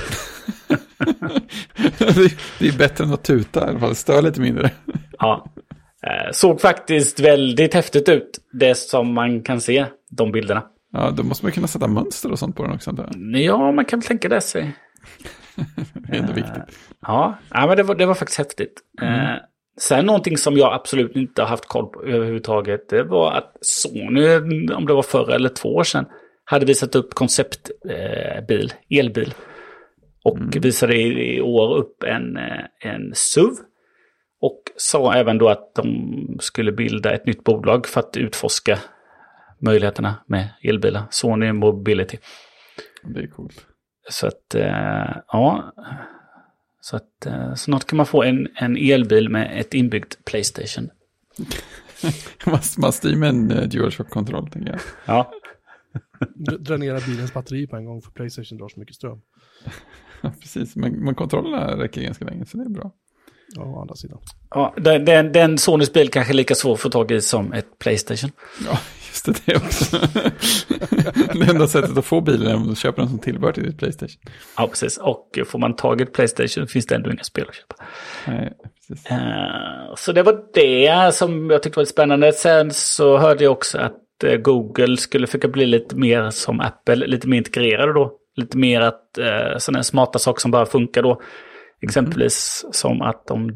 [SPEAKER 1] Det är bättre än att tuta i alla fall. Stör lite mindre.
[SPEAKER 3] Ja. Såg faktiskt väldigt häftigt ut. Det som man kan se, de bilderna.
[SPEAKER 1] Ja, då måste man kunna sätta mönster och sånt på den också.
[SPEAKER 3] Ja, man kan väl tänka det sig.
[SPEAKER 1] Det är ändå viktigt.
[SPEAKER 3] Ja, men det var faktiskt häftigt. Sen någonting som jag absolut inte har haft koll på överhuvudtaget, det var att Sony, om det var förra eller 2 år sedan, hade visat upp konceptbil, elbil. Och visade i år upp en SUV. Och sa även då att de skulle bilda ett nytt bolag för att utforska möjligheterna med elbilar. Sony Mobility.
[SPEAKER 1] Det är coolt.
[SPEAKER 3] Så att, ja. Så att snart kan man få en elbil med ett inbyggt PlayStation.
[SPEAKER 1] Man styr med en DualShock-kontroll, tänker jag.
[SPEAKER 3] Ja.
[SPEAKER 2] Dränera bilens batteri på en gång, för PlayStation drar så mycket ström.
[SPEAKER 1] Ja, precis. Men kontrollerna räcker ganska länge, så det är bra.
[SPEAKER 2] Ja, å andra sidan.
[SPEAKER 3] Ja, den Sonys bil kanske är lika svår att få tag i som ett PlayStation.
[SPEAKER 1] Ja, just det också. Det enda sättet att få bilen är om du köper den som tillbehör till ditt PlayStation.
[SPEAKER 3] Ja, precis. Och får man tag i ett PlayStation finns det ändå inga spel att köpa.
[SPEAKER 1] Nej, precis.
[SPEAKER 3] Så det var det som jag tyckte var lite spännande. Sen så hörde jag också att Google skulle försöka bli lite mer som Apple, lite mer integrerade då. Lite mer att sådana smarta saker som bara funkar då. Exempelvis som att om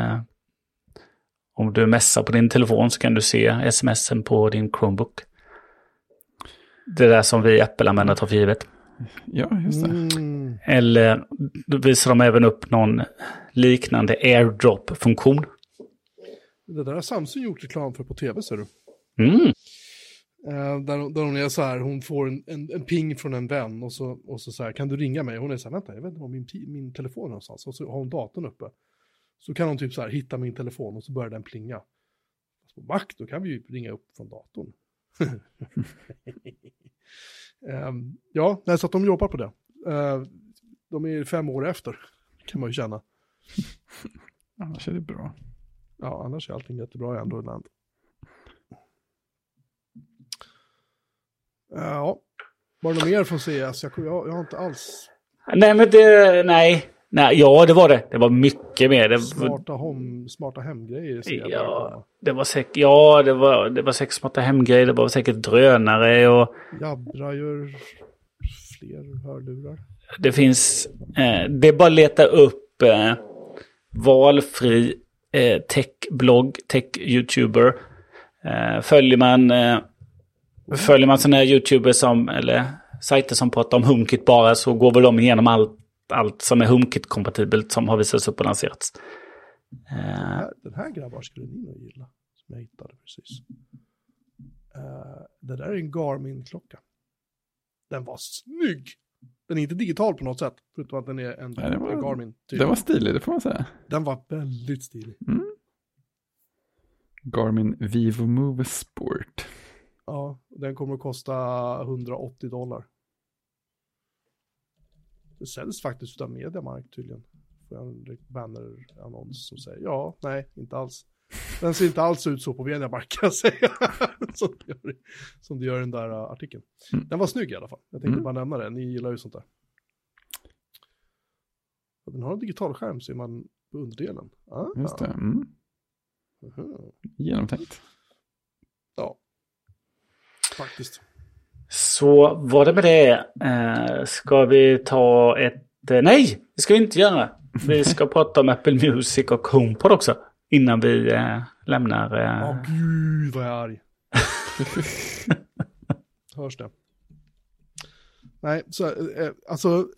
[SPEAKER 3] du messar på din telefon så kan du se smsen på din Chromebook. Det där som vi Apple-användare tar för givet.
[SPEAKER 1] Ja, just det.
[SPEAKER 3] Eller då visar de även upp någon liknande AirDrop-funktion.
[SPEAKER 2] Det där har Samsung gjort reklam för på tv, ser du. Där hon är så här, hon får en ping från en vän och så här, kan du ringa mig? Hon är så här, vänta, jag vet inte om min telefon är någonstans. Och så har hon datorn uppe. Så kan hon typ så här hitta min telefon och så börjar den plinga. Så, Mac, då kan vi ju ringa upp från datorn. Ja, så att de jobbar på det. De är 5 år efter, kan man ju känna.
[SPEAKER 1] Annars är det bra.
[SPEAKER 2] Ja, annars är allting jättebra i Android-land. Ja, var det något mer från CS? Jag har inte alls...
[SPEAKER 3] Nej, men ja, det var det. Det var mycket mer.
[SPEAKER 2] Smarta hemgrejer.
[SPEAKER 3] Ja, det var säkert smarta hemgrejer. Det var säkert drönare och...
[SPEAKER 2] Jabra gör fler hörlurar.
[SPEAKER 3] Det finns... det är bara att leta upp valfri tech-blogg, tech-youtuber. Följer man sådana här YouTubers eller sajter som pratar om HomeKit bara, så går väl de igenom allt som är HomeKit-kompatibelt som har visats upp och lanserats.
[SPEAKER 2] Den här grabbar skulle ni nog gilla, som jag hittade precis. Det där är en Garmin-klocka. Den var snygg! Den är inte digital på något sätt, förutom att den är en Garmin. Typ.
[SPEAKER 1] Den var stilig, det får man säga.
[SPEAKER 2] Den var väldigt stilig.
[SPEAKER 1] Garmin VivoMove Sport.
[SPEAKER 2] Ja, den kommer att kosta $180. Det säljs faktiskt av Mediamarkt tydligen. Får jag en banner-annons som säger nej, inte alls. Den ser inte alls ut så på Mediamarkt, kan jag säga. som det gör den där artikeln. Den var snygg i alla fall. Jag tänkte bara nämna det. Ni gillar ju sånt där. Och den har en digital skärm, ser man på underdelen.
[SPEAKER 1] Just det. Genomtänkt.
[SPEAKER 2] Ja, faktiskt.
[SPEAKER 3] Så var det med det. Ska vi ta ett... Nej, det ska vi inte göra. Vi ska prata om Apple Music och HomePod också. Innan vi lämnar...
[SPEAKER 2] Gud vad jag är arg. Hörs det? Nej, så alltså...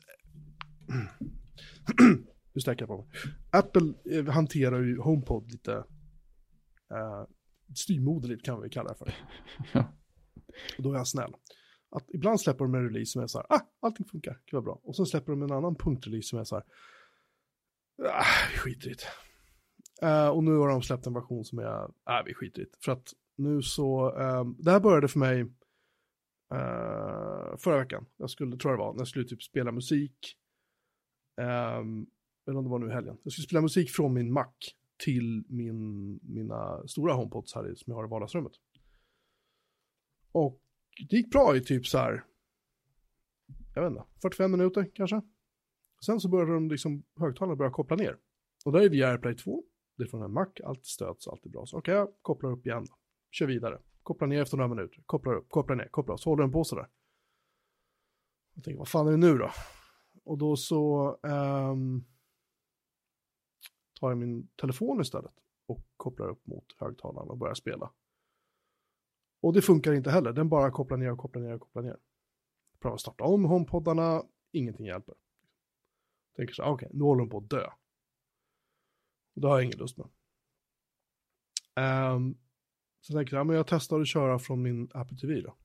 [SPEAKER 2] Nu stärker jag på mig. Apple hanterar ju HomePod lite styrmoderligt kan vi kalla det för.
[SPEAKER 1] Ja.
[SPEAKER 2] Och då är jag snäll. Att ibland släpper de en release som är så här, allting funkar, det var bra. Och så släpper de en annan punktrelease som är så här, vi skiter i det. Och nu har de släppt en version som är, vi skiter i det. För att nu så, det här började för mig förra veckan. Tror det var, när jag skulle typ spela musik. Eller om det var nu i helgen. Jag skulle spela musik från min Mac till mina stora HomePods här som jag har i vardagsrummet. Och det gick bra i typ så här, jag vet inte, 45 minuter kanske. Sen så började de liksom, högtalarna börja koppla ner. Och där är vi i AirPlay 2. Det är från en Mac, allt stöds, allt är bra. Så okej, jag kopplar upp igen då. Kör vidare. Kopplar ner efter några minuter. Kopplar upp, kopplar ner, kopplar upp. Så håller den på sådär. Jag tänker, vad fan är det nu då? Och då så tar jag min telefon istället och kopplar upp mot högtalaren och börjar spela. Och det funkar inte heller. Den bara kopplar ner och kopplar ner och kopplar ner. Prövar att starta om HomePoddarna. Ingenting hjälper. Tänker så okej, nu håller de på att dö. Och det har jag ingen lust med. Så tänker jag, men jag testar att köra från min Apple TV då.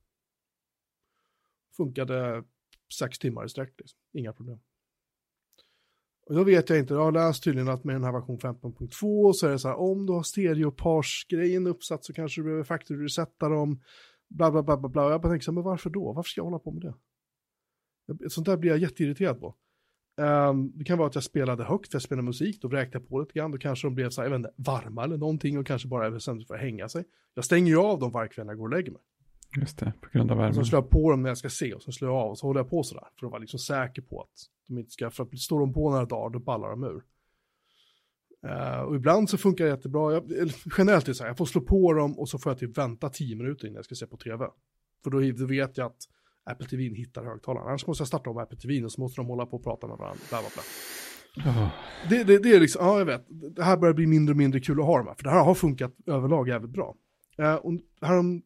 [SPEAKER 2] Funkade 6 timmar i sträck liksom. Inga problem. Och då vet jag inte, jag har läst tydligen att med den här version 15.2 så är det så här, om du har stereopars-grejen uppsatt så kanske du behöver factory resetta dem, bla bla bla bla bla. Jag bara tänker så här, men varför då? Varför ska jag hålla på med det? Sånt där blir jag jätteirriterad på. Det kan vara att jag spelade högt, jag spelade musik, då räknade jag på lite grann, då kanske de blev så här, jag vet inte, varma eller någonting och kanske bara är väsentligt för att hänga sig. Jag stänger ju av dem varje kväll när jag går och lägger mig.
[SPEAKER 1] Just det, på grund av värmen.
[SPEAKER 2] Och så slår jag på dem när jag ska se och så slår jag av och så håller jag på sådär. För att vara liksom säker på att de inte ska, för att står de på några dagar då ballar de ur. Och ibland så funkar det jättebra. Generellt är det så här, jag får slå på dem och så får jag typ vänta 10 minuter innan jag ska se på tv. För då vet jag att Apple TV hittar högtalaren. Annars måste jag starta om Apple TV och så måste de hålla på och prata med varandra. Bla, bla, bla. Det är liksom, ja jag vet, det här börjar bli mindre och mindre kul att ha de här. För det här har funkat överlag jävligt bra. Och här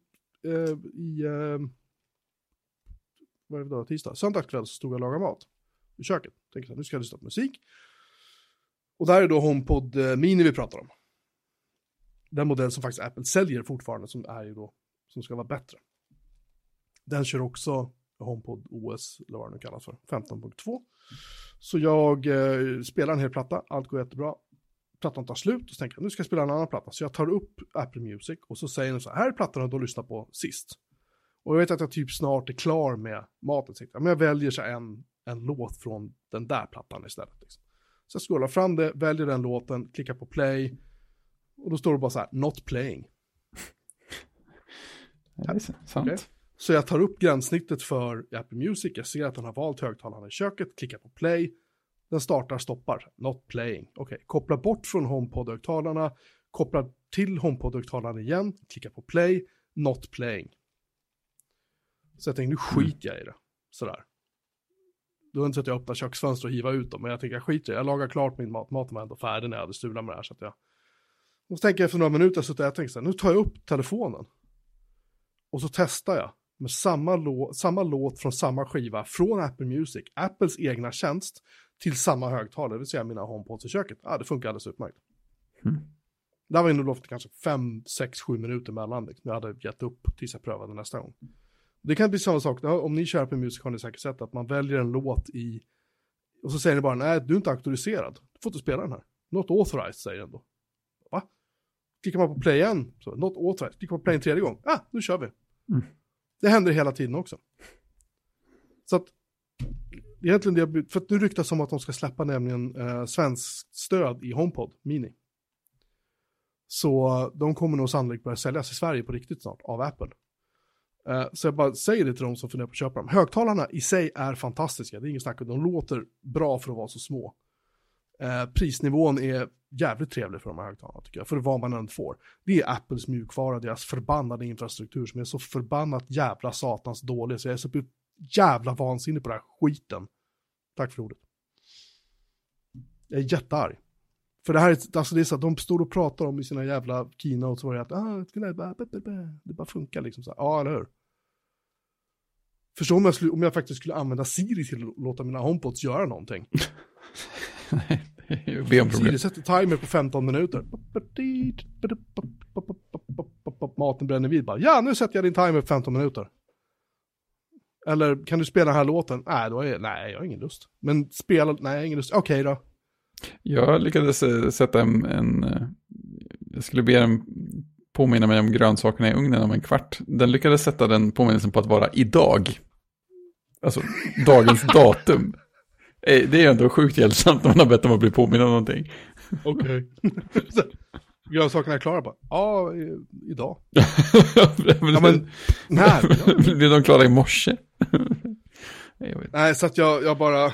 [SPEAKER 2] vad är det då? Tisdag. Söndag kväll så stod jag och lagade mat i köket. Tänkte så här, nu ska jag lyssna på musik. Och där är då HomePod Mini vi pratar om. Den modell som faktiskt Apple säljer fortfarande som är ju då, som ska vara bättre. Den kör också HomePod OS, eller vad det nu kallas för, 15.2. Så jag spelar en hel platta, allt går jättebra. Plattan tar slut och så tänker jag, nu ska jag spela en annan platta. Så jag tar upp Apple Music och så säger den så här är plattan du har lyssnat på sist. Och jag vet att jag typ snart är klar med maten. Men jag väljer så en låt från den där plattan istället. Liksom. Så jag scrollar fram det, väljer den låten, klickar på play. Och då står det bara så här, not playing.
[SPEAKER 1] Ja, det är sant. Okay.
[SPEAKER 2] Så jag tar upp gränssnittet för Apple Music. Jag ser att den har valt högtalarna i köket, klickar på play. Den startar, stoppar, not playing. Okej, koppla bort från HomePod-högtalarna, koppla till HomePod-högtalarna igen, klicka på play, not playing. Så jag tänkte, nu skiter jag i det. Sådär. Då är det inte så att jag öppnar köksfönster och hivar ut dem, men jag tänker, jag skiter i det. Jag lagar klart min mat. Maten var ändå färdig när jag hade stulat med det här. Så att jag... Och så tänker jag efter några minuter så att jag tänker så här, nu tar jag upp telefonen. Och så testar jag med samma låt från samma skiva från Apple Music, Apples egna tjänst, till samma högtalare, det vill säga mina HomePods i köket. Det funkar alldeles utmärkt. Där var nog kanske 5, 6, 7 minuter mellan. Liksom. Jag hade gett upp tills jag prövade nästa gång. Det kan bli samma sak. Om ni kör på Music har ni säkert sett att man väljer en låt i... Och så säger ni bara, nej du är inte auktoriserad. Du får inte spela den här. Not authorized säger den då. Va? Klickar man på play igen, så not authorized. Klickar på play en tredje gång. Nu kör vi. Det händer hela tiden också. Så att egentligen det, för att nu ryktas som att de ska släppa nämligen svensk stöd i HomePod Mini. Så de kommer nog sannolikt börja säljas i Sverige på riktigt snart av Apple. Så jag bara säger det till de som funderar på att köpa dem. Högtalarna i sig är fantastiska. Det är ingen snack om. De låter bra för att vara så små. Prisnivån är jävligt trevlig för de här högtalarna tycker jag. För vad man än får. Det är Apples mjukvara, deras förbannade infrastruktur som är så förbannat jävla satans dålig. Så jag är så jävla vansinnig på den här skiten. Tack för ordet. Jag är jättearg. För det här är, alltså det är så att de står och pratar om i sina jävla keynotes och att det bara funkar liksom så här. Ja, eller hur? Förstå om jag faktiskt skulle använda Siri till att låta mina HomePods göra någonting.
[SPEAKER 1] Nej, det är ju benproblem.
[SPEAKER 2] Siri sätter timer på 15 minuter. Maten bränner vid bara. Ja, nu sätter jag din timer på 15 minuter. Eller kan du spela den här låten? Nej, jag har ingen lust. Men spela, nej, jag har ingen lust. Okej då.
[SPEAKER 1] Jag lyckades sätta jag skulle be den påminna mig om grönsakerna i ugnen om en kvart. Den lyckades sätta den påminnelsen på att vara idag. Alltså, dagens datum. Det är ju ändå sjukt hjälpsamt när man har bett om att bli påminna om någonting.
[SPEAKER 2] Okej. Grönsakerna är klara bara. Ja, idag.
[SPEAKER 1] Ja, men när? Blev de klara i morse?
[SPEAKER 2] Nej, så att jag bara...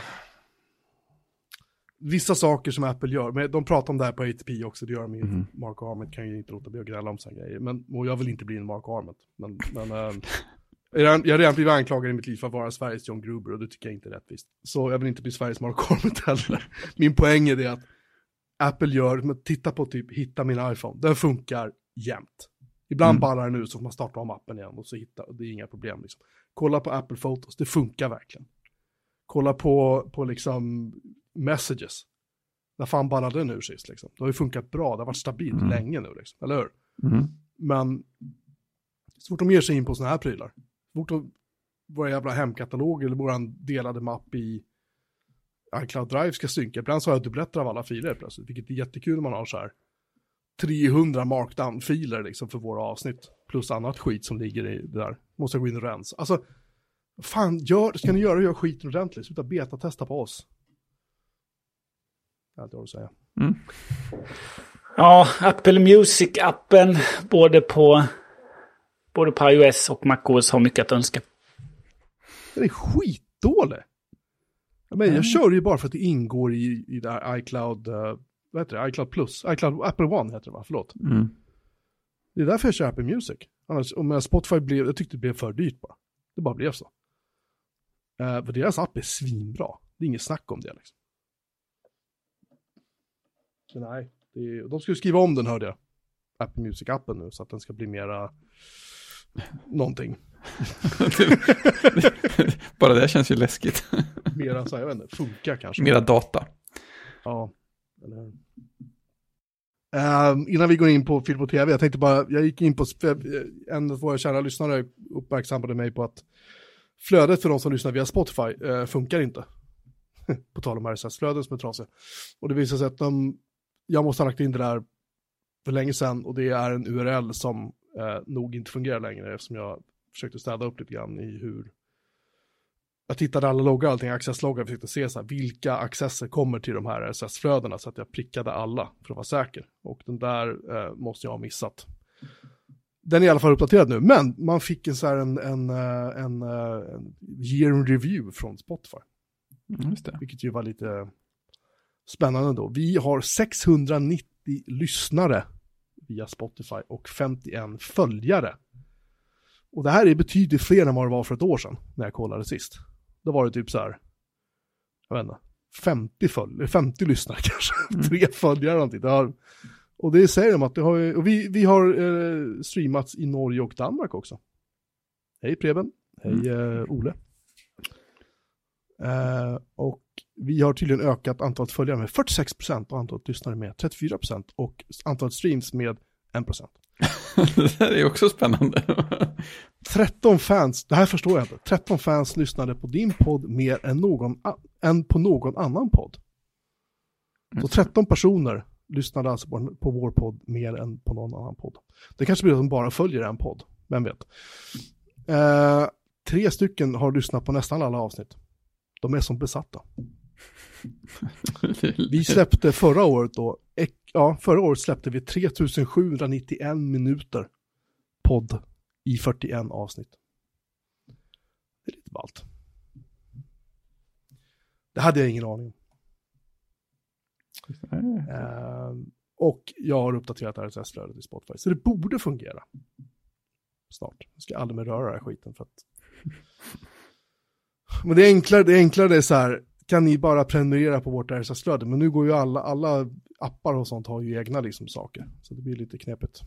[SPEAKER 2] Vissa saker som Apple gör, men de pratar om det här på ATP också, det gör de ju. Mark Arment kan ju inte låta bli att grälla om sådana grejer. Och jag vill inte bli en Mark Arment. Men jag har redan blivit anklagad i mitt liv för att vara Sveriges John Gruber och det tycker jag inte är rättvist. Så jag vill inte bli Sveriges Mark Arment heller. Min poäng är det att Apple gör, men titta på typ hitta min iPhone, den funkar jämt. Ibland ballar den ut så får man starta om appen igen och så det är inga problem liksom. Kolla på Apple Photos, det funkar verkligen. Kolla på liksom messages. När fan ballade den ur sist liksom. Det har ju funkat bra, det har varit stabilt länge nu liksom, eller hur? Men så fort de ger sig in på såna här prylar, så fort våra jävla hemkatalog eller våran delade mapp i iCloud Drive ska synka. Ibland så har jag dubbletter av alla filer plötsligt, vilket är jättekul när man har så här 300 markdown-filer liksom för våra avsnitt, plus annat skit som ligger i det där. Måste jag gå in och rensa. Alltså, fan, ska ni gör skiten ordentligt, sluta beta-testa på oss. Det är allt jag har att säga.
[SPEAKER 3] Ja, Apple Music-appen både på iOS och macOS har mycket att önska.
[SPEAKER 2] Det är skitdåligt. Jag kör ju bara för att det ingår i det här iCloud, vad heter det? iCloud Plus, Apple One heter det va? Förlåt. Det är därför jag kör Apple Music. Annars, om Spotify jag tyckte det blev för dyrt bara. Det bara blev så. För deras app är svinbra. Det är inget snack om det liksom. Men nej, de skulle skriva om den, hörde jag. Apple Music-appen nu, så att den ska bli mera någonting.
[SPEAKER 1] Bara det känns ju läskigt.
[SPEAKER 2] Mera, så jag vet inte, funkar kanske.
[SPEAKER 1] Mera data.
[SPEAKER 2] Ja, eller... innan vi går in på film och tv, jag gick in på, en av våra kära lyssnare uppmärksammade mig på att flödet för de som lyssnar via Spotify funkar inte. På tal om RSS-flöden som är trasiga. Och det visar sig att jag måste ha lagt in det där för länge sedan, och det är en URL som nog inte fungerar längre, eftersom jag försökte städa upp lite grann i hur jag tittade alla loggar, allting accessloggar, och försökte se så här, vilka accesser kommer till de här RSS-flödena, så att jag prickade alla för att vara säker. Och den där måste jag ha missat. Den är i alla fall uppdaterad nu, men man fick en year in review från Spotify.
[SPEAKER 1] Just det.
[SPEAKER 2] Vilket ju var lite spännande då. Vi har 690 lyssnare via Spotify och 51 följare. Och det här är betydligt fler än vad det var för ett år sedan när jag kollade sist. Då var det typ så här, jag vet inte, 50 lyssnare kanske. 3 följare någonting. Och det säger de att det har, och vi har streamats i Norge och Danmark också. Hej Preben, hej Ole. Och vi har tydligen ökat antalet följare med 46% och antalet lyssnare med 34% och antalet streams med 1%.
[SPEAKER 1] Det här är också spännande.
[SPEAKER 2] 13 fans, det här förstår jag inte. 13 fans lyssnade på din podd mer än på någon annan podd. Så 13 personer lyssnade alltså på vår podd mer än på någon annan podd. Det kanske blir att de bara följer en podd, vem vet. 3 stycken har lyssnat på nästan alla avsnitt. De är som besatta. Vi släppte förra året släppte vi 3791 minuter podd i 41 avsnitt. Det är lite ballt. Det hade jag ingen aning om. Och jag har uppdaterat RSS-flödet i Spotify. Så det borde fungera. Snart. Jag ska aldrig mer röra den här skiten. För att... Men det enklare är så här. Kan ni bara prenumerera på vårt RSS-flöde? Men nu går ju alla appar och sånt har ju egna liksom saker. Så det blir lite knepigt.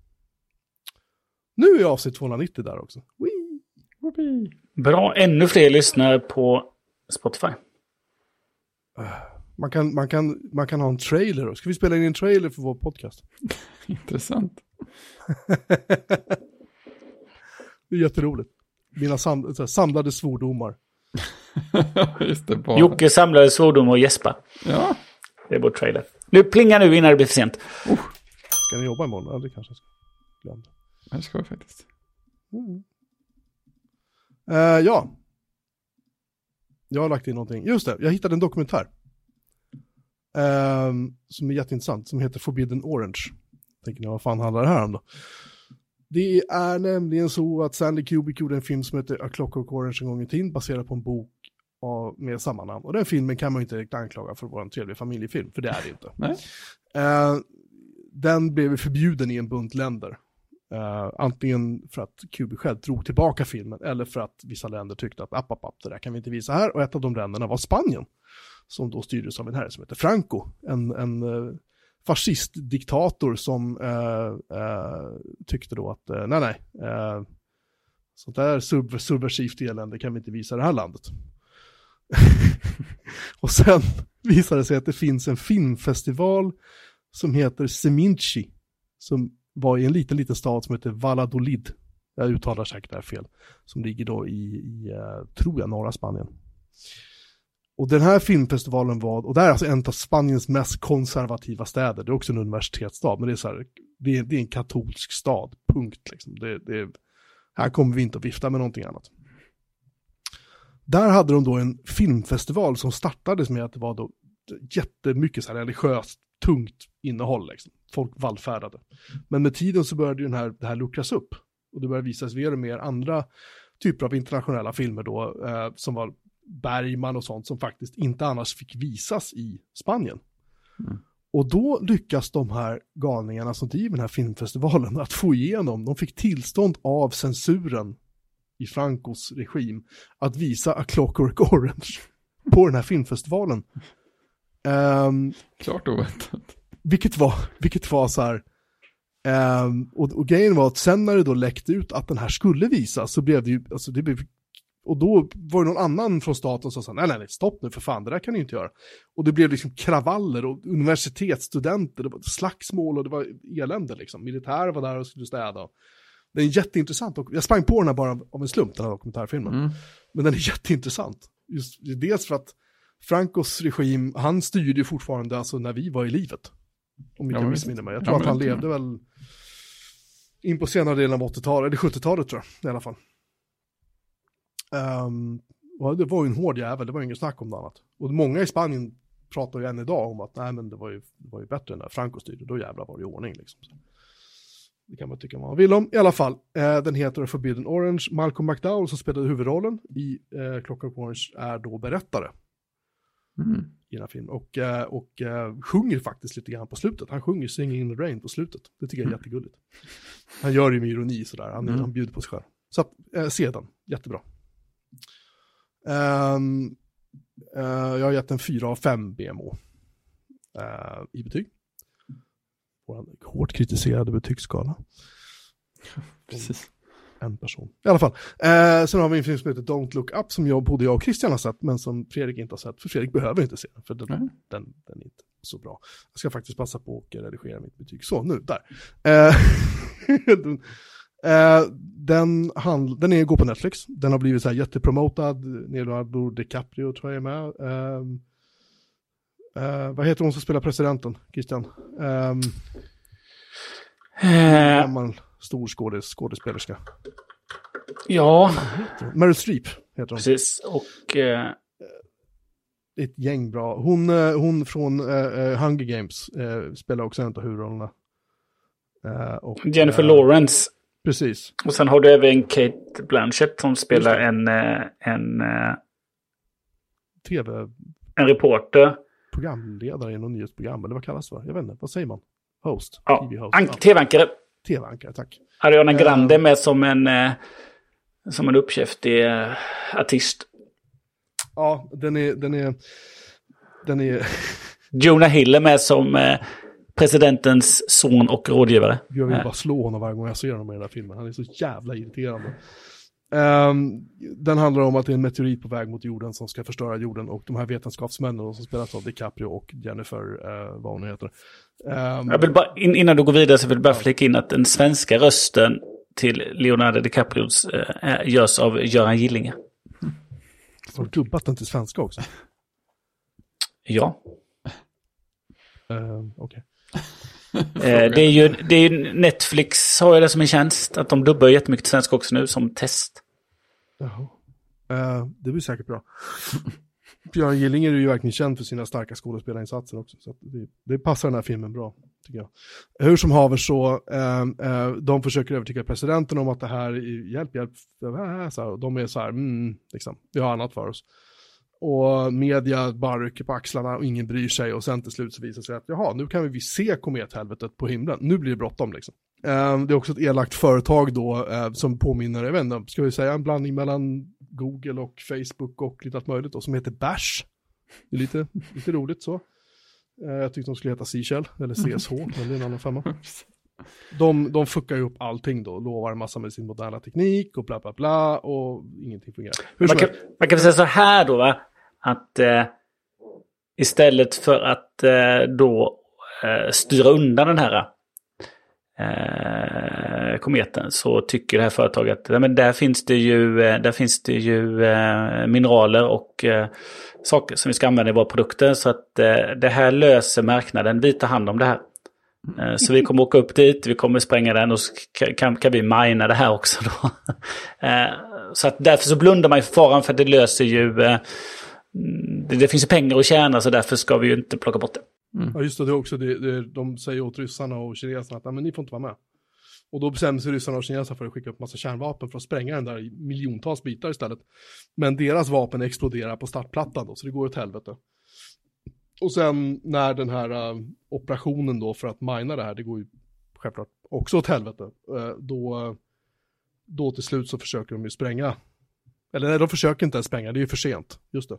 [SPEAKER 2] Nu är avsnitt 290 där också. Wee!
[SPEAKER 3] Bra, ännu fler lyssnare på Spotify.
[SPEAKER 2] Man kan ha en trailer. Ska vi spela in en trailer för vår podcast?
[SPEAKER 1] Intressant.
[SPEAKER 2] Det är jätteroligt. Mina samlade svordomar.
[SPEAKER 1] Just det, bara.
[SPEAKER 3] Jocke samlade svordomar och gäspa.
[SPEAKER 1] Ja.
[SPEAKER 3] Det är vår trailer. Nu plingar nu innan det blir för sent.
[SPEAKER 2] Ska ni jobba imorgon? Ja, det kanske jag ska glömma.
[SPEAKER 1] Det ska jag faktiskt.
[SPEAKER 2] Ja. Jag har lagt in någonting. Just det, jag hittade en dokumentär. Som är jätteintressant. Som heter Forbidden Orange. Tänker ni, vad fan handlar det här om då? Det är nämligen så att Stanley Kubrick gjorde en film som heter A Clockwork Orange en gång i tiden. Baserad på en bok med samma namn. Och den filmen kan man ju inte direkt anklaga för att vara en trevlig familjefilm. För det är det inte.
[SPEAKER 1] Nej.
[SPEAKER 2] Den blev förbjuden i en bunt länder. Antingen för att Kubrick själv drog tillbaka filmen eller för att vissa länder tyckte att det där kan vi inte visa här. Och ett av de länderna var Spanien, som då styrdes av en herre som heter Franco, en fascistdiktator som tyckte då att nej, sånt där subversivt elände kan vi inte visa det här landet. Och sen visade det sig att det finns en filmfestival som heter Seminci, som var i en liten stad som heter Valladolid. Jag uttalar säkert det här fel. Som ligger då i tror jag, norra Spanien. Och den här filmfestivalen och det är alltså en av Spaniens mest konservativa städer. Det är också en universitetsstad, men det är så här, det är en katolsk stad, punkt liksom. Här kommer vi inte att vifta med någonting annat. Där hade de då en filmfestival som startades med att det var då jättemycket så här religiöst, tungt innehåll liksom. Folk vallfärdade. Men med tiden så började det här luckras upp. Och det började visas mer och mer andra typer av internationella filmer då, som var Bergman och sånt, som faktiskt inte annars fick visas i Spanien. Och då lyckas de här galningarna som driver den här filmfestivalen att få igenom, de fick tillstånd av censuren i Francos regim att visa A Clockwork Orange på den här filmfestivalen.
[SPEAKER 1] Klart oväntat.
[SPEAKER 2] Vilket var så här. Och grejen var att sen när det då läckte ut att den här skulle visas så blev det ju, alltså det blev, och då var det någon annan från staten som sa nej, stopp nu för fan, det där kan ni inte göra. Och det blev liksom kravaller och universitetsstudenter, det var slagsmål och det var elände liksom. Militär var där och skulle städa. Det är jätteintressant, och jag sprang på den här bara av en slump, den här dokumentärfilmen. Men den är jätteintressant. Just dels för att Francos regim, han styrde ju fortfarande alltså när vi var i livet. Om jag missminner mig. Jag tror att han levde väl in på senare delen av 80-talet, eller 70-talet tror jag i alla fall. Och det var ju en hård jävel, det var ju ingen snack om det annat. Och många i Spanien pratar ju än idag om att nej, men det var ju bättre när Franco styrde, då jävlar var det i ordning liksom. Det kan man tycka vad man vill om. I alla fall, den heter Forbidden Orange. Malcolm McDowell som spelade huvudrollen i Clockwork Orange är då berättare i den här filmen. Och sjunger faktiskt lite grann på slutet. Han sjunger Singing in the Rain på slutet. Det tycker jag är jättegulligt. Han gör det med ironi sådär. Han bjuder på sig själv. Så att, se den. Jättebra. Jag har gett en 4 av 5 BMO i betyg. Vår hårt kritiserade betygsskala.
[SPEAKER 1] Precis.
[SPEAKER 2] En person. I alla fall. Sen har vi en film som heter Don't Look Up som både jag och Christian har sett, men som Fredrik inte har sett. För Fredrik behöver inte se den, för den är inte så bra. Jag ska faktiskt passa på att redigera mitt betyg. Så, nu, där. Den går på Netflix. Den har blivit så här jättepromotad. Leonardo DiCaprio tror jag är med. Vad heter hon som spelar presidenten, Christian? Stor skådespelerska.
[SPEAKER 3] Ja.
[SPEAKER 2] Meryl Streep heter hon.
[SPEAKER 3] Precis. Och
[SPEAKER 2] ett gäng bra. Hon från Hunger Games spelar också en av huvudrollerna.
[SPEAKER 3] Jennifer Lawrence.
[SPEAKER 2] Precis.
[SPEAKER 3] Och sen har du även Kate Blanchett som spelar en
[SPEAKER 2] TV.
[SPEAKER 3] En reporter.
[SPEAKER 2] programledare i något nyhetsprogram, eller vad kallas det för? Jag vet inte, vad säger man? Host?
[SPEAKER 3] Ja,
[SPEAKER 2] TV-host.
[SPEAKER 3] TV-ankare.
[SPEAKER 2] TV-ankare, tack.
[SPEAKER 3] Ariana Grande med som en uppkäftig artist.
[SPEAKER 2] Ja, den är...
[SPEAKER 3] Jonah Hill är med som presidentens son och rådgivare.
[SPEAKER 2] Jag vill bara slå honom varje gång jag ser honom i den här filmen. Han är så jävla irriterande. Den handlar om att det är en meteorit på väg mot jorden som ska förstöra jorden, och de här vetenskapsmännen som spelas av DiCaprio och Jennifer, vad hon heter.
[SPEAKER 3] Jag vill bara, innan du går vidare så vill jag bara flika in att den svenska rösten till Leonardo DiCaprio görs av Göran Gillinge.
[SPEAKER 2] Har du dubbat den till svenska också?
[SPEAKER 3] Ja.
[SPEAKER 2] Okej.
[SPEAKER 3] Det är ju Netflix har ju det som en tjänst att de dubbar jättemycket till svenska också nu som test.
[SPEAKER 2] Jaha. Det blir säkert bra. Björn Gilling är ju verkligen känd för sina starka skådespelarinsatser också, så att det passar den här filmen bra, tycker jag. Hur som haver så de försöker övertyga presidenten om att det här är hjälp, så de är så här, liksom, vi har annat för oss. Och media bara rycker på axlarna och ingen bryr sig, och sen till slut så visar sig att jaha, nu kan vi se komethelvetet på himlen, nu blir det bråttom liksom. Det är också ett elakt företag då som påminner, jag vet inte, ska vi säga en blandning mellan Google och Facebook och lite allt möjligt då, som heter Bash. Det är lite roligt så. Jag tyckte de skulle heta Seashell eller CSH, men det är en annan femma. De fuckar ju upp allting då, lovar en massa med sin moderna teknik och bla bla bla, och ingenting fungerar.
[SPEAKER 3] Man kan säga så här då, va? Att istället för att då styra undan den här kometen, så tycker det här företaget att men där finns det ju mineraler och saker som vi ska använda i våra produkter, så att det här löser marknaden, vi tar hand om det här. Så vi kommer åka upp dit, vi kommer spränga den, och kan vi mina det här också då. Så att därför så blundar man ju för faran, för att det löser ju det finns ju pengar att tjäna, så därför ska vi ju inte plocka bort det.
[SPEAKER 2] Ja just det, det är också de säger åt ryssarna och kineserna att men ni får inte vara med. Och då bestämmer sig ryssarna och kineserna för att skicka upp massa kärnvapen för att spränga den där i miljontals bitar istället. Men deras vapen exploderar på startplattan då, så det går åt helvete. Och sen när den här operationen då för att mina det här, det går ju självklart också åt helvete. Då till slut så försöker de ju spränga. Eller nej, de försöker inte ens spränga, det är ju för sent. Just det.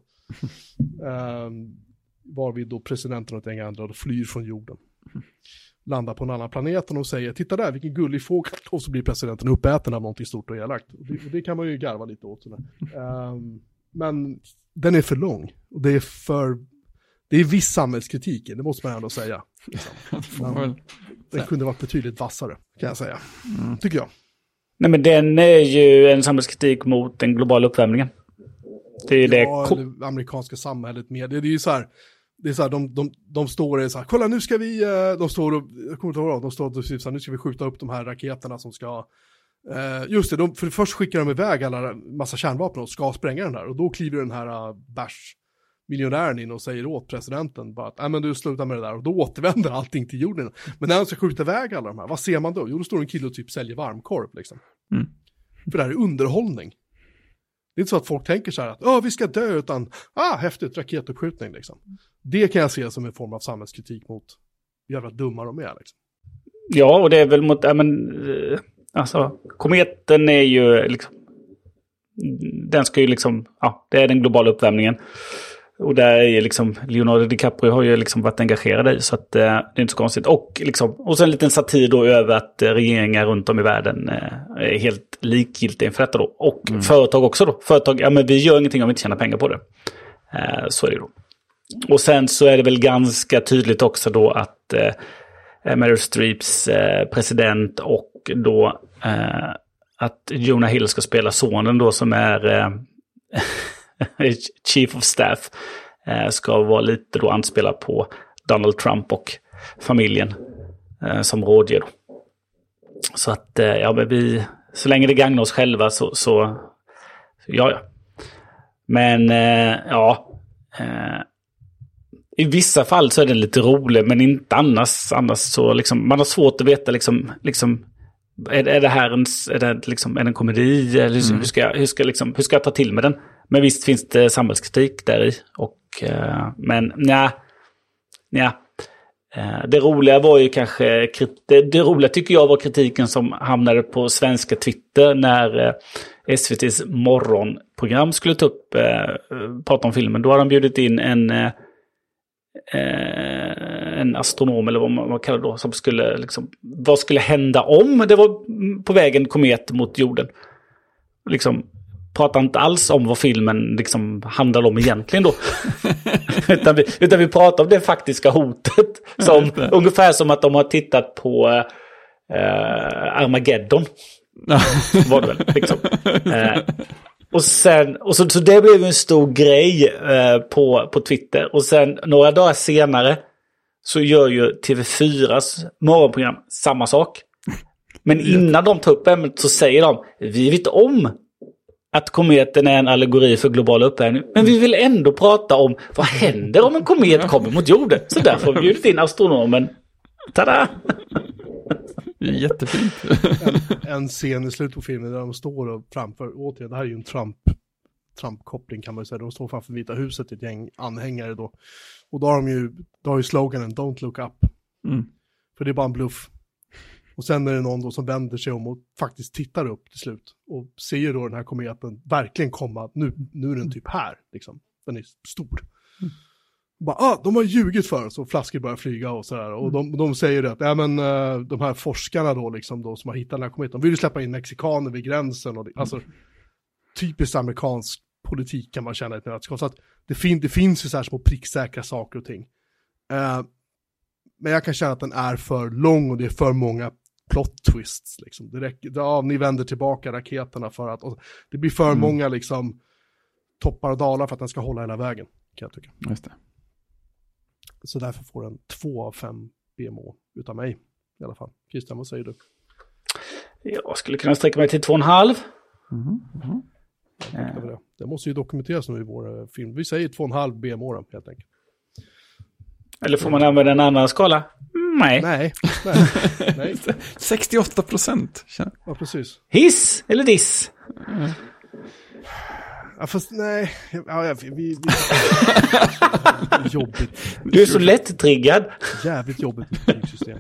[SPEAKER 2] Varvid då presidenten och ett gäng andra då flyr från jorden. Landar på en annan planet och de säger, titta där, vilken gullig fågel. Och så blir presidenten uppäten av någonting stort och elakt. Och det kan man ju garva lite åt. Men den är för lång. Och det är viss samhällskritik, det måste man ändå säga. Den kunde varit betydligt vassare, kan jag säga. Tycker jag. Nej, men den är ju en samhällskritik mot den globala uppvärmningen. Det är det amerikanska samhället med. Det är ju så här, det är så här, de står och så här, kolla nu ska vi, de står och, jag kommer inte ihåg, de står och så här, nu ska vi skjuta upp de här raketerna som ska, just det, för först skickar de iväg alla massa kärnvapen och ska spränga den här, och då kliver den här miljonären in och säger åt presidenten bara att men du slutar med det där, och då återvänder allting till jorden. Men när han ska skjuta iväg alla de här, vad ser man då? Jo, då står en kille och typ säljer varmkorv liksom. För det här är underhållning. Det är inte så att folk tänker så här att vi ska dö, utan häftigt raketuppskjutning liksom. Det kan jag se som en form av samhällskritik mot jävla dumma de är liksom. Ja, och det är väl mot alltså kometen är ju liksom, den ska ju liksom, det är den globala uppvärmningen. Och där är liksom Leonardo DiCaprio har ju liksom varit engagerad i, så att det är inte så konstigt. Och så en liten satir då över att regeringar runt om i världen är helt likgiltiga inför detta då. Och företag också då. Företag, men vi gör ingenting om vi inte tjänar pengar på det. Så är det då. Och sen så är det väl ganska tydligt också då att Meryl Streeps president och då att Jonah Hill ska spela sonen då som är Chief of Staff ska vara lite då anspela på Donald Trump och familjen som rådger då. Så att men vi, så länge det gagnar oss själva så ja. Men i vissa fall så är den lite rolig, men inte annars så liksom, man har svårt att veta liksom är det här en komedi, eller hur ska jag ta till med den? Men visst finns det samhällskritik där i, och men nej,
[SPEAKER 3] Ja. Det roliga var ju kanske... Det roliga tycker jag var kritiken som hamnade på svenska Twitter när SVT:s morgonprogram skulle ta upp, prata om filmen. Då hade de bjudit in en astronom, eller vad man kallar det då, som skulle liksom, vad skulle hända om det var på vägen komet mot jorden? Liksom, pratar inte alls om vad filmen liksom handlar om egentligen då. utan vi pratar om det faktiska hotet. Som, ungefär som att de har tittat på Armageddon. Var det väl, liksom. Så det blev en stor grej på Twitter. Och sen några dagar senare så gör ju TV4s morgonprogram samma sak. Men innan de tar upp ämnet så säger de: vi vet om att kometen är en allegori för global uppvärmning. Men vi vill ändå prata om vad händer om en komet kommer mot jorden. Så därför har vi bjudit in astronomen. Tada!
[SPEAKER 1] Det är jättefint.
[SPEAKER 2] En scen i slutet på filmen där de står och framför, återigen, det här är ju en Trump-koppling kan man säga. De står framför Vita huset, ett gäng anhängare då. Och då har ju sloganen Don't look up. För det är bara en bluff. Och sen är det någon då som vänder sig om och faktiskt tittar upp till slut. Och ser då den här kometen verkligen komma. Nu är den typ här, liksom. Den är stor. Bara, de har ljugit för oss, och flaskor börjar flyga och sådär. Och de säger det att de här forskarna då, liksom, då, som har hittat den här kometen, de vill ju släppa in mexikaner vid gränsen. Och alltså, typiskt amerikansk politik kan man känna ett nötskal. Så att det finns ju så här små pricksäkra saker och ting. Men jag kan känna att den är för lång och det är för många plot twists. Liksom. Det räcker, ni vänder tillbaka raketerna för att... det blir för många liksom, toppar och dalar för att den ska hålla hela vägen, kan jag tycka.
[SPEAKER 1] Just det.
[SPEAKER 2] Så därför får den 2 av 5 BMO utav mig i alla fall. Christian, vad säger du?
[SPEAKER 3] Jag skulle kunna sträcka mig till 2,5.
[SPEAKER 2] Det måste ju dokumenteras nu i vår film. Vi säger 2,5 BMO helt enkelt.
[SPEAKER 3] Eller får man använda en annan skala? Nej.
[SPEAKER 1] 68%.
[SPEAKER 2] Ja, precis.
[SPEAKER 3] Hiss eller diss?
[SPEAKER 2] Ja, fast nej. Vi jobbigt.
[SPEAKER 3] Du är så lätt-triggad.
[SPEAKER 2] Jävligt jobbigt system.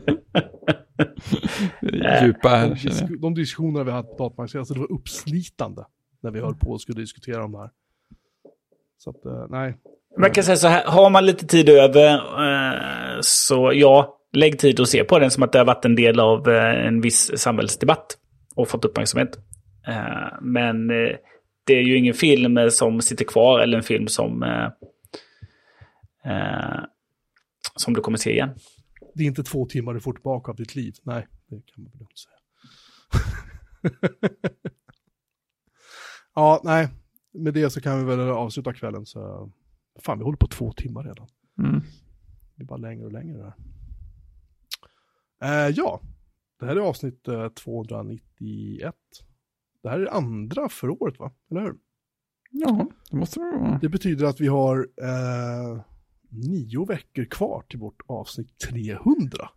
[SPEAKER 1] Djupa här.
[SPEAKER 2] De diskussioner vi hade på Datamark, alltså det var uppslitande när vi höll på och skulle diskutera om det här. Så att, nej.
[SPEAKER 3] Man kan säga så här, har man lite tid över så lägg tid och se på den som att det har varit en del av en viss samhällsdebatt och fått uppmärksamhet. Men det är ju ingen film som sitter kvar eller en film som du kommer se igen.
[SPEAKER 2] Det är inte 2 timmar du får tillbaka av ditt liv. Nej, det kan man väl inte säga. Ja, nej. Med det så kan vi väl avsluta kvällen. Så fan, vi håller på 2 timmar redan. Det är bara längre och längre där. Ja, det här är avsnitt 291. Det här är andra för året, va? Eller hur?
[SPEAKER 1] Ja, det måste det vara.
[SPEAKER 2] Det betyder att vi har 9 veckor kvar till vårt avsnitt 300.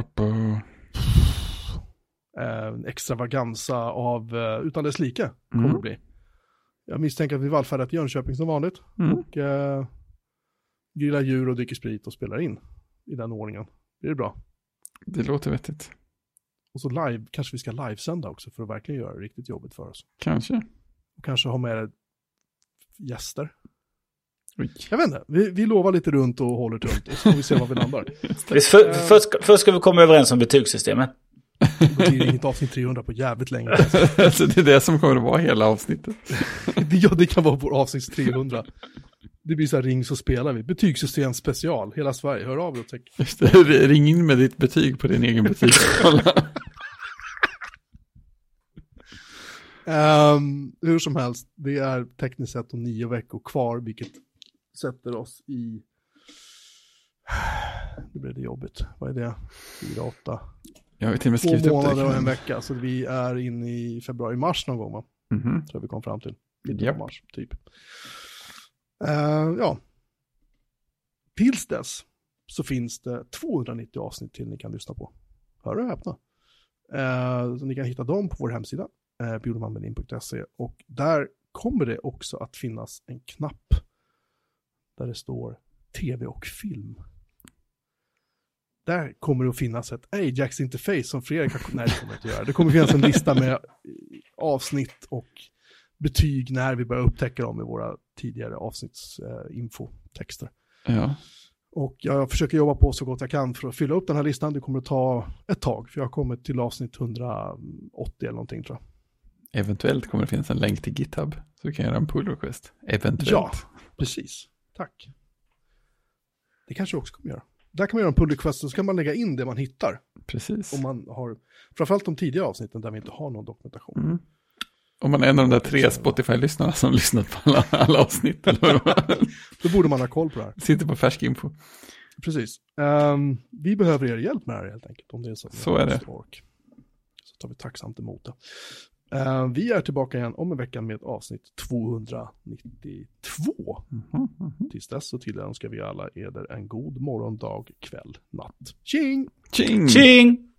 [SPEAKER 2] En extravaganza av utan dess like kommer det bli. Jag misstänker att vi vallfärdar till Jönköping som vanligt. Och grillar djur och dricker sprit och spelar in i den ordningen. Det är bra.
[SPEAKER 1] Det låter vettigt.
[SPEAKER 2] Och så kanske vi ska livesända också för att verkligen göra det riktigt jobbigt för oss.
[SPEAKER 1] Kanske.
[SPEAKER 2] Och kanske ha med gäster.
[SPEAKER 1] Oj.
[SPEAKER 2] Jag vet inte, vi lovar lite runt och håller runt och så får vi se var vi landar.
[SPEAKER 3] Först ska vi komma överens om betygssystemet.
[SPEAKER 2] Det blir inget avsnitt 300 på jävligt länge.
[SPEAKER 1] Alltså det är det som kommer att vara hela avsnittet.
[SPEAKER 2] Ja, det kan vara vår avsnitt 300. Det blir så här, ring så spelar vi. Betygssystem special. Hela Sverige, hör av dig.
[SPEAKER 1] Just det, ring in med ditt betyg på din egen betygsskala.
[SPEAKER 2] Hur som helst, det är tekniskt sett 9 veckor kvar, vilket sätter oss i... Det blir det jobbigt. Vad är det? 4, 8...
[SPEAKER 1] Jag har till och med
[SPEAKER 2] 2
[SPEAKER 1] skrivit upp
[SPEAKER 2] månader och en vecka, så vi är inne i februari-mars någon gång, va? Tror vi kom fram till. Mars, typ. Ja. Tills dess så finns det 290 avsnitt till ni kan lyssna på. Hör och häpna. Så ni kan hitta dem på vår hemsida, bjudemanmelin.se, och där kommer det också att finnas en knapp där det står tv och film. där kommer det att finnas ett Ajax interface som Fredrik har... Nej, det kommer inte göra. Det kommer finnas en lista med avsnitt och betyg när vi börjar upptäcka dem i våra tidigare avsnittsinfotexter.
[SPEAKER 1] Ja.
[SPEAKER 2] Och jag försöker jobba på så gott jag kan för att fylla upp den här listan. Det kommer att ta ett tag, för jag har kommit till avsnitt 180 eller någonting, tror jag.
[SPEAKER 1] Eventuellt kommer det finnas en länk till GitHub, så du kan göra en pull request. Eventuellt.
[SPEAKER 2] Ja, precis. Tack. Det kanske jag också kommer göra. Där kan man göra en pull request, så kan man lägga in det man hittar.
[SPEAKER 1] Precis.
[SPEAKER 2] Om man har, framförallt de tidiga avsnitten där vi inte har någon dokumentation.
[SPEAKER 1] Mm. Om man är en av de där 3 Spotify-lyssnarna som lyssnat på alla avsnitt. Eller
[SPEAKER 2] då borde man ha koll på det här.
[SPEAKER 1] Sitter på färsk info.
[SPEAKER 2] Precis. Vi behöver er hjälp med det här helt enkelt. Om det är så
[SPEAKER 1] är det.
[SPEAKER 2] Så tar vi tacksamt emot det. Vi är tillbaka igen om en vecka med avsnitt 292. Tills dess så tillönskar vi alla eder en god morgon, dag, kväll, natt. Tjing!
[SPEAKER 1] Tjing!
[SPEAKER 3] Tjing!